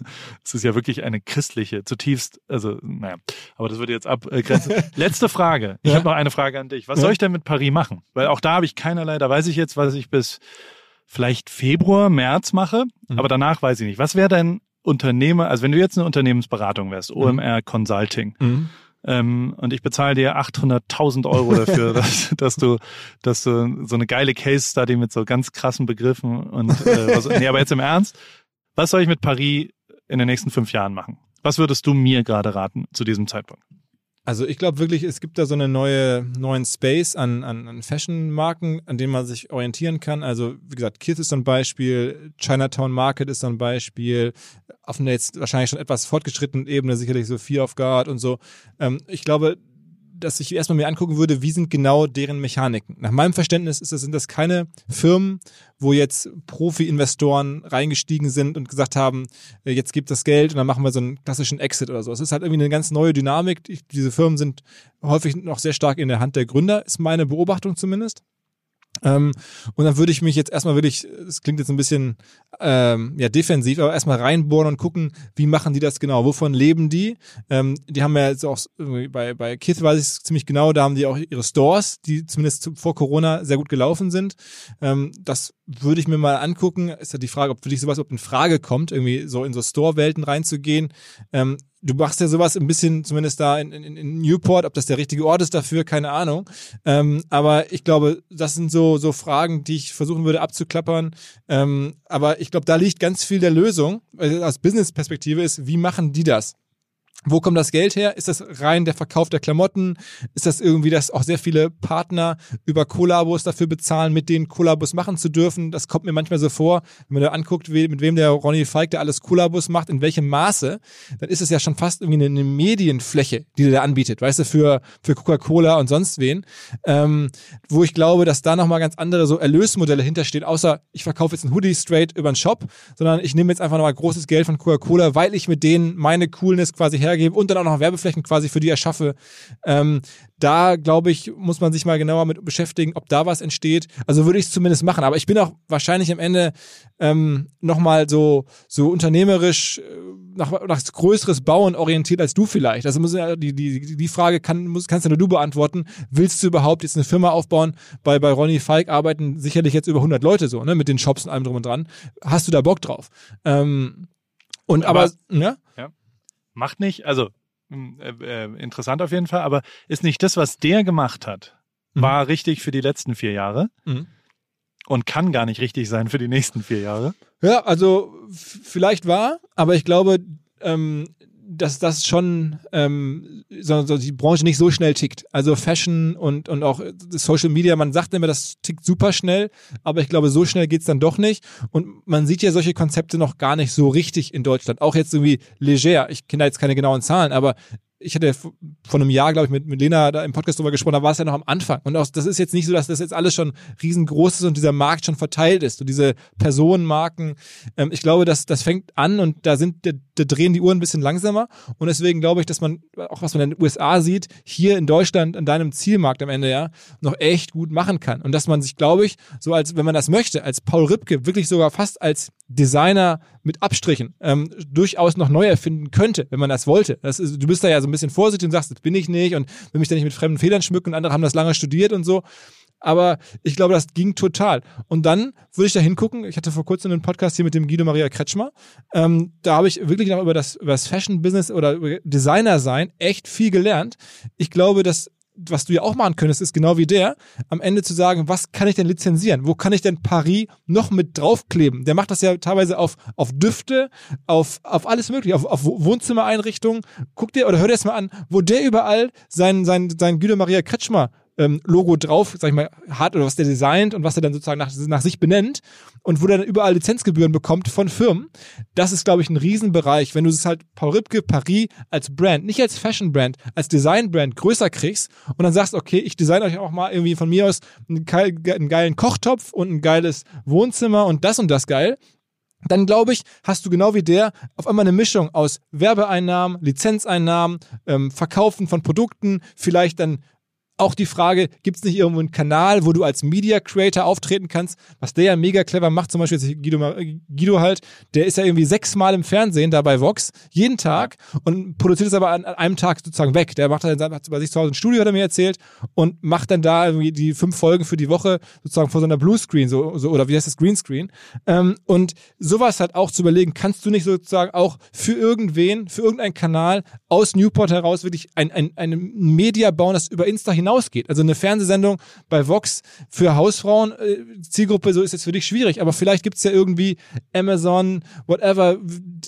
Es ist ja wirklich eine christliche, zutiefst, also naja, aber das würde jetzt abgrenzen. Letzte Frage. Ich ja? habe noch eine Frage an dich. Was ja? soll ich denn mit Paris machen? Weil auch da habe ich keinerlei, da weiß ich jetzt, was ich bis vielleicht Februar, März mache, mhm. aber danach weiß ich nicht. Was wäre dein Unternehmer, also wenn du jetzt eine Unternehmensberatung wärst, O M R Consulting, mhm. ähm, und ich bezahle dir achthunderttausend Euro dafür, dass, dass du dass du so eine geile Case-Study mit so ganz krassen Begriffen und äh, was, nee, aber jetzt im Ernst, was soll ich mit Paris in den nächsten fünf Jahren machen? Was würdest du mir gerade raten zu diesem Zeitpunkt? Also ich glaube wirklich, es gibt da so einen neue, neuen Space an, an, an Fashion-Marken, an dem man sich orientieren kann. Also wie gesagt, Kith ist so ein Beispiel, Chinatown Market ist so ein Beispiel, auf einer jetzt wahrscheinlich schon etwas fortgeschrittenen Ebene, sicherlich so Fear of God und so. Ähm, ich glaube, dass ich erstmal mir angucken würde, wie sind genau deren Mechaniken. Nach meinem Verständnis ist das, sind das keine Firmen, wo jetzt Profi-Investoren reingestiegen sind und gesagt haben, jetzt gibt das Geld und dann machen wir so einen klassischen Exit oder so. Es ist halt irgendwie eine ganz neue Dynamik. Ich, diese Firmen sind häufig noch sehr stark in der Hand der Gründer, ist meine Beobachtung zumindest. Ähm, und dann würde ich mich jetzt erstmal wirklich, das klingt jetzt ein bisschen ähm, ja defensiv, aber erstmal reinbohren und gucken, wie machen die das genau, wovon leben die? Ähm, die haben ja jetzt auch, bei, bei Kith weiß ich es ziemlich genau, da haben die auch ihre Stores, die zumindest vor Corona sehr gut gelaufen sind. Ähm, das würde ich mir mal angucken. Ist ja die Frage, ob für dich sowas überhaupt in Frage kommt, irgendwie so in so Store-Welten reinzugehen. Ähm, Du machst ja sowas ein bisschen, zumindest da in, in, in Newport, ob das der richtige Ort ist dafür, keine Ahnung. Ähm, aber ich glaube, das sind so so Fragen, die ich versuchen würde abzuklappern. Ähm, aber ich glaube, da liegt ganz viel der Lösung. Also aus Business-Perspektive ist, wie machen die das? Wo kommt das Geld her? Ist das rein der Verkauf der Klamotten? Ist das irgendwie, dass auch sehr viele Partner über Kollabos dafür bezahlen, mit denen Kollabos machen zu dürfen? Das kommt mir manchmal so vor, wenn man da anguckt, mit wem der Ronny Fike da alles Kollabos macht, in welchem Maße, dann ist es ja schon fast irgendwie eine, eine Medienfläche, die der da anbietet, weißt du, für, für Coca-Cola und sonst wen. Ähm, wo ich glaube, dass da nochmal ganz andere so Erlösmodelle hinterstehen, außer ich verkaufe jetzt einen Hoodie straight über den Shop, sondern ich nehme jetzt einfach nochmal großes Geld von Coca-Cola, weil ich mit denen meine Coolness quasi hergebe und dann auch noch Werbeflächen quasi für die erschaffe. Ähm, da, glaube ich, muss man sich mal genauer mit beschäftigen, ob da was entsteht. Also würde ich es zumindest machen. Aber ich bin auch wahrscheinlich am Ende ähm, nochmal so, so unternehmerisch äh, nach, nach größeres Bauen orientiert als du vielleicht. Also muss ja, die, die, die Frage kann, muss, kannst ja nur du beantworten. Willst du überhaupt jetzt eine Firma aufbauen? Bei, bei Ronny Fike arbeiten sicherlich jetzt über hundert Leute so, ne, mit den Shops und allem drum und dran. Hast du da Bock drauf? Ähm, und aber, aber ne? Ja. Macht nicht, also äh, äh, interessant auf jeden Fall, aber ist nicht das, was der gemacht hat, mhm. war richtig für die letzten vier Jahre mhm. und kann gar nicht richtig sein für die nächsten vier Jahre? Ja, also f- vielleicht war, aber ich glaube, ähm, dass das schon ähm, so, so die Branche nicht so schnell tickt. Also Fashion und, und auch Social Media, man sagt immer, das tickt super schnell, aber ich glaube, so schnell geht's dann doch nicht. Und man sieht ja solche Konzepte noch gar nicht so richtig in Deutschland. Auch jetzt irgendwie leger, ich kenne da jetzt keine genauen Zahlen, aber ich hatte vor einem Jahr, glaube ich, mit, mit Lena da im Podcast drüber gesprochen, da war es ja noch am Anfang. Und auch das ist jetzt nicht so, dass das jetzt alles schon riesengroß ist und dieser Markt schon verteilt ist. Und diese Personenmarken, ähm, ich glaube, das, das fängt an und da sind, da, da drehen die Uhren ein bisschen langsamer. Und deswegen glaube ich, dass man, auch was man in den U S A sieht, hier in Deutschland, in deinem Zielmarkt am Ende ja, noch echt gut machen kann. Und dass man sich, glaube ich, so als, wenn man das möchte, als Paul Ripke, wirklich sogar fast als Designer mit Abstrichen, ähm, durchaus noch neu erfinden könnte, wenn man das wollte. Das ist, du bist da ja so ein bisschen vorsichtig und sagst, das bin ich nicht und will mich da nicht mit fremden Federn schmücken und andere haben das lange studiert und so. Aber ich glaube, das ging total. Und dann würde ich da hingucken, ich hatte vor kurzem einen Podcast hier mit dem Guido Maria Kretschmer, ähm, da habe ich wirklich noch über das, über das Fashion-Business oder über Designer sein echt viel gelernt. Ich glaube, dass was du ja auch machen könntest, ist genau wie der, am Ende zu sagen, was kann ich denn lizenzieren? Wo kann ich denn Paris noch mit draufkleben? Der macht das ja teilweise auf, auf Düfte, auf, auf alles mögliche, auf, auf Wohnzimmereinrichtungen. Guck dir oder hör dir das mal an, wo der überall sein, sein, sein Guido Maria Kretschmer ähm, Logo drauf, sag ich mal, hat oder was der designt und was er dann sozusagen nach, nach sich benennt und wo der dann überall Lizenzgebühren bekommt von Firmen. Das ist, glaube ich, ein Riesenbereich, wenn du es halt Paul Ripke, Paris als Brand, nicht als Fashion-Brand, als Design-Brand größer kriegst und dann sagst, okay, ich design euch auch mal irgendwie von mir aus einen, geil, einen geilen Kochtopf und ein geiles Wohnzimmer und das und das geil. Dann, glaube ich, hast du genau wie der auf einmal eine Mischung aus Werbeeinnahmen, Lizenzeinnahmen, ähm, Verkaufen von Produkten, vielleicht dann auch die Frage, gibt es nicht irgendwo einen Kanal, wo du als Media Creator auftreten kannst, was der ja mega clever macht, zum Beispiel Guido, Guido halt, der ist ja irgendwie sechsmal im Fernsehen da bei Vox, jeden Tag und produziert es aber an einem Tag sozusagen weg. Der macht dann hat bei sich zu Hause ein Studio, hat er mir erzählt, und macht dann da irgendwie die fünf Folgen für die Woche sozusagen vor so einer Bluescreen, so, so oder wie heißt das, Greenscreen. Ähm, und sowas halt auch zu überlegen, kannst du nicht sozusagen auch für irgendwen, für irgendeinen Kanal aus Newport heraus wirklich ein, ein, ein Media bauen, das über Insta hinaus hinausgeht. Also eine Fernsehsendung bei Vox für Hausfrauen, äh, Zielgruppe, so ist jetzt für dich schwierig, aber vielleicht gibt's ja irgendwie Amazon, whatever,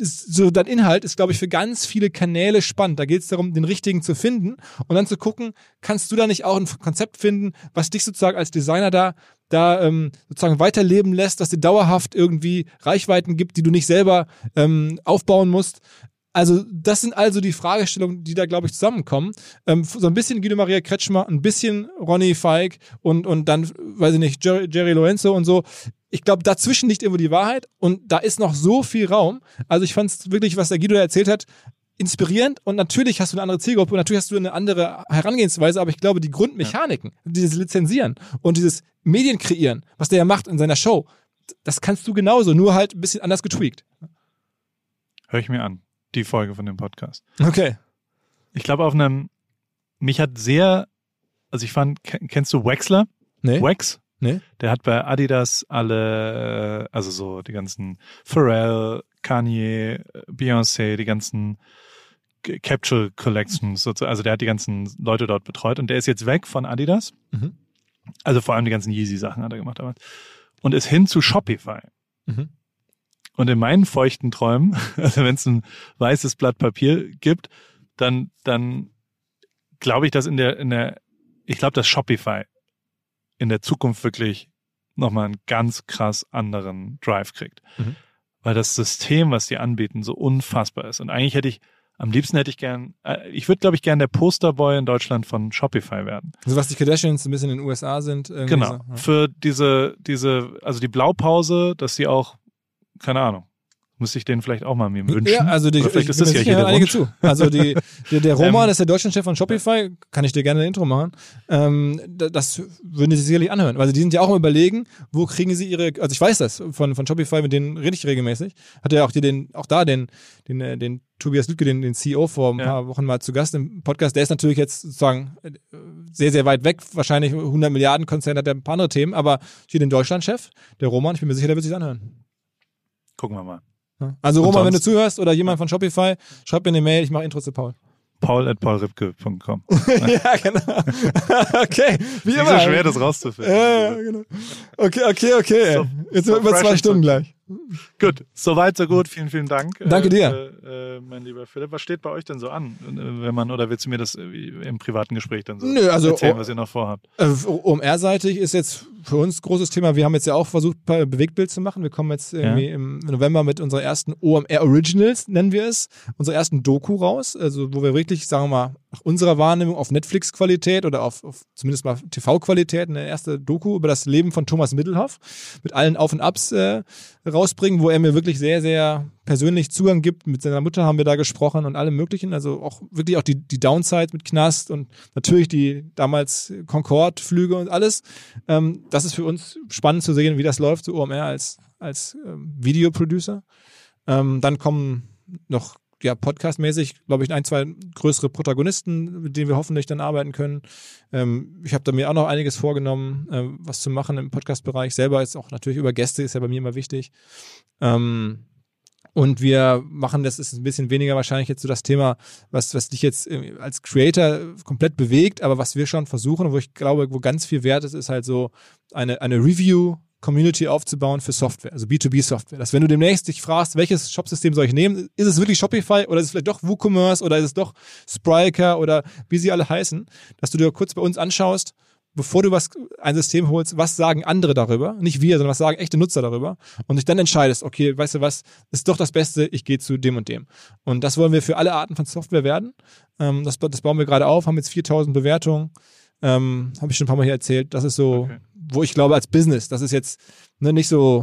so dein Inhalt ist, glaube ich, für ganz viele Kanäle spannend. Da geht es darum, den richtigen zu finden und dann zu gucken, kannst du da nicht auch ein Konzept finden, was dich sozusagen als Designer da da ähm, sozusagen weiterleben lässt, dass dir dauerhaft irgendwie Reichweiten gibt, die du nicht selber ähm, aufbauen musst. Also das sind also die Fragestellungen, die da, glaube ich, zusammenkommen. Ähm, so ein bisschen Guido Maria Kretschmer, ein bisschen Ronny Feig und, und dann, weiß ich nicht, Jerry, Jerry Lorenzo und so. Ich glaube, dazwischen liegt irgendwo die Wahrheit und da ist noch so viel Raum. Also ich fand es wirklich, was der Guido da erzählt hat, inspirierend und natürlich hast du eine andere Zielgruppe und natürlich hast du eine andere Herangehensweise, aber ich glaube, die Grundmechaniken, ja. dieses Lizenzieren und dieses Medienkreieren, was der ja macht in seiner Show, das kannst du genauso, nur halt ein bisschen anders getweakt. Hör ich mir an. Die Folge von dem Podcast. Okay. Ich glaube auf einem, mich hat sehr, also ich fand, kennst du Wexler? Nee. Wax? Nee. Der hat bei Adidas alle, also so die ganzen Pharrell, Kanye, Beyoncé, die ganzen Capsule Collections, also der hat die ganzen Leute dort betreut und der ist jetzt weg von Adidas. Mhm. Also vor allem die ganzen Yeezy-Sachen hat er gemacht damals. Und ist hin zu Shopify. Mhm. Und in meinen feuchten Träumen, also wenn es ein weißes Blatt Papier gibt, dann, dann glaube ich, dass in der, in der, ich glaube, dass Shopify in der Zukunft wirklich nochmal einen ganz krass anderen Drive kriegt. Mhm. Weil das System, was die anbieten, so unfassbar ist. Und eigentlich hätte ich, am liebsten hätte ich gern, äh, ich würde, glaube ich, gern der Posterboy in Deutschland von Shopify werden. Also was die Kardashians ein bisschen in den U S A sind. Genau. So, ja. Für diese, diese, also die Blaupause, dass sie auch, keine Ahnung, müsste ich den vielleicht auch mal mir wünschen. Ja, also die, Oder vielleicht ich, ist das ja hier der einige Wunsch. Zu. Also die, der, der Roman ähm, ist der Deutschlandchef von Shopify, kann ich dir gerne ein Intro machen. Ähm, das würden die sich sicherlich anhören, weil die sind ja auch im Überlegen, wo kriegen sie ihre, also ich weiß das von, von Shopify, mit denen rede ich regelmäßig. Hatte ja auch die den, auch da den, den, den, den Tobias Lüttke, den, den C E O vor ein ja. paar Wochen mal zu Gast im Podcast. Der ist natürlich jetzt sozusagen sehr, sehr weit weg. Wahrscheinlich hundert Milliarden Konzern, hat er ein paar andere Themen, aber hier den Deutschlandchef, der Roman, ich bin mir sicher, der wird sich anhören. Gucken wir mal. Also Roman, wenn du zuhörst oder jemand von Shopify, schreib mir eine Mail, ich mache Intro zu Paul. Paul at paulripke punkt com. Ja, genau. Okay, wie immer. Ist so schwer, das rauszufinden. Ja, ja, genau. Okay, okay, okay. So, jetzt sind wir über zwei Stunden gleich. Gut, soweit, so gut. Vielen, vielen Dank. Danke dir. Äh, äh, mein lieber Philipp. Was steht bei euch denn so an, wenn man, oder willst du mir das im privaten Gespräch dann so Nö, also, erzählen, was ihr noch vorhabt? O M R-seitig ist jetzt für uns ein großes Thema. Wir haben jetzt ja auch versucht, ein Bewegtbild zu machen. Wir kommen jetzt irgendwie ja. im November mit unserer ersten O M R Originals, nennen wir es, unserer ersten Doku raus, also wo wir wirklich, sagen wir mal, nach unserer Wahrnehmung auf Netflix-Qualität oder auf, auf zumindest mal T V-Qualität eine erste Doku über das Leben von Thomas Middelhoff mit allen Auf und Abs äh, rausbringen, wo er mir wirklich sehr, sehr persönlich Zugang gibt. Mit seiner Mutter haben wir da gesprochen und allem Möglichen, also auch wirklich auch die, die Downside mit Knast und natürlich die damals Concorde-Flüge und alles. Ähm, das ist für uns spannend zu sehen, wie das läuft, so O M R als, als ähm, Videoproducer. Ähm, dann kommen noch ja, podcastmäßig, glaube ich, ein, zwei größere Protagonisten, mit denen wir hoffentlich dann arbeiten können. Ähm, ich habe da mir auch noch einiges vorgenommen, ähm, was zu machen im Podcast-Bereich. Selber ist auch natürlich über Gäste, ist ja bei mir immer wichtig. Ähm, und wir machen, das ist ein bisschen weniger wahrscheinlich jetzt so das Thema, was, was dich jetzt als Creator komplett bewegt, aber was wir schon versuchen, wo ich glaube, wo ganz viel Wert ist, ist halt so eine, eine Review- Community aufzubauen für Software, also B zwei B Software. Dass wenn du demnächst dich fragst, welches Shopsystem soll ich nehmen, ist es wirklich Shopify oder ist es vielleicht doch WooCommerce oder ist es doch Spryker oder wie sie alle heißen, dass du dir kurz bei uns anschaust, bevor du was ein System holst, was sagen andere darüber, nicht wir, sondern was sagen echte Nutzer darüber und dich dann entscheidest, okay, weißt du was, ist doch das Beste, ich gehe zu dem und dem. Und das wollen wir für alle Arten von Software werden. Ähm, das, das bauen wir gerade auf, haben jetzt viertausend Bewertungen. Ähm, habe ich schon ein paar Mal hier erzählt. Das ist so, okay. Wo ich glaube als Business, das ist jetzt ne, nicht so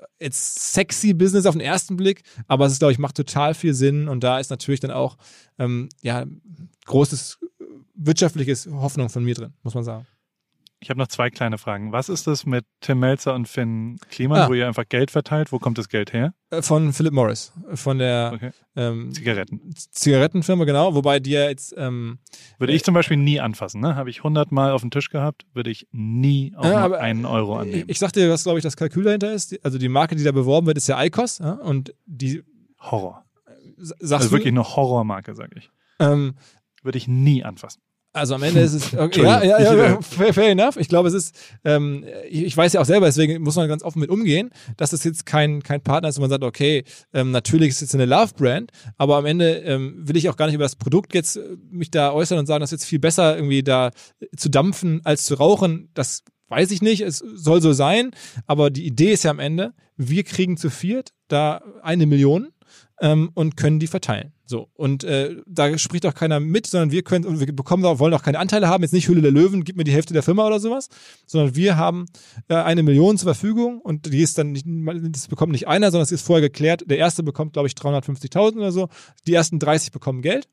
jetzt sexy Business auf den ersten Blick, aber es ist, glaube ich, macht total viel Sinn und da ist natürlich dann auch ähm, ja großes wirtschaftliches Hoffnung von mir drin, muss man sagen. Ich habe noch zwei kleine Fragen. Was ist das mit Tim Melzer und Finn Kliman, ah. wo ihr einfach Geld verteilt? Wo kommt das Geld her? Von Philip Morris, von der okay. ähm, Zigaretten. Zigarettenfirma, genau. Wobei die ja jetzt... Ähm, würde ich zum Beispiel nie anfassen. Ne? Habe ich hundertmal auf den Tisch gehabt, würde ich nie auch ja, nur einen Euro annehmen. Ich, ich sag dir, was, glaube ich, das Kalkül dahinter ist. Also die Marke, die da beworben wird, ist ja I C O S. Ja? Und die... Horror. Sagst also du, wirklich eine Horrormarke, sage ich. Ähm, würde ich nie anfassen. Also am Ende ist es, okay, ja, ja, ja, fair, fair enough. Ich glaube, es ist, ähm, ich, ich weiß ja auch selber, deswegen muss man ganz offen mit umgehen, dass das jetzt kein, kein Partner ist, wo man sagt, okay, ähm, natürlich ist es jetzt eine Love-Brand, aber am Ende ähm, will ich auch gar nicht über das Produkt jetzt äh, mich da äußern und sagen, das ist jetzt viel besser irgendwie da zu dampfen als zu rauchen. Das weiß ich nicht, es soll so sein, aber die Idee ist ja am Ende, wir kriegen zu viert da eine Million ähm, und können die verteilen. So, und äh, da spricht auch keiner mit, sondern wir können, und wir bekommen auch, wollen auch keine Anteile haben, jetzt nicht Hülle der Löwen, gib mir die Hälfte der Firma oder sowas, sondern wir haben äh, eine Million zur Verfügung und die ist dann nicht, das bekommt nicht einer, sondern es ist vorher geklärt, der erste bekommt, glaube ich, dreihundertfünfzigtausend oder so, die ersten dreißig bekommen Geld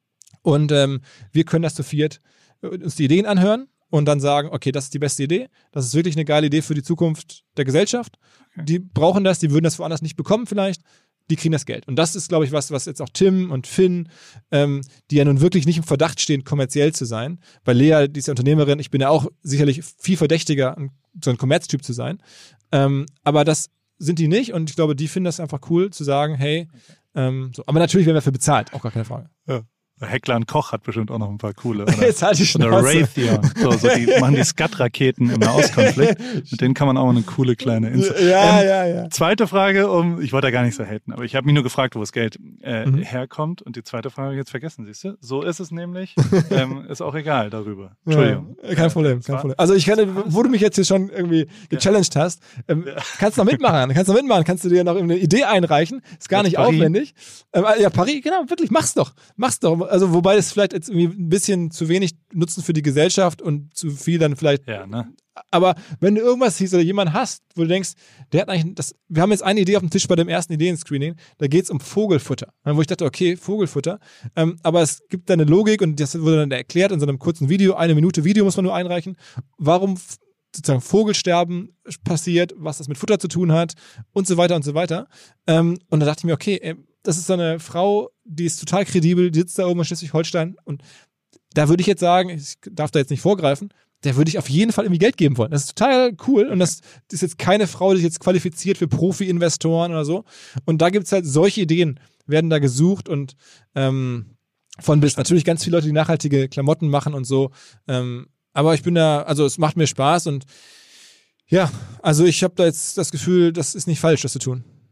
und ähm, wir können das zu viert äh, uns die Ideen anhören und dann sagen, okay, das ist die beste Idee, das ist wirklich eine geile Idee für die Zukunft der Gesellschaft, die brauchen das, die würden das woanders nicht bekommen vielleicht, die kriegen das Geld. Und das ist, glaube ich, was, was jetzt auch Tim und Finn, ähm, die ja nun wirklich nicht im Verdacht stehen, kommerziell zu sein, weil Lea, die ist ja Unternehmerin, ich bin ja auch sicherlich viel verdächtiger, so ein Kommerztyp zu sein, ähm, aber das sind die nicht und ich glaube, die finden das einfach cool, zu sagen, hey, ähm, so. Aber natürlich werden wir dafür bezahlt, auch gar keine Frage. Ja. Heckler und Koch hat bestimmt auch noch ein paar coole. Oder, Jetzt halt die Schnauze. Oder Raytheon. So, so die machen die Skat-Raketen im Nahostkonflikt. Mit denen kann man auch eine coole kleine Info. Ja, ähm, ja, ja. Zweite Frage, um, ich wollte da gar nicht so haten, aber ich habe mich nur gefragt, wo das Geld äh, mhm. herkommt. Und die zweite Frage habe ich jetzt vergessen, siehst du? So ist es nämlich. ähm, ist auch egal darüber. Entschuldigung. Ja, kein Problem, kein Problem. Also ich kann, wo du mich jetzt hier schon irgendwie gechallenged ja. hast, ähm, ja. kannst du noch mitmachen. Kannst du noch mitmachen, kannst du dir noch eine Idee einreichen. Ist gar jetzt nicht Paris. Aufwendig. Ähm, ja, Paris, genau, wirklich, mach's doch. Mach's doch. Also wobei es vielleicht jetzt irgendwie ein bisschen zu wenig Nutzen für die Gesellschaft und zu viel dann vielleicht. Ja, ne? Aber wenn du irgendwas siehst oder jemanden hast, wo du denkst, der hat eigentlich, das, wir haben jetzt eine Idee auf dem Tisch bei dem ersten Ideenscreening, da geht es um Vogelfutter. Wo ich dachte, okay, Vogelfutter, ähm, aber es gibt da eine Logik und das wurde dann erklärt in so einem kurzen Video, eine Minute Video muss man nur einreichen, warum sozusagen Vogelsterben passiert, was das mit Futter zu tun hat und so weiter und so weiter. Ähm, und da dachte ich mir, okay, ey, das ist so eine Frau, die ist total kredibel, die sitzt da oben in Schleswig-Holstein und da würde ich jetzt sagen, ich darf da jetzt nicht vorgreifen, der würde ich auf jeden Fall irgendwie Geld geben wollen. Das ist total cool und das ist jetzt keine Frau, die sich jetzt qualifiziert für Profi-Investoren oder so. Und da gibt es halt solche Ideen, werden da gesucht und ähm, von bis natürlich ganz viele Leute, die nachhaltige Klamotten machen und so. Ähm, aber ich bin da, also es macht mir Spaß und ja, also ich habe da jetzt das Gefühl, das ist nicht falsch, das zu tun.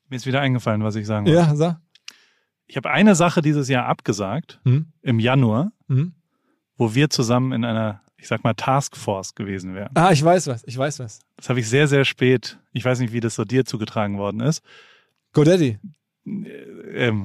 Mir ist wieder eingefallen, was ich sagen wollte. Ja, sag. Ich habe eine Sache dieses Jahr abgesagt, Hm? im Januar, Hm? wo wir zusammen in einer, ich sag mal, Taskforce gewesen wären. Ah, ich weiß was, ich weiß was. Das habe ich sehr, sehr spät, ich weiß nicht, wie das so dir zugetragen worden ist. GoDaddy. Ähm,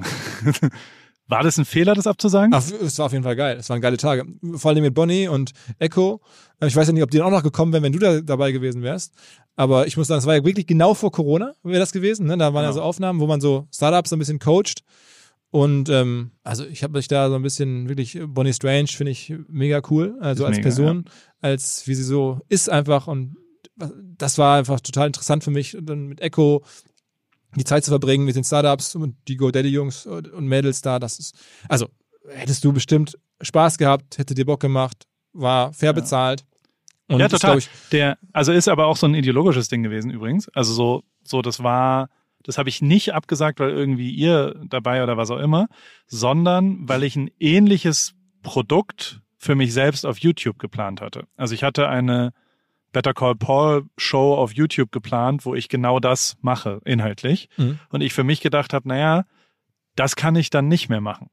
war das ein Fehler, das abzusagen? Ach, es war auf jeden Fall geil. Es waren geile Tage. Vor allem mit Bonnie und Echo. Ich weiß ja nicht, ob die dann auch noch gekommen wären, wenn du da dabei gewesen wärst. Aber ich muss sagen, es war ja wirklich genau vor Corona, wäre das gewesen. Ne? Da waren Genau. ja so Aufnahmen, wo man so Startups so ein bisschen coacht. Und ähm, also ich habe mich da so ein bisschen wirklich, Bonnie Strange finde ich mega cool. Also Ist als mega, Person, als wie sie so ist einfach. Und das war einfach total interessant für mich. Und dann mit Echo die Zeit zu verbringen mit den Startups und die GoDaddy-Jungs und Mädels da, das ist, also hättest du bestimmt Spaß gehabt, hätte dir Bock gemacht, war fair Ja. bezahlt. Und ja, ist, total. glaub ich, Der, also ist aber auch so ein ideologisches Ding gewesen übrigens. Also so, so das war, das habe ich nicht abgesagt, weil irgendwie ihr dabei oder was auch immer, sondern weil ich ein ähnliches Produkt für mich selbst auf YouTube geplant hatte. Also ich hatte eine Better Call Paul Show auf YouTube geplant, wo ich genau das mache, inhaltlich. Mhm. Und ich für mich gedacht habe, naja, das kann ich dann nicht mehr machen.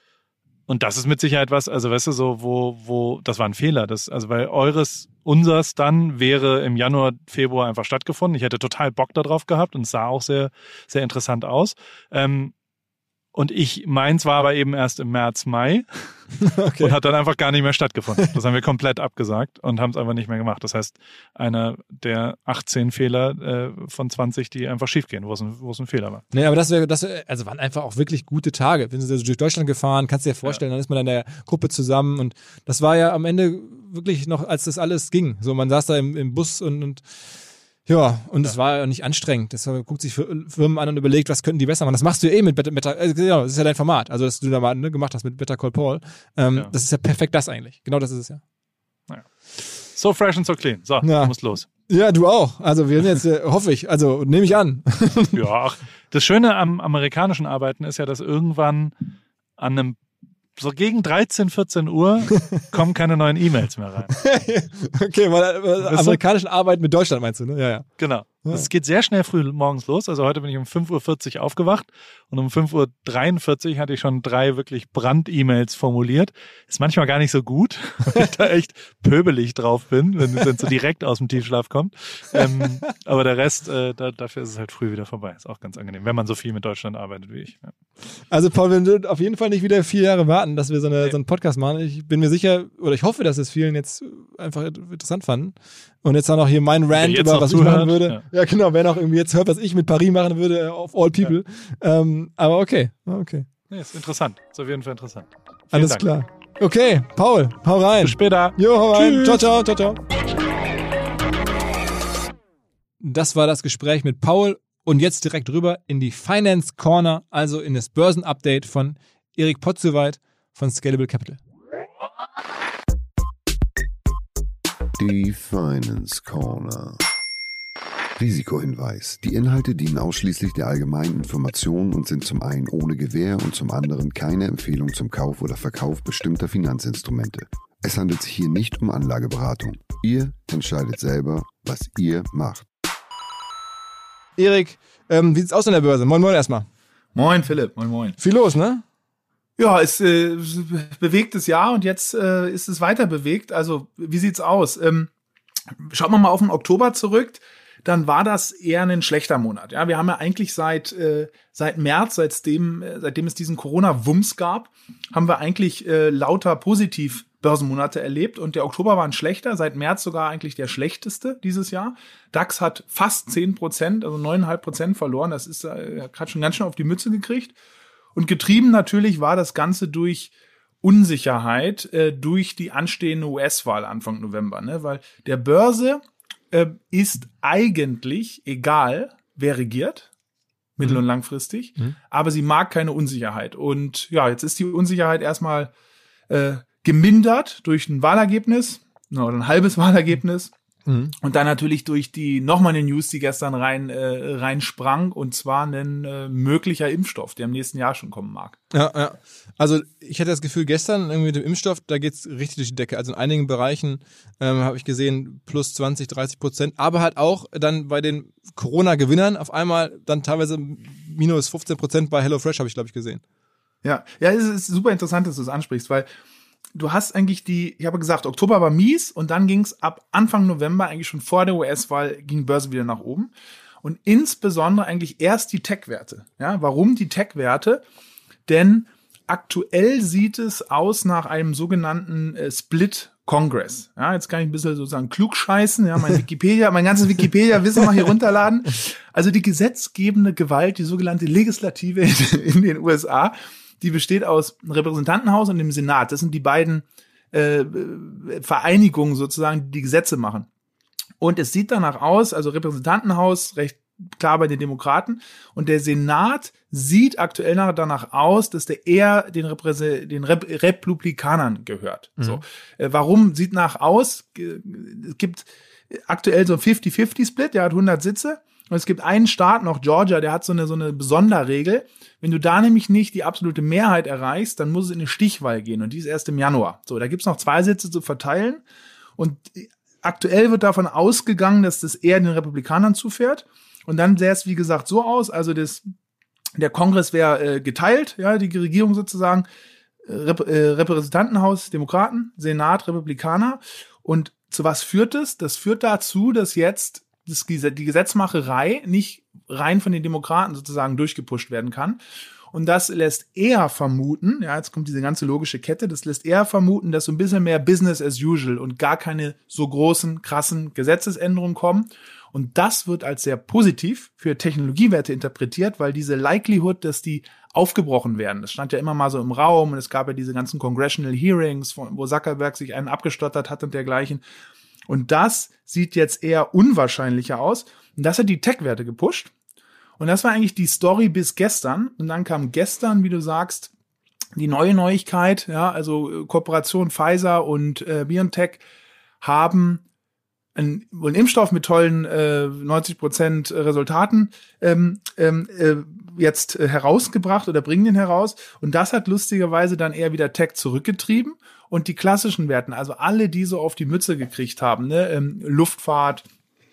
Und das ist mit Sicherheit was, also weißt du, so, wo, wo, das war ein Fehler. Das, also weil eures, unsers dann wäre im Januar, Februar einfach stattgefunden. Ich hätte total Bock darauf gehabt und es sah auch sehr, sehr interessant aus. Ähm, und ich, meins war aber eben erst im März, Mai okay. und hat dann einfach gar nicht mehr stattgefunden. Das haben wir komplett abgesagt und haben es einfach nicht mehr gemacht. Das heißt, einer der achtzehn Fehler äh, von zwanzig, die einfach schiefgehen, wo es ein, wo es ein Fehler war. Nee, aber das wäre, das wär, also waren einfach auch wirklich gute Tage. Wir sind also durch Deutschland gefahren, kannst du dir vorstellen, ja. Dann ist man in der Gruppe zusammen und das war ja am Ende wirklich noch, als das alles ging. So, man saß da im, im Bus und, und ja, und es ja. war ja nicht anstrengend. Das guckt sich Firmen an und überlegt, was könnten die besser machen. Das machst du ja eh mit Better, Better äh, genau, das ist ja dein Format. Also, dass du da mal ne, gemacht hast mit Better Call Paul. Ähm, ja. Das ist ja perfekt das eigentlich. Genau das ist es ja. ja. So fresh and so clean. So, ja. du musst los. Ja, du auch. Also, wir sind jetzt, äh, hoffe ich, also nehme ich an. Ja, ach, das Schöne am amerikanischen Arbeiten ist ja, dass irgendwann an einem so gegen dreizehn, vierzehn Uhr kommen keine neuen E-Mails mehr rein. Okay, weil, weil amerikanischen Arbeit mit Deutschland meinst du, ne? Ja, ja. Genau. Es geht sehr schnell früh morgens los. Also heute bin ich um fünf Uhr vierzig aufgewacht und um fünf Uhr dreiundvierzig hatte ich schon drei wirklich Brand-E-Mails formuliert. Ist manchmal gar nicht so gut, weil ich da echt pöbelig drauf bin, wenn es so direkt aus dem Tiefschlaf kommt. Ähm, aber der Rest, äh, da, dafür ist es halt früh wieder vorbei. Ist auch ganz angenehm, wenn man so viel mit Deutschland arbeitet wie ich. Ja. Also Paul, wir würden auf jeden Fall nicht wieder vier Jahre warten, dass wir so, eine, so einen Podcast machen. Ich bin mir sicher, oder ich hoffe, dass es vielen jetzt einfach interessant fanden. Und jetzt auch noch hier mein Rant über, was zuhört, ich machen würde. Ja. ja, genau, wer noch irgendwie jetzt hört, was ich mit Paris machen würde, auf All People. Ja. Ähm, aber okay, okay. Ja, ist interessant. Ist auf jeden Fall interessant. Vielen Alles Dank. klar. Okay, Paul, hau rein. Bis später. Jo, hau rein. Tschüss. Ciao, ciao, ciao, ciao. Das war das Gespräch mit Paul und jetzt direkt rüber in die Finance Corner, also in das Börsenupdate von Erik Potzowait von Scalable Capital. Die Finance Corner. Risikohinweis. Die Inhalte dienen ausschließlich der allgemeinen Information und sind zum einen ohne Gewähr und zum anderen keine Empfehlung zum Kauf oder Verkauf bestimmter Finanzinstrumente. Es handelt sich hier nicht um Anlageberatung. Ihr entscheidet selber, was ihr macht. Erik, ähm, wie sieht's aus an der Börse? Moin, moin erstmal. Moin, Philipp. Moin, moin. Viel los, ne? Ja, es äh, bewegtes Jahr und jetzt äh, ist es weiter bewegt. Also, wie sieht's aus? Ähm, schaut man mal auf den Oktober zurück, dann war das eher ein schlechter Monat. Ja, wir haben ja eigentlich seit äh, seit März, seitdem äh, seitdem es diesen Corona-Wumms gab, haben wir eigentlich äh, lauter positiv Börsenmonate erlebt und der Oktober war ein schlechter, seit März sogar eigentlich der schlechteste dieses Jahr. DAX hat fast zehn Prozent, also neun Komma fünf Prozent verloren. Das ist äh, hat schon ganz schön auf die Mütze gekriegt. Und getrieben natürlich war das Ganze durch Unsicherheit, äh, durch die anstehende U S-Wahl Anfang November, ne? Weil der Börse äh, ist eigentlich egal, wer regiert, mittel- und langfristig, mhm. aber sie mag keine Unsicherheit. Und ja, jetzt ist die Unsicherheit erstmal äh, gemindert durch ein Wahlergebnis, oder ein halbes Wahlergebnis. Mhm. Und dann natürlich durch die nochmal eine News, die gestern rein äh, rein sprang, und zwar ein äh, möglicher Impfstoff, der im nächsten Jahr schon kommen mag. Ja, ja. Also ich hatte das Gefühl, gestern irgendwie mit dem Impfstoff, da geht's richtig durch die Decke. Also in einigen Bereichen ähm, habe ich gesehen, plus zwanzig, dreißig Prozent, aber halt auch dann bei den Corona-Gewinnern auf einmal dann teilweise minus fünfzehn Prozent bei HelloFresh, habe ich, glaube ich, gesehen. Ja, ja, es ist super interessant, dass du es ansprichst, weil du hast eigentlich die, ich habe gesagt, Oktober war mies und dann ging es ab Anfang November, eigentlich schon vor der U S-Wahl, ging Börse wieder nach oben. Und insbesondere eigentlich erst die Tech-Werte. Ja, warum die Tech-Werte? Denn aktuell sieht es aus nach einem sogenannten äh, Split Congress. Ja, jetzt kann ich ein bisschen sozusagen klug scheißen, ja, mein Wikipedia, mein ganzes Wikipedia-Wissen mal hier runterladen. Also die gesetzgebende Gewalt, die sogenannte Legislative in, in den U S A, die besteht aus dem Repräsentantenhaus und dem Senat. Das sind die beiden äh, Vereinigungen sozusagen, die die Gesetze machen. Und es sieht danach aus, also Repräsentantenhaus recht klar bei den Demokraten und der Senat sieht aktuell danach aus, dass der eher den, Repräse- den Rep- Republikanern gehört. Mhm. So, äh, warum sieht nach aus? Es gibt aktuell so ein fifty-fifty-Split, der hat hundert Sitze. Und es gibt einen Staat noch, Georgia, der hat so eine, so eine Sonderregel. Wenn du da nämlich nicht die absolute Mehrheit erreichst, dann muss es in eine Stichwahl gehen. Und die ist erst im Januar. So, da gibt's noch zwei Sitze zu verteilen. Und aktuell wird davon ausgegangen, dass das eher den Republikanern zufährt. Und dann sähe es, wie gesagt, so aus. Also das, der Kongress wäre äh, geteilt, ja, die Regierung sozusagen. Rep- äh, Repräsentantenhaus, Demokraten, Senat, Republikaner. Und zu was führt es? Das führt dazu, dass jetzt das, die Gesetzmacherei nicht rein von den Demokraten sozusagen durchgepusht werden kann. Und das lässt eher vermuten, ja, jetzt kommt diese ganze logische Kette, das lässt eher vermuten, dass so ein bisschen mehr Business as usual und gar keine so großen, krassen Gesetzesänderungen kommen. Und das wird als sehr positiv für Technologiewerte interpretiert, weil diese Likelihood, dass die aufgebrochen werden, das stand ja immer mal so im Raum und es gab ja diese ganzen Congressional Hearings, wo Zuckerberg sich einen abgestottert hat und dergleichen. Und das sieht jetzt eher unwahrscheinlicher aus. Und das hat die Tech-Werte gepusht. Und das war eigentlich die Story bis gestern. Und dann kam gestern, wie du sagst, die neue Neuigkeit. Ja, also Kooperation Pfizer und äh, BioNTech haben einen, einen Impfstoff mit tollen äh, neunzig Prozent Resultaten ähm, äh, jetzt äh, herausgebracht oder bringen den heraus. Und das hat lustigerweise dann eher wieder Tech zurückgetrieben. Und die klassischen Werten, also alle, die so auf die Mütze gekriegt haben, ne, ähm, Luftfahrt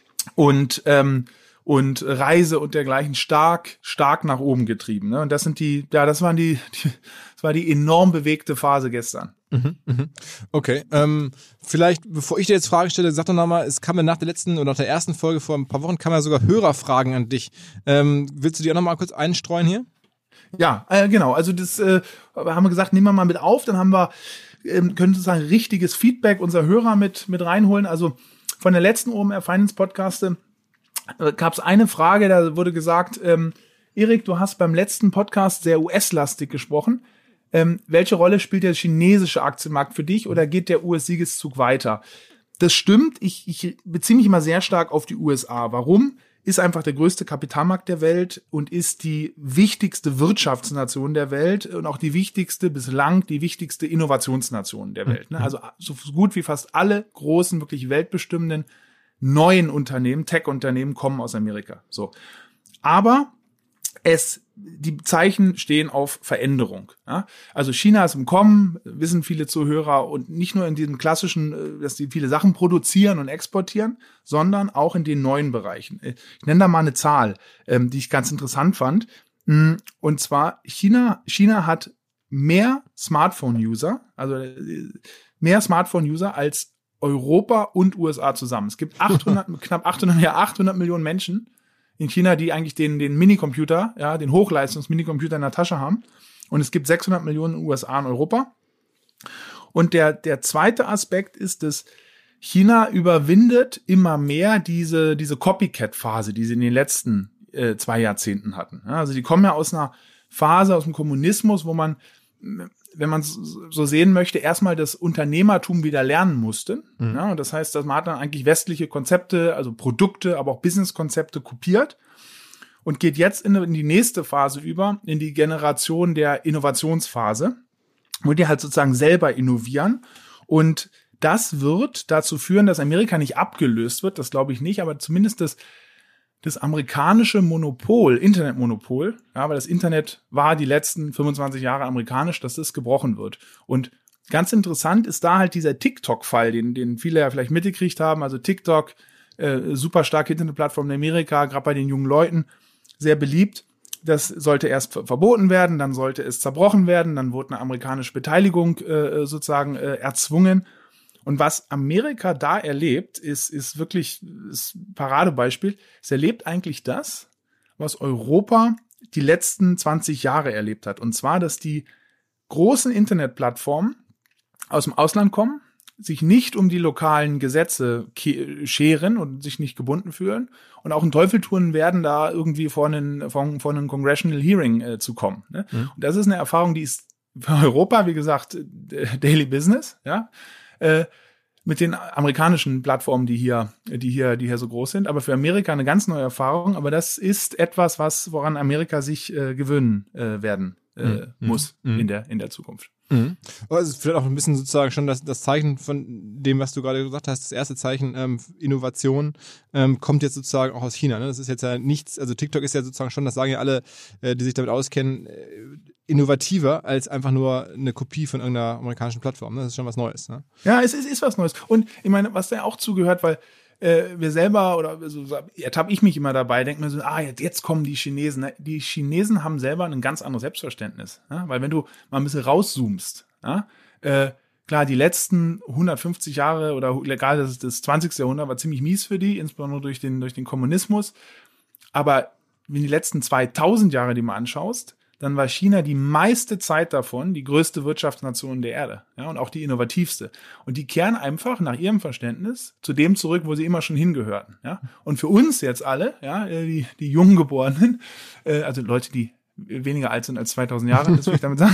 und ähm, und Reise und dergleichen stark stark nach oben getrieben. Ne? Und das sind die, ja, das waren die, die, das war die enorm bewegte Phase gestern. Mhm, mhm. Okay, ähm, vielleicht, bevor ich dir jetzt Fragen stelle, sag doch nochmal, es kam ja nach der letzten oder nach der ersten Folge vor ein paar Wochen, kamen ja sogar Hörerfragen an dich. Ähm, willst du die auch nochmal kurz einstreuen hier? Ja, äh, genau. Also das äh, haben wir gesagt, nehmen wir mal mit auf. Dann haben wir, ähm, können sozusagen richtiges Feedback unserer Hörer mit mit reinholen. Also von der letzten O M R Finance Podcaste äh, gab es eine Frage, da wurde gesagt, ähm, Erik, du hast beim letzten Podcast sehr U S-lastig gesprochen. Ähm, welche Rolle spielt der chinesische Aktienmarkt für dich oder geht der U S-Siegeszug weiter? Das stimmt. Ich, ich beziehe mich immer sehr stark auf die U S A. Warum? Ist einfach der größte Kapitalmarkt der Welt und ist die wichtigste Wirtschaftsnation der Welt und auch die wichtigste, bislang die wichtigste Innovationsnation der Welt. Ne? Also so gut wie fast alle großen, wirklich weltbestimmenden neuen Unternehmen, Tech-Unternehmen kommen aus Amerika. So, aber es, die Zeichen stehen auf Veränderung. Ja? Also China ist im Kommen, wissen viele Zuhörer, und nicht nur in diesem klassischen, dass die viele Sachen produzieren und exportieren, sondern auch in den neuen Bereichen. Ich nenne da mal eine Zahl, die ich ganz interessant fand. Und zwar China, China hat mehr Smartphone-User, also mehr Smartphone-User als Europa und U S A zusammen. Es gibt achthundert, knapp achthundert, ja, achthundert Millionen Menschen in China, die eigentlich den, den Minicomputer, ja, den Hochleistungs-Minicomputer in der Tasche haben. Und es gibt sechshundert Millionen in U S A und Europa. Und der, der zweite Aspekt ist, dass China überwindet immer mehr diese, diese Copycat-Phase, die sie in den letzten äh, zwei Jahrzehnten hatten. Ja, also die kommen ja aus einer Phase, aus dem Kommunismus, wo man, wenn man es so sehen möchte, erstmal das Unternehmertum wieder lernen musste. Mhm. Ja, und das heißt, dass man hat dann eigentlich westliche Konzepte, also Produkte, aber auch Business-Konzepte kopiert und geht jetzt in, in die nächste Phase über, in die Generation der Innovationsphase, wo die halt sozusagen selber innovieren. Und das wird dazu führen, dass Amerika nicht abgelöst wird, das glaube ich nicht, aber zumindest das, das amerikanische Monopol, Internetmonopol, ja, weil das Internet war die letzten fünfundzwanzig Jahre amerikanisch, dass das gebrochen wird. Und ganz interessant ist da halt dieser TikTok-Fall, den, den viele ja vielleicht mitgekriegt haben. Also TikTok, äh, super starke Internetplattform in Amerika, gerade bei den jungen Leuten, sehr beliebt. Das sollte erst verboten werden, dann sollte es zerbrochen werden, dann wurde eine amerikanische Beteiligung äh, sozusagen äh, erzwungen. Und was Amerika da erlebt, ist, ist wirklich das Paradebeispiel. Es erlebt eigentlich das, was Europa die letzten zwanzig Jahre erlebt hat. Und zwar, dass die großen Internetplattformen aus dem Ausland kommen, sich nicht um die lokalen Gesetze scheren und sich nicht gebunden fühlen und auch einen Teufel tun werden, da irgendwie vor einen, vor, vor einen Congressional Hearing äh, zu kommen. Ne? Mhm. Und das ist eine Erfahrung, die ist für Europa, wie gesagt, Daily Business, ja, äh, mit den amerikanischen Plattformen, die hier, die hier, die hier so groß sind. Aber für Amerika eine ganz neue Erfahrung. Aber das ist etwas, was, woran Amerika sich äh, gewöhnen äh, werden äh, mhm. muss mhm. in der, in der Zukunft. Mhm. Also vielleicht auch ein bisschen sozusagen schon das, das Zeichen von dem, was du gerade gesagt hast, das erste Zeichen, ähm, Innovation, ähm, kommt jetzt sozusagen auch aus China. Ne? Das ist jetzt ja nichts, also TikTok ist ja sozusagen schon, das sagen ja alle, äh, die sich damit auskennen, äh, innovativer als einfach nur eine Kopie von irgendeiner amerikanischen Plattform. Ne? Das ist schon was Neues. Ne? Ja, es ist, ist was Neues. Und ich meine, was da auch zugehört, weil äh, wir selber, oder so ertappe ich mich immer dabei, denke mir so, ah, jetzt, jetzt kommen die Chinesen. Die Chinesen haben selber ein ganz anderes Selbstverständnis. Ja? Weil wenn du mal ein bisschen rauszoomst, ja, äh, klar, die letzten hundertfünfzig Jahre oder egal, das, das zwanzigste Jahrhundert war ziemlich mies für die, insbesondere durch den, durch den Kommunismus. Aber wenn die letzten zweitausend Jahre die mal anschaust, dann war China die meiste Zeit davon die größte Wirtschaftsnation der Erde, ja, und auch die innovativste. Und die kehren einfach nach ihrem Verständnis zu dem zurück, wo sie immer schon hingehörten, ja. Und für uns jetzt alle, ja, die, die Junggeborenen, äh, also Leute, die weniger alt sind als zweitausend Jahre, das will ich damit sagen,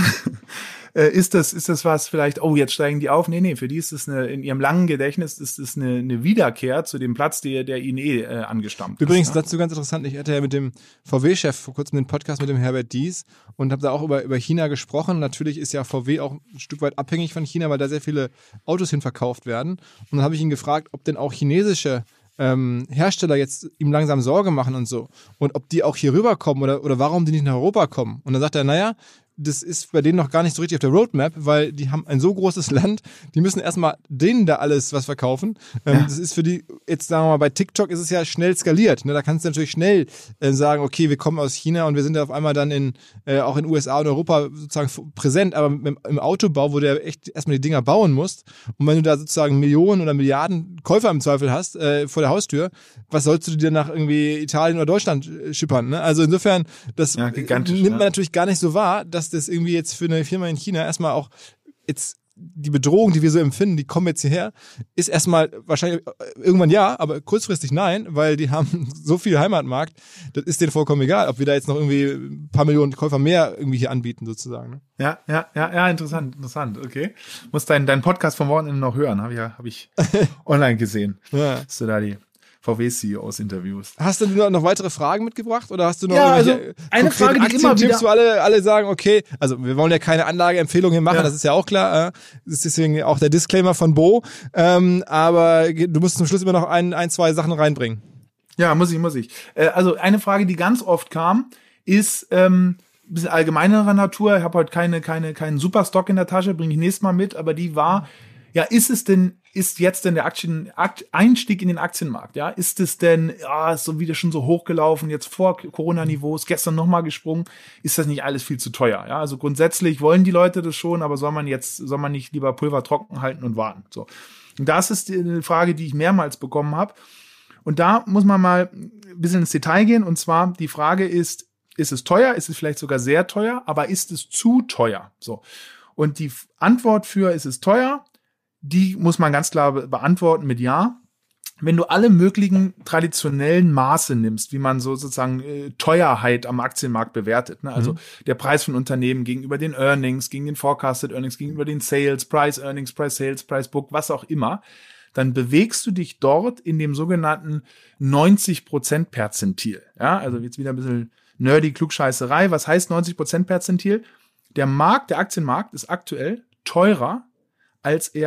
äh, ist das, ist das was vielleicht, oh, jetzt steigen die auf? Nee, nee, für die ist es eine, in ihrem langen Gedächtnis ist es eine, eine Wiederkehr zu dem Platz, der, der ihnen eh äh, angestammt Übrigens, ist. Übrigens, dazu ganz interessant, ich hatte ja mit dem V W-Chef vor kurzem den Podcast mit dem Herbert Dies und habe da auch über, über China gesprochen. Natürlich ist ja V W auch ein Stück weit abhängig von China, weil da sehr viele Autos hinverkauft werden. Und dann habe ich ihn gefragt, ob denn auch chinesische Ähm, Hersteller jetzt ihm langsam Sorge machen und so. Und ob die auch hier rüberkommen oder, oder warum die nicht nach Europa kommen. Und dann sagt er, naja, das ist bei denen noch gar nicht so richtig auf der Roadmap, weil die haben ein so großes Land, die müssen erstmal denen da alles was verkaufen. Ähm, ja. Das ist für die, jetzt sagen wir mal, bei TikTok ist es ja schnell skaliert. Ne? Da kannst du natürlich schnell äh, sagen, okay, wir kommen aus China und wir sind ja auf einmal dann in äh, auch in U S A und Europa sozusagen präsent, aber im, im Autobau, wo du ja echt erstmal die Dinger bauen musst und wenn du da sozusagen Millionen oder Milliarden Käufer im Zweifel hast äh, vor der Haustür, was sollst du dir nach irgendwie Italien oder Deutschland äh, schippern? Ne? Also insofern, das ja, nimmt man ja. natürlich gar nicht so wahr, dass das irgendwie jetzt für eine Firma in China erstmal auch jetzt die Bedrohung, die wir so empfinden, die kommen jetzt hierher, ist erstmal wahrscheinlich irgendwann ja, aber kurzfristig nein, weil die haben so viel Heimatmarkt, das ist denen vollkommen egal, ob wir da jetzt noch irgendwie ein paar Millionen Käufer mehr irgendwie hier anbieten sozusagen. Ne? Ja, ja, ja, ja, interessant, interessant, okay. Muss deinen dein Podcast vom Wochenende noch hören, habe ich ja, habe ich online gesehen. Ja. Hast du da die V W-C E Os Interviews. Hast du noch weitere Fragen mitgebracht oder hast du noch ja, also eine Frage, die immer wieder wo alle alle sagen, okay, also wir wollen ja keine Anlageempfehlungen hier machen, ja. Das ist ja auch klar. Das ist deswegen auch der Disclaimer von Bo. Ähm, aber du musst zum Schluss immer noch ein, ein, zwei Sachen reinbringen. Ja, muss ich, muss ich. Äh, also eine Frage, die ganz oft kam, ist ähm, ein bisschen allgemeinerer Natur. Ich habe heute keine, keine, keinen Superstock in der Tasche, bringe ich nächstes Mal mit, aber die war, ja, ist es denn Ist jetzt denn der Aktien, Akt, Einstieg in den Aktienmarkt, ja? Ist es denn, ja, ist so wieder schon so hochgelaufen, jetzt vor Corona-Niveaus, gestern nochmal gesprungen? Ist das nicht alles viel zu teuer, ja? Also grundsätzlich wollen die Leute das schon, aber soll man jetzt, soll man nicht lieber Pulver trocken halten und warten, so. Und das ist eine Frage, die ich mehrmals bekommen habe. Und da muss man mal ein bisschen ins Detail gehen. Und zwar, die Frage ist, ist es teuer? Ist es vielleicht sogar sehr teuer? Aber ist es zu teuer? So. Und die Antwort für, ist es teuer? Die muss man ganz klar beantworten mit Ja. Wenn du alle möglichen traditionellen Maße nimmst, wie man so sozusagen äh, Teuerheit am Aktienmarkt bewertet, ne? Also mhm. der Preis von Unternehmen gegenüber den Earnings, gegen den Forecasted Earnings, gegenüber den Sales, Price Earnings, Price Sales, Price Book, was auch immer, dann bewegst du dich dort in dem sogenannten neunzig Prozent Perzentil. Ja, also jetzt wieder ein bisschen nerdy Klugscheißerei. Was heißt neunzig Prozent Perzentil? Der Markt, der Aktienmarkt ist aktuell teurer, als er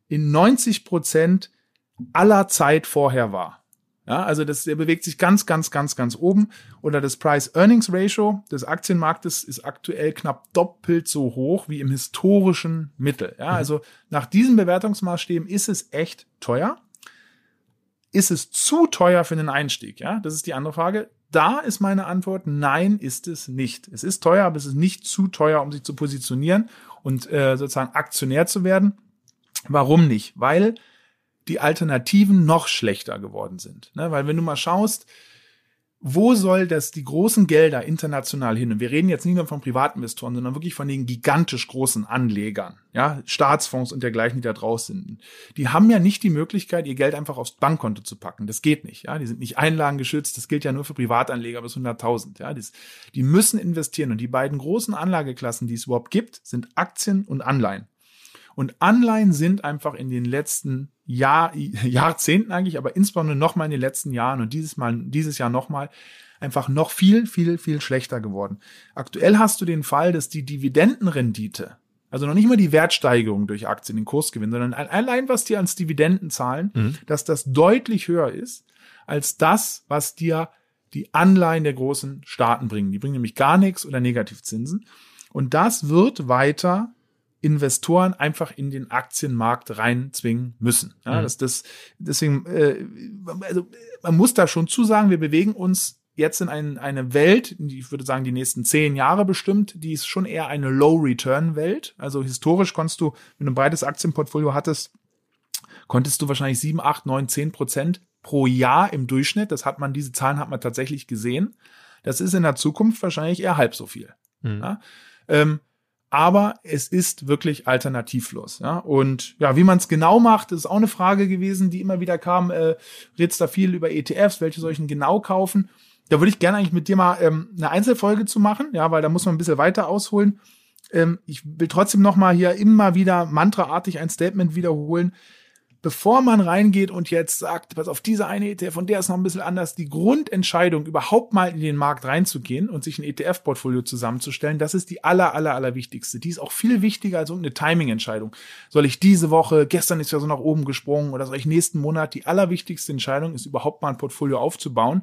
in neunzig Prozent aller Zeit vorher war. Ja, also das, der bewegt sich ganz, ganz, ganz, ganz oben. Oder das Price-Earnings-Ratio des Aktienmarktes ist aktuell knapp doppelt so hoch wie im historischen Mittel. Ja, also nach diesen Bewertungsmaßstäben ist es echt teuer. Ist es zu teuer für einen Einstieg? Ja, das ist die andere Frage. Da ist meine Antwort, nein, ist es nicht. Es ist teuer, aber es ist nicht zu teuer, um sich zu positionieren und äh, sozusagen Aktionär zu werden. Warum nicht? Weil die Alternativen noch schlechter geworden sind. Ne? Weil wenn du mal schaust, wo soll das die großen Gelder international hin? Und wir reden jetzt nicht nur von Privatinvestoren, sondern wirklich von den gigantisch großen Anlegern, ja, Staatsfonds und dergleichen, die da draußen sind. Die haben ja nicht die Möglichkeit, ihr Geld einfach aufs Bankkonto zu packen. Das geht nicht, ja. Die sind nicht einlagengeschützt. Das gilt ja nur für Privatanleger bis hunderttausend, ja. Das, die müssen investieren. Und die beiden großen Anlageklassen, die es überhaupt gibt, sind Aktien und Anleihen. Und Anleihen sind einfach in den letzten Jahr, Jahrzehnten eigentlich, aber insbesondere nochmal in den letzten Jahren und dieses Mal, dieses Jahr nochmal einfach noch viel, viel, viel schlechter geworden. Aktuell hast du den Fall, dass die Dividendenrendite, also noch nicht mal die Wertsteigerung durch Aktien, den Kursgewinn, sondern allein was die als Dividenden zahlen, mhm. dass das deutlich höher ist als das, was dir die Anleihen der großen Staaten bringen. Die bringen nämlich gar nichts oder Negativzinsen. Und das wird weiter Investoren einfach in den Aktienmarkt reinzwingen müssen. Ja, mhm. das, das, deswegen, äh, also man muss da schon zusagen, wir bewegen uns jetzt in ein, eine Welt, ich würde sagen die nächsten zehn Jahre bestimmt, die ist schon eher eine Low-Return-Welt. Also historisch konntest du, wenn du ein breites Aktienportfolio hattest, konntest du wahrscheinlich sieben, acht, neun, zehn Prozent pro Jahr im Durchschnitt. Das hat man, diese Zahlen hat man tatsächlich gesehen. Das ist in der Zukunft wahrscheinlich eher halb so viel. Mhm. Ja, ähm, aber es ist wirklich alternativlos. Ja? Und ja, wie man es genau macht, ist auch eine Frage gewesen, die immer wieder kam. Äh, redest da viel über E T Fs, welche soll ich denn genau kaufen? Da würde ich gerne eigentlich mit dir mal ähm, eine Einzelfolge zu machen, ja, weil da muss man ein bisschen weiter ausholen. Ähm, ich will trotzdem noch mal hier immer wieder mantraartig ein Statement wiederholen. Bevor man reingeht und jetzt sagt, pass auf, diese eine E T F und der ist noch ein bisschen anders, die Grundentscheidung, überhaupt mal in den Markt reinzugehen und sich ein E T F-Portfolio zusammenzustellen, das ist die aller, aller, aller wichtigste. Die ist auch viel wichtiger als irgendeine Timing-Entscheidung. Soll ich diese Woche, gestern ist ja so nach oben gesprungen, oder soll ich nächsten Monat? Die allerwichtigste Entscheidung ist, überhaupt mal ein Portfolio aufzubauen.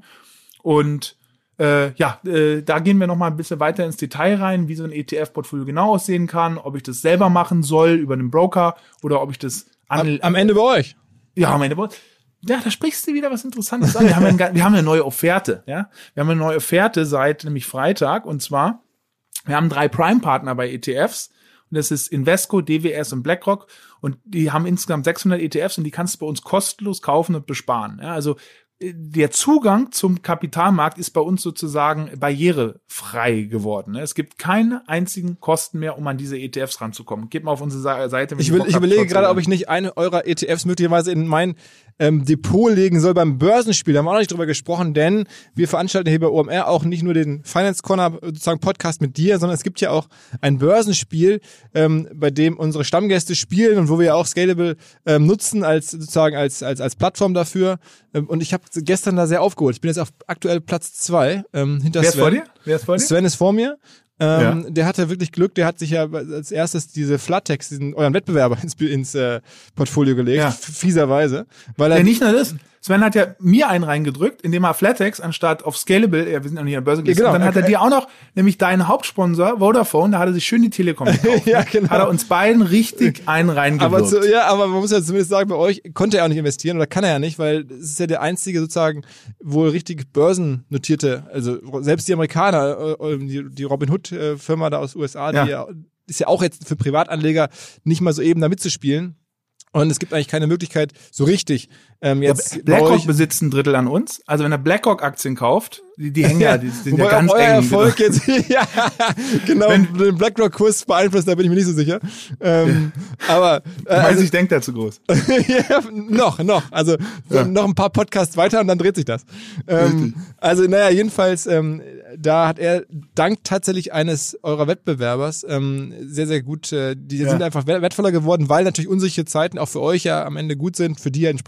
Und äh, ja, äh, da gehen wir noch mal ein bisschen weiter ins Detail rein, wie so ein E T F-Portfolio genau aussehen kann, ob ich das selber machen soll über einen Broker oder ob ich das Am, am Ende bei euch. Ja, am Ende bei euch. Ja, da sprichst du wieder was Interessantes an. Wir haben, eine, wir haben eine neue Offerte, ja. Wir haben eine neue Offerte seit nämlich Freitag. Und zwar, wir haben drei Prime-Partner bei E T Fs. Und das ist Invesco, D W S und BlackRock. Und die haben insgesamt sechshundert E T Fs und die kannst du bei uns kostenlos kaufen und besparen. Ja, also der Zugang zum Kapitalmarkt ist bei uns sozusagen barrierefrei geworden. Es gibt keine einzigen Kosten mehr, um an diese E T Fs ranzukommen. Geht mal auf unsere Seite. Ich, will, ich überlege gerade, ob ich nicht eine eurer E T Fs möglicherweise in mein ähm, Depot legen soll beim Börsenspiel. Da haben wir auch noch nicht drüber gesprochen, denn wir veranstalten hier bei O M R auch nicht nur den Finance Corner sozusagen Podcast mit dir, sondern es gibt ja auch ein Börsenspiel, ähm, bei dem unsere Stammgäste spielen und wo wir ja auch Scalable ähm, nutzen als sozusagen als als als Plattform dafür. Ähm, und ich habe gestern da sehr aufgeholt. Ich bin jetzt auf aktuell Platz zwei ähm, hinter Wer Sven. Ist vor dir? Wer ist vor dir? Sven ist vor mir. Ähm, ja. Der hatte wirklich Glück, der hat sich ja als erstes diese Flatex, diesen euren Wettbewerber ins, ins äh, Portfolio gelegt, ja. fieserweise. Weil er ja, nicht nur das. Sven hat ja mir einen reingedrückt, indem er Flatex anstatt auf Scalable, ja, wir sind ja nicht an der Börse gelistet, ja, genau. Und dann hat er dir auch noch, nämlich deinen Hauptsponsor, Vodafone, da hat er sich schön die Telekom gekauft. Ja, genau. Hat er uns beiden richtig einen reingedrückt. Aber zu, ja, aber man muss ja zumindest sagen, bei euch konnte er auch nicht investieren oder kann er ja nicht, weil es ist ja der einzige sozusagen wohl richtig börsennotierte, also selbst die Amerikaner, die, die Robinhood-Firma da aus U S A, die ja. Ja, ist ja auch jetzt für Privatanleger nicht mal so eben da mitzuspielen. Und es gibt eigentlich keine Möglichkeit, so richtig ähm, jetzt. Ja, BlackRock besitzt ein Drittel an uns. Also wenn er BlackRock-Aktien kauft, die, die hängen ja, die sind ja ganz euer eng. Erfolg genau. jetzt, ja, genau, wenn den BlackRock-Kurs beeinflusst, da bin ich mir nicht so sicher. Ähm, ja. Aber äh, du meinst, also, ich denke da zu groß. Ja, noch, noch. Also ja. noch ein paar Podcasts weiter und dann dreht sich das. Ähm, also naja, jedenfalls, ähm, da hat er dank tatsächlich eines eurer Wettbewerbers ähm, sehr, sehr gut, äh, die ja. sind einfach wertvoller geworden, weil natürlich unsichere Zeiten auch für euch ja am Ende gut sind, für die ja entsprechend auch.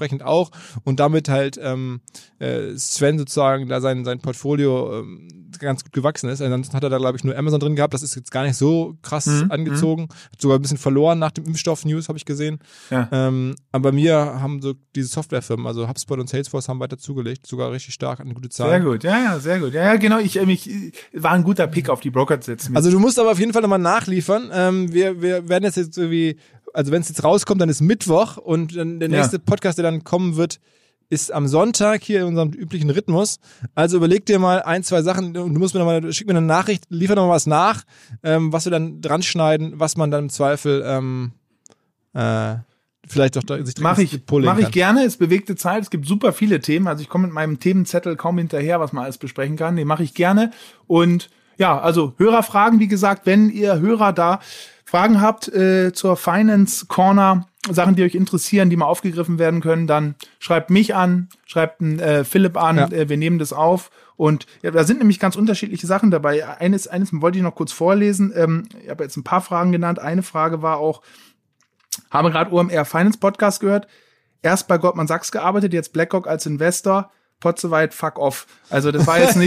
auch und damit halt ähm, äh, Sven sozusagen da sein, sein Portfolio ähm, ganz gut gewachsen ist. Ansonsten hat er da, glaube ich, nur Amazon drin gehabt. Das ist jetzt gar nicht so krass mhm. angezogen. Hat sogar ein bisschen verloren nach dem Impfstoff-News, habe ich gesehen. Ja. Ähm, aber bei mir haben so diese Softwarefirmen, also HubSpot und Salesforce, haben weiter zugelegt. Sogar richtig stark, eine gute Zahl. Sehr gut, ja, ja, sehr gut. Ja, ja, genau. Ich, ich war ein guter Pick auf die Broker-Sitze. Also du musst aber auf jeden Fall nochmal nachliefern. Ähm, wir, wir werden jetzt jetzt irgendwie, also wenn es jetzt rauskommt, dann ist Mittwoch und dann der nächste ja. Podcast, der dann kommen wird, ist am Sonntag hier in unserem üblichen Rhythmus. Also überleg dir mal ein, zwei Sachen. Du musst mir nochmal, schick mir eine Nachricht, liefer nochmal was nach, ähm, was wir dann dran schneiden, was man dann im Zweifel ähm, äh, vielleicht doch da, sich Mach ich, mach ich gerne. Es bewegte Zeit. Es gibt super viele Themen. Also ich komme mit meinem Themenzettel kaum hinterher, was man alles besprechen kann. Den mache ich gerne. Und ja, also Hörerfragen, wie gesagt, wenn ihr Hörer da Fragen habt äh, zur Finance Corner, Sachen, die euch interessieren, die mal aufgegriffen werden können, dann schreibt mich an, schreibt äh, Philipp an, ja. äh, wir nehmen das auf. Und ja, da sind nämlich ganz unterschiedliche Sachen dabei. Eines, eines wollte ich noch kurz vorlesen. Ähm, ich habe jetzt ein paar Fragen genannt. Eine Frage war auch, haben gerade O M R Finance Podcast gehört, erst bei Goldman Sachs gearbeitet, jetzt BlackRock als Investor. Potzeweit, fuck off. Also das war jetzt nicht,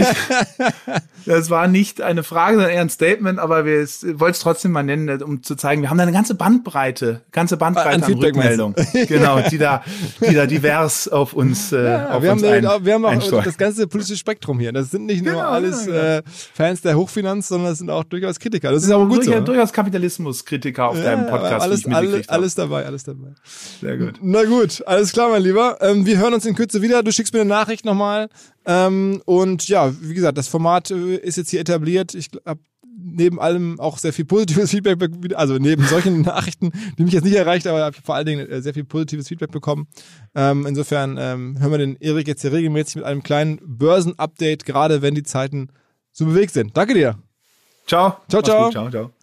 das war nicht eine Frage, sondern eher ein Statement, aber wir wollten es trotzdem mal nennen, um zu zeigen, wir haben da eine ganze Bandbreite, ganze Bandbreite an, an Rückmeldung, genau, die da, die da divers auf uns, äh, ja, auf wir uns haben ein, auch, wir haben auch das ganze politische Spektrum hier. Das sind nicht nur genau, alles genau. Äh, Fans der Hochfinanz, sondern das sind auch durchaus Kritiker. Das ist aber gut durchaus, so. Durchaus Kapitalismus-Kritiker auf ja, deinem Podcast. Alles, wie ich alles, alles dabei, alles dabei. Sehr gut. Na gut, alles klar, mein Lieber. Ähm, wir hören uns in Kürze wieder. Du schickst mir eine Nachricht nochmal. Ähm, und ja, wie gesagt, das Format äh, ist jetzt hier etabliert. Ich habe neben allem auch sehr viel positives Feedback, also neben solchen Nachrichten, die mich jetzt nicht erreicht, aber habe ich vor allen Dingen äh, sehr viel positives Feedback bekommen. Ähm, insofern ähm, hören wir den Erik jetzt hier regelmäßig mit einem kleinen Börsenupdate, gerade wenn die Zeiten so bewegt sind. Danke dir. Ciao. Ciao, ciao. Gut, ciao, ciao.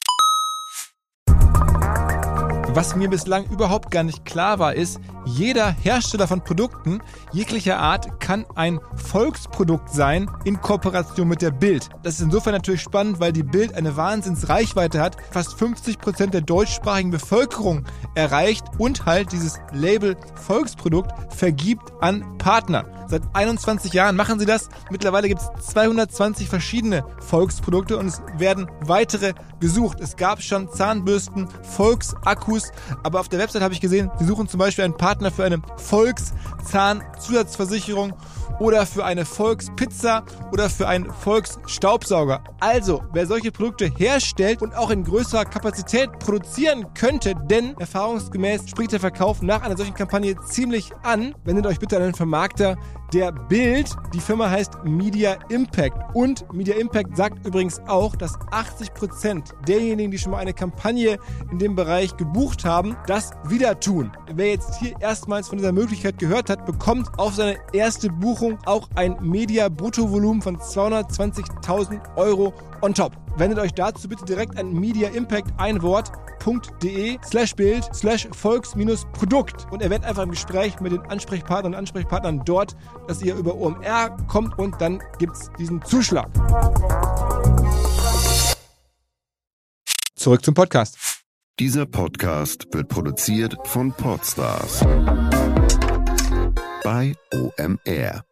Was mir bislang überhaupt gar nicht klar war, ist, jeder Hersteller von Produkten jeglicher Art kann ein Volksprodukt sein in Kooperation mit der Bild. Das ist insofern natürlich spannend, weil die Bild eine Wahnsinnsreichweite hat, fast fünfzig Prozent der deutschsprachigen Bevölkerung erreicht und halt dieses Label Volksprodukt vergibt an Partner. Seit einundzwanzig Jahren machen sie das. Mittlerweile gibt es zweihundertzwanzig verschiedene Volksprodukte und es werden weitere gesucht. Es gab schon Zahnbürsten, Volksakkus, aber auf der Website habe ich gesehen, sie suchen zum Beispiel einen Partner für eine Volkszahnzusatzversicherung oder für eine Volkspizza oder für einen Volksstaubsauger. Also, wer solche Produkte herstellt und auch in größerer Kapazität produzieren könnte, denn erfahrungsgemäß spricht der Verkauf nach einer solchen Kampagne ziemlich an, wendet euch bitte an den Vermarkter der Bild. Die Firma heißt Media Impact und Media Impact sagt übrigens auch, dass achtzig Prozent derjenigen, die schon mal eine Kampagne in dem Bereich gebucht haben, das wieder tun. Wer jetzt hier erstmals von dieser Möglichkeit gehört hat, bekommt auf seine erste Buchung auch ein Media-Bruttovolumen von zweihundertzwanzigtausend Euro on top. Wendet euch dazu bitte direkt an Media Impact, ein Wort, .de slash Bild slash Volks minus Produkt und erwähnt einfach im Gespräch mit den Ansprechpartnern und Ansprechpartnern dort, dass ihr über O M R kommt und dann gibt's diesen Zuschlag. Zurück zum Podcast. Dieser Podcast wird produziert von Podstars bei O M R.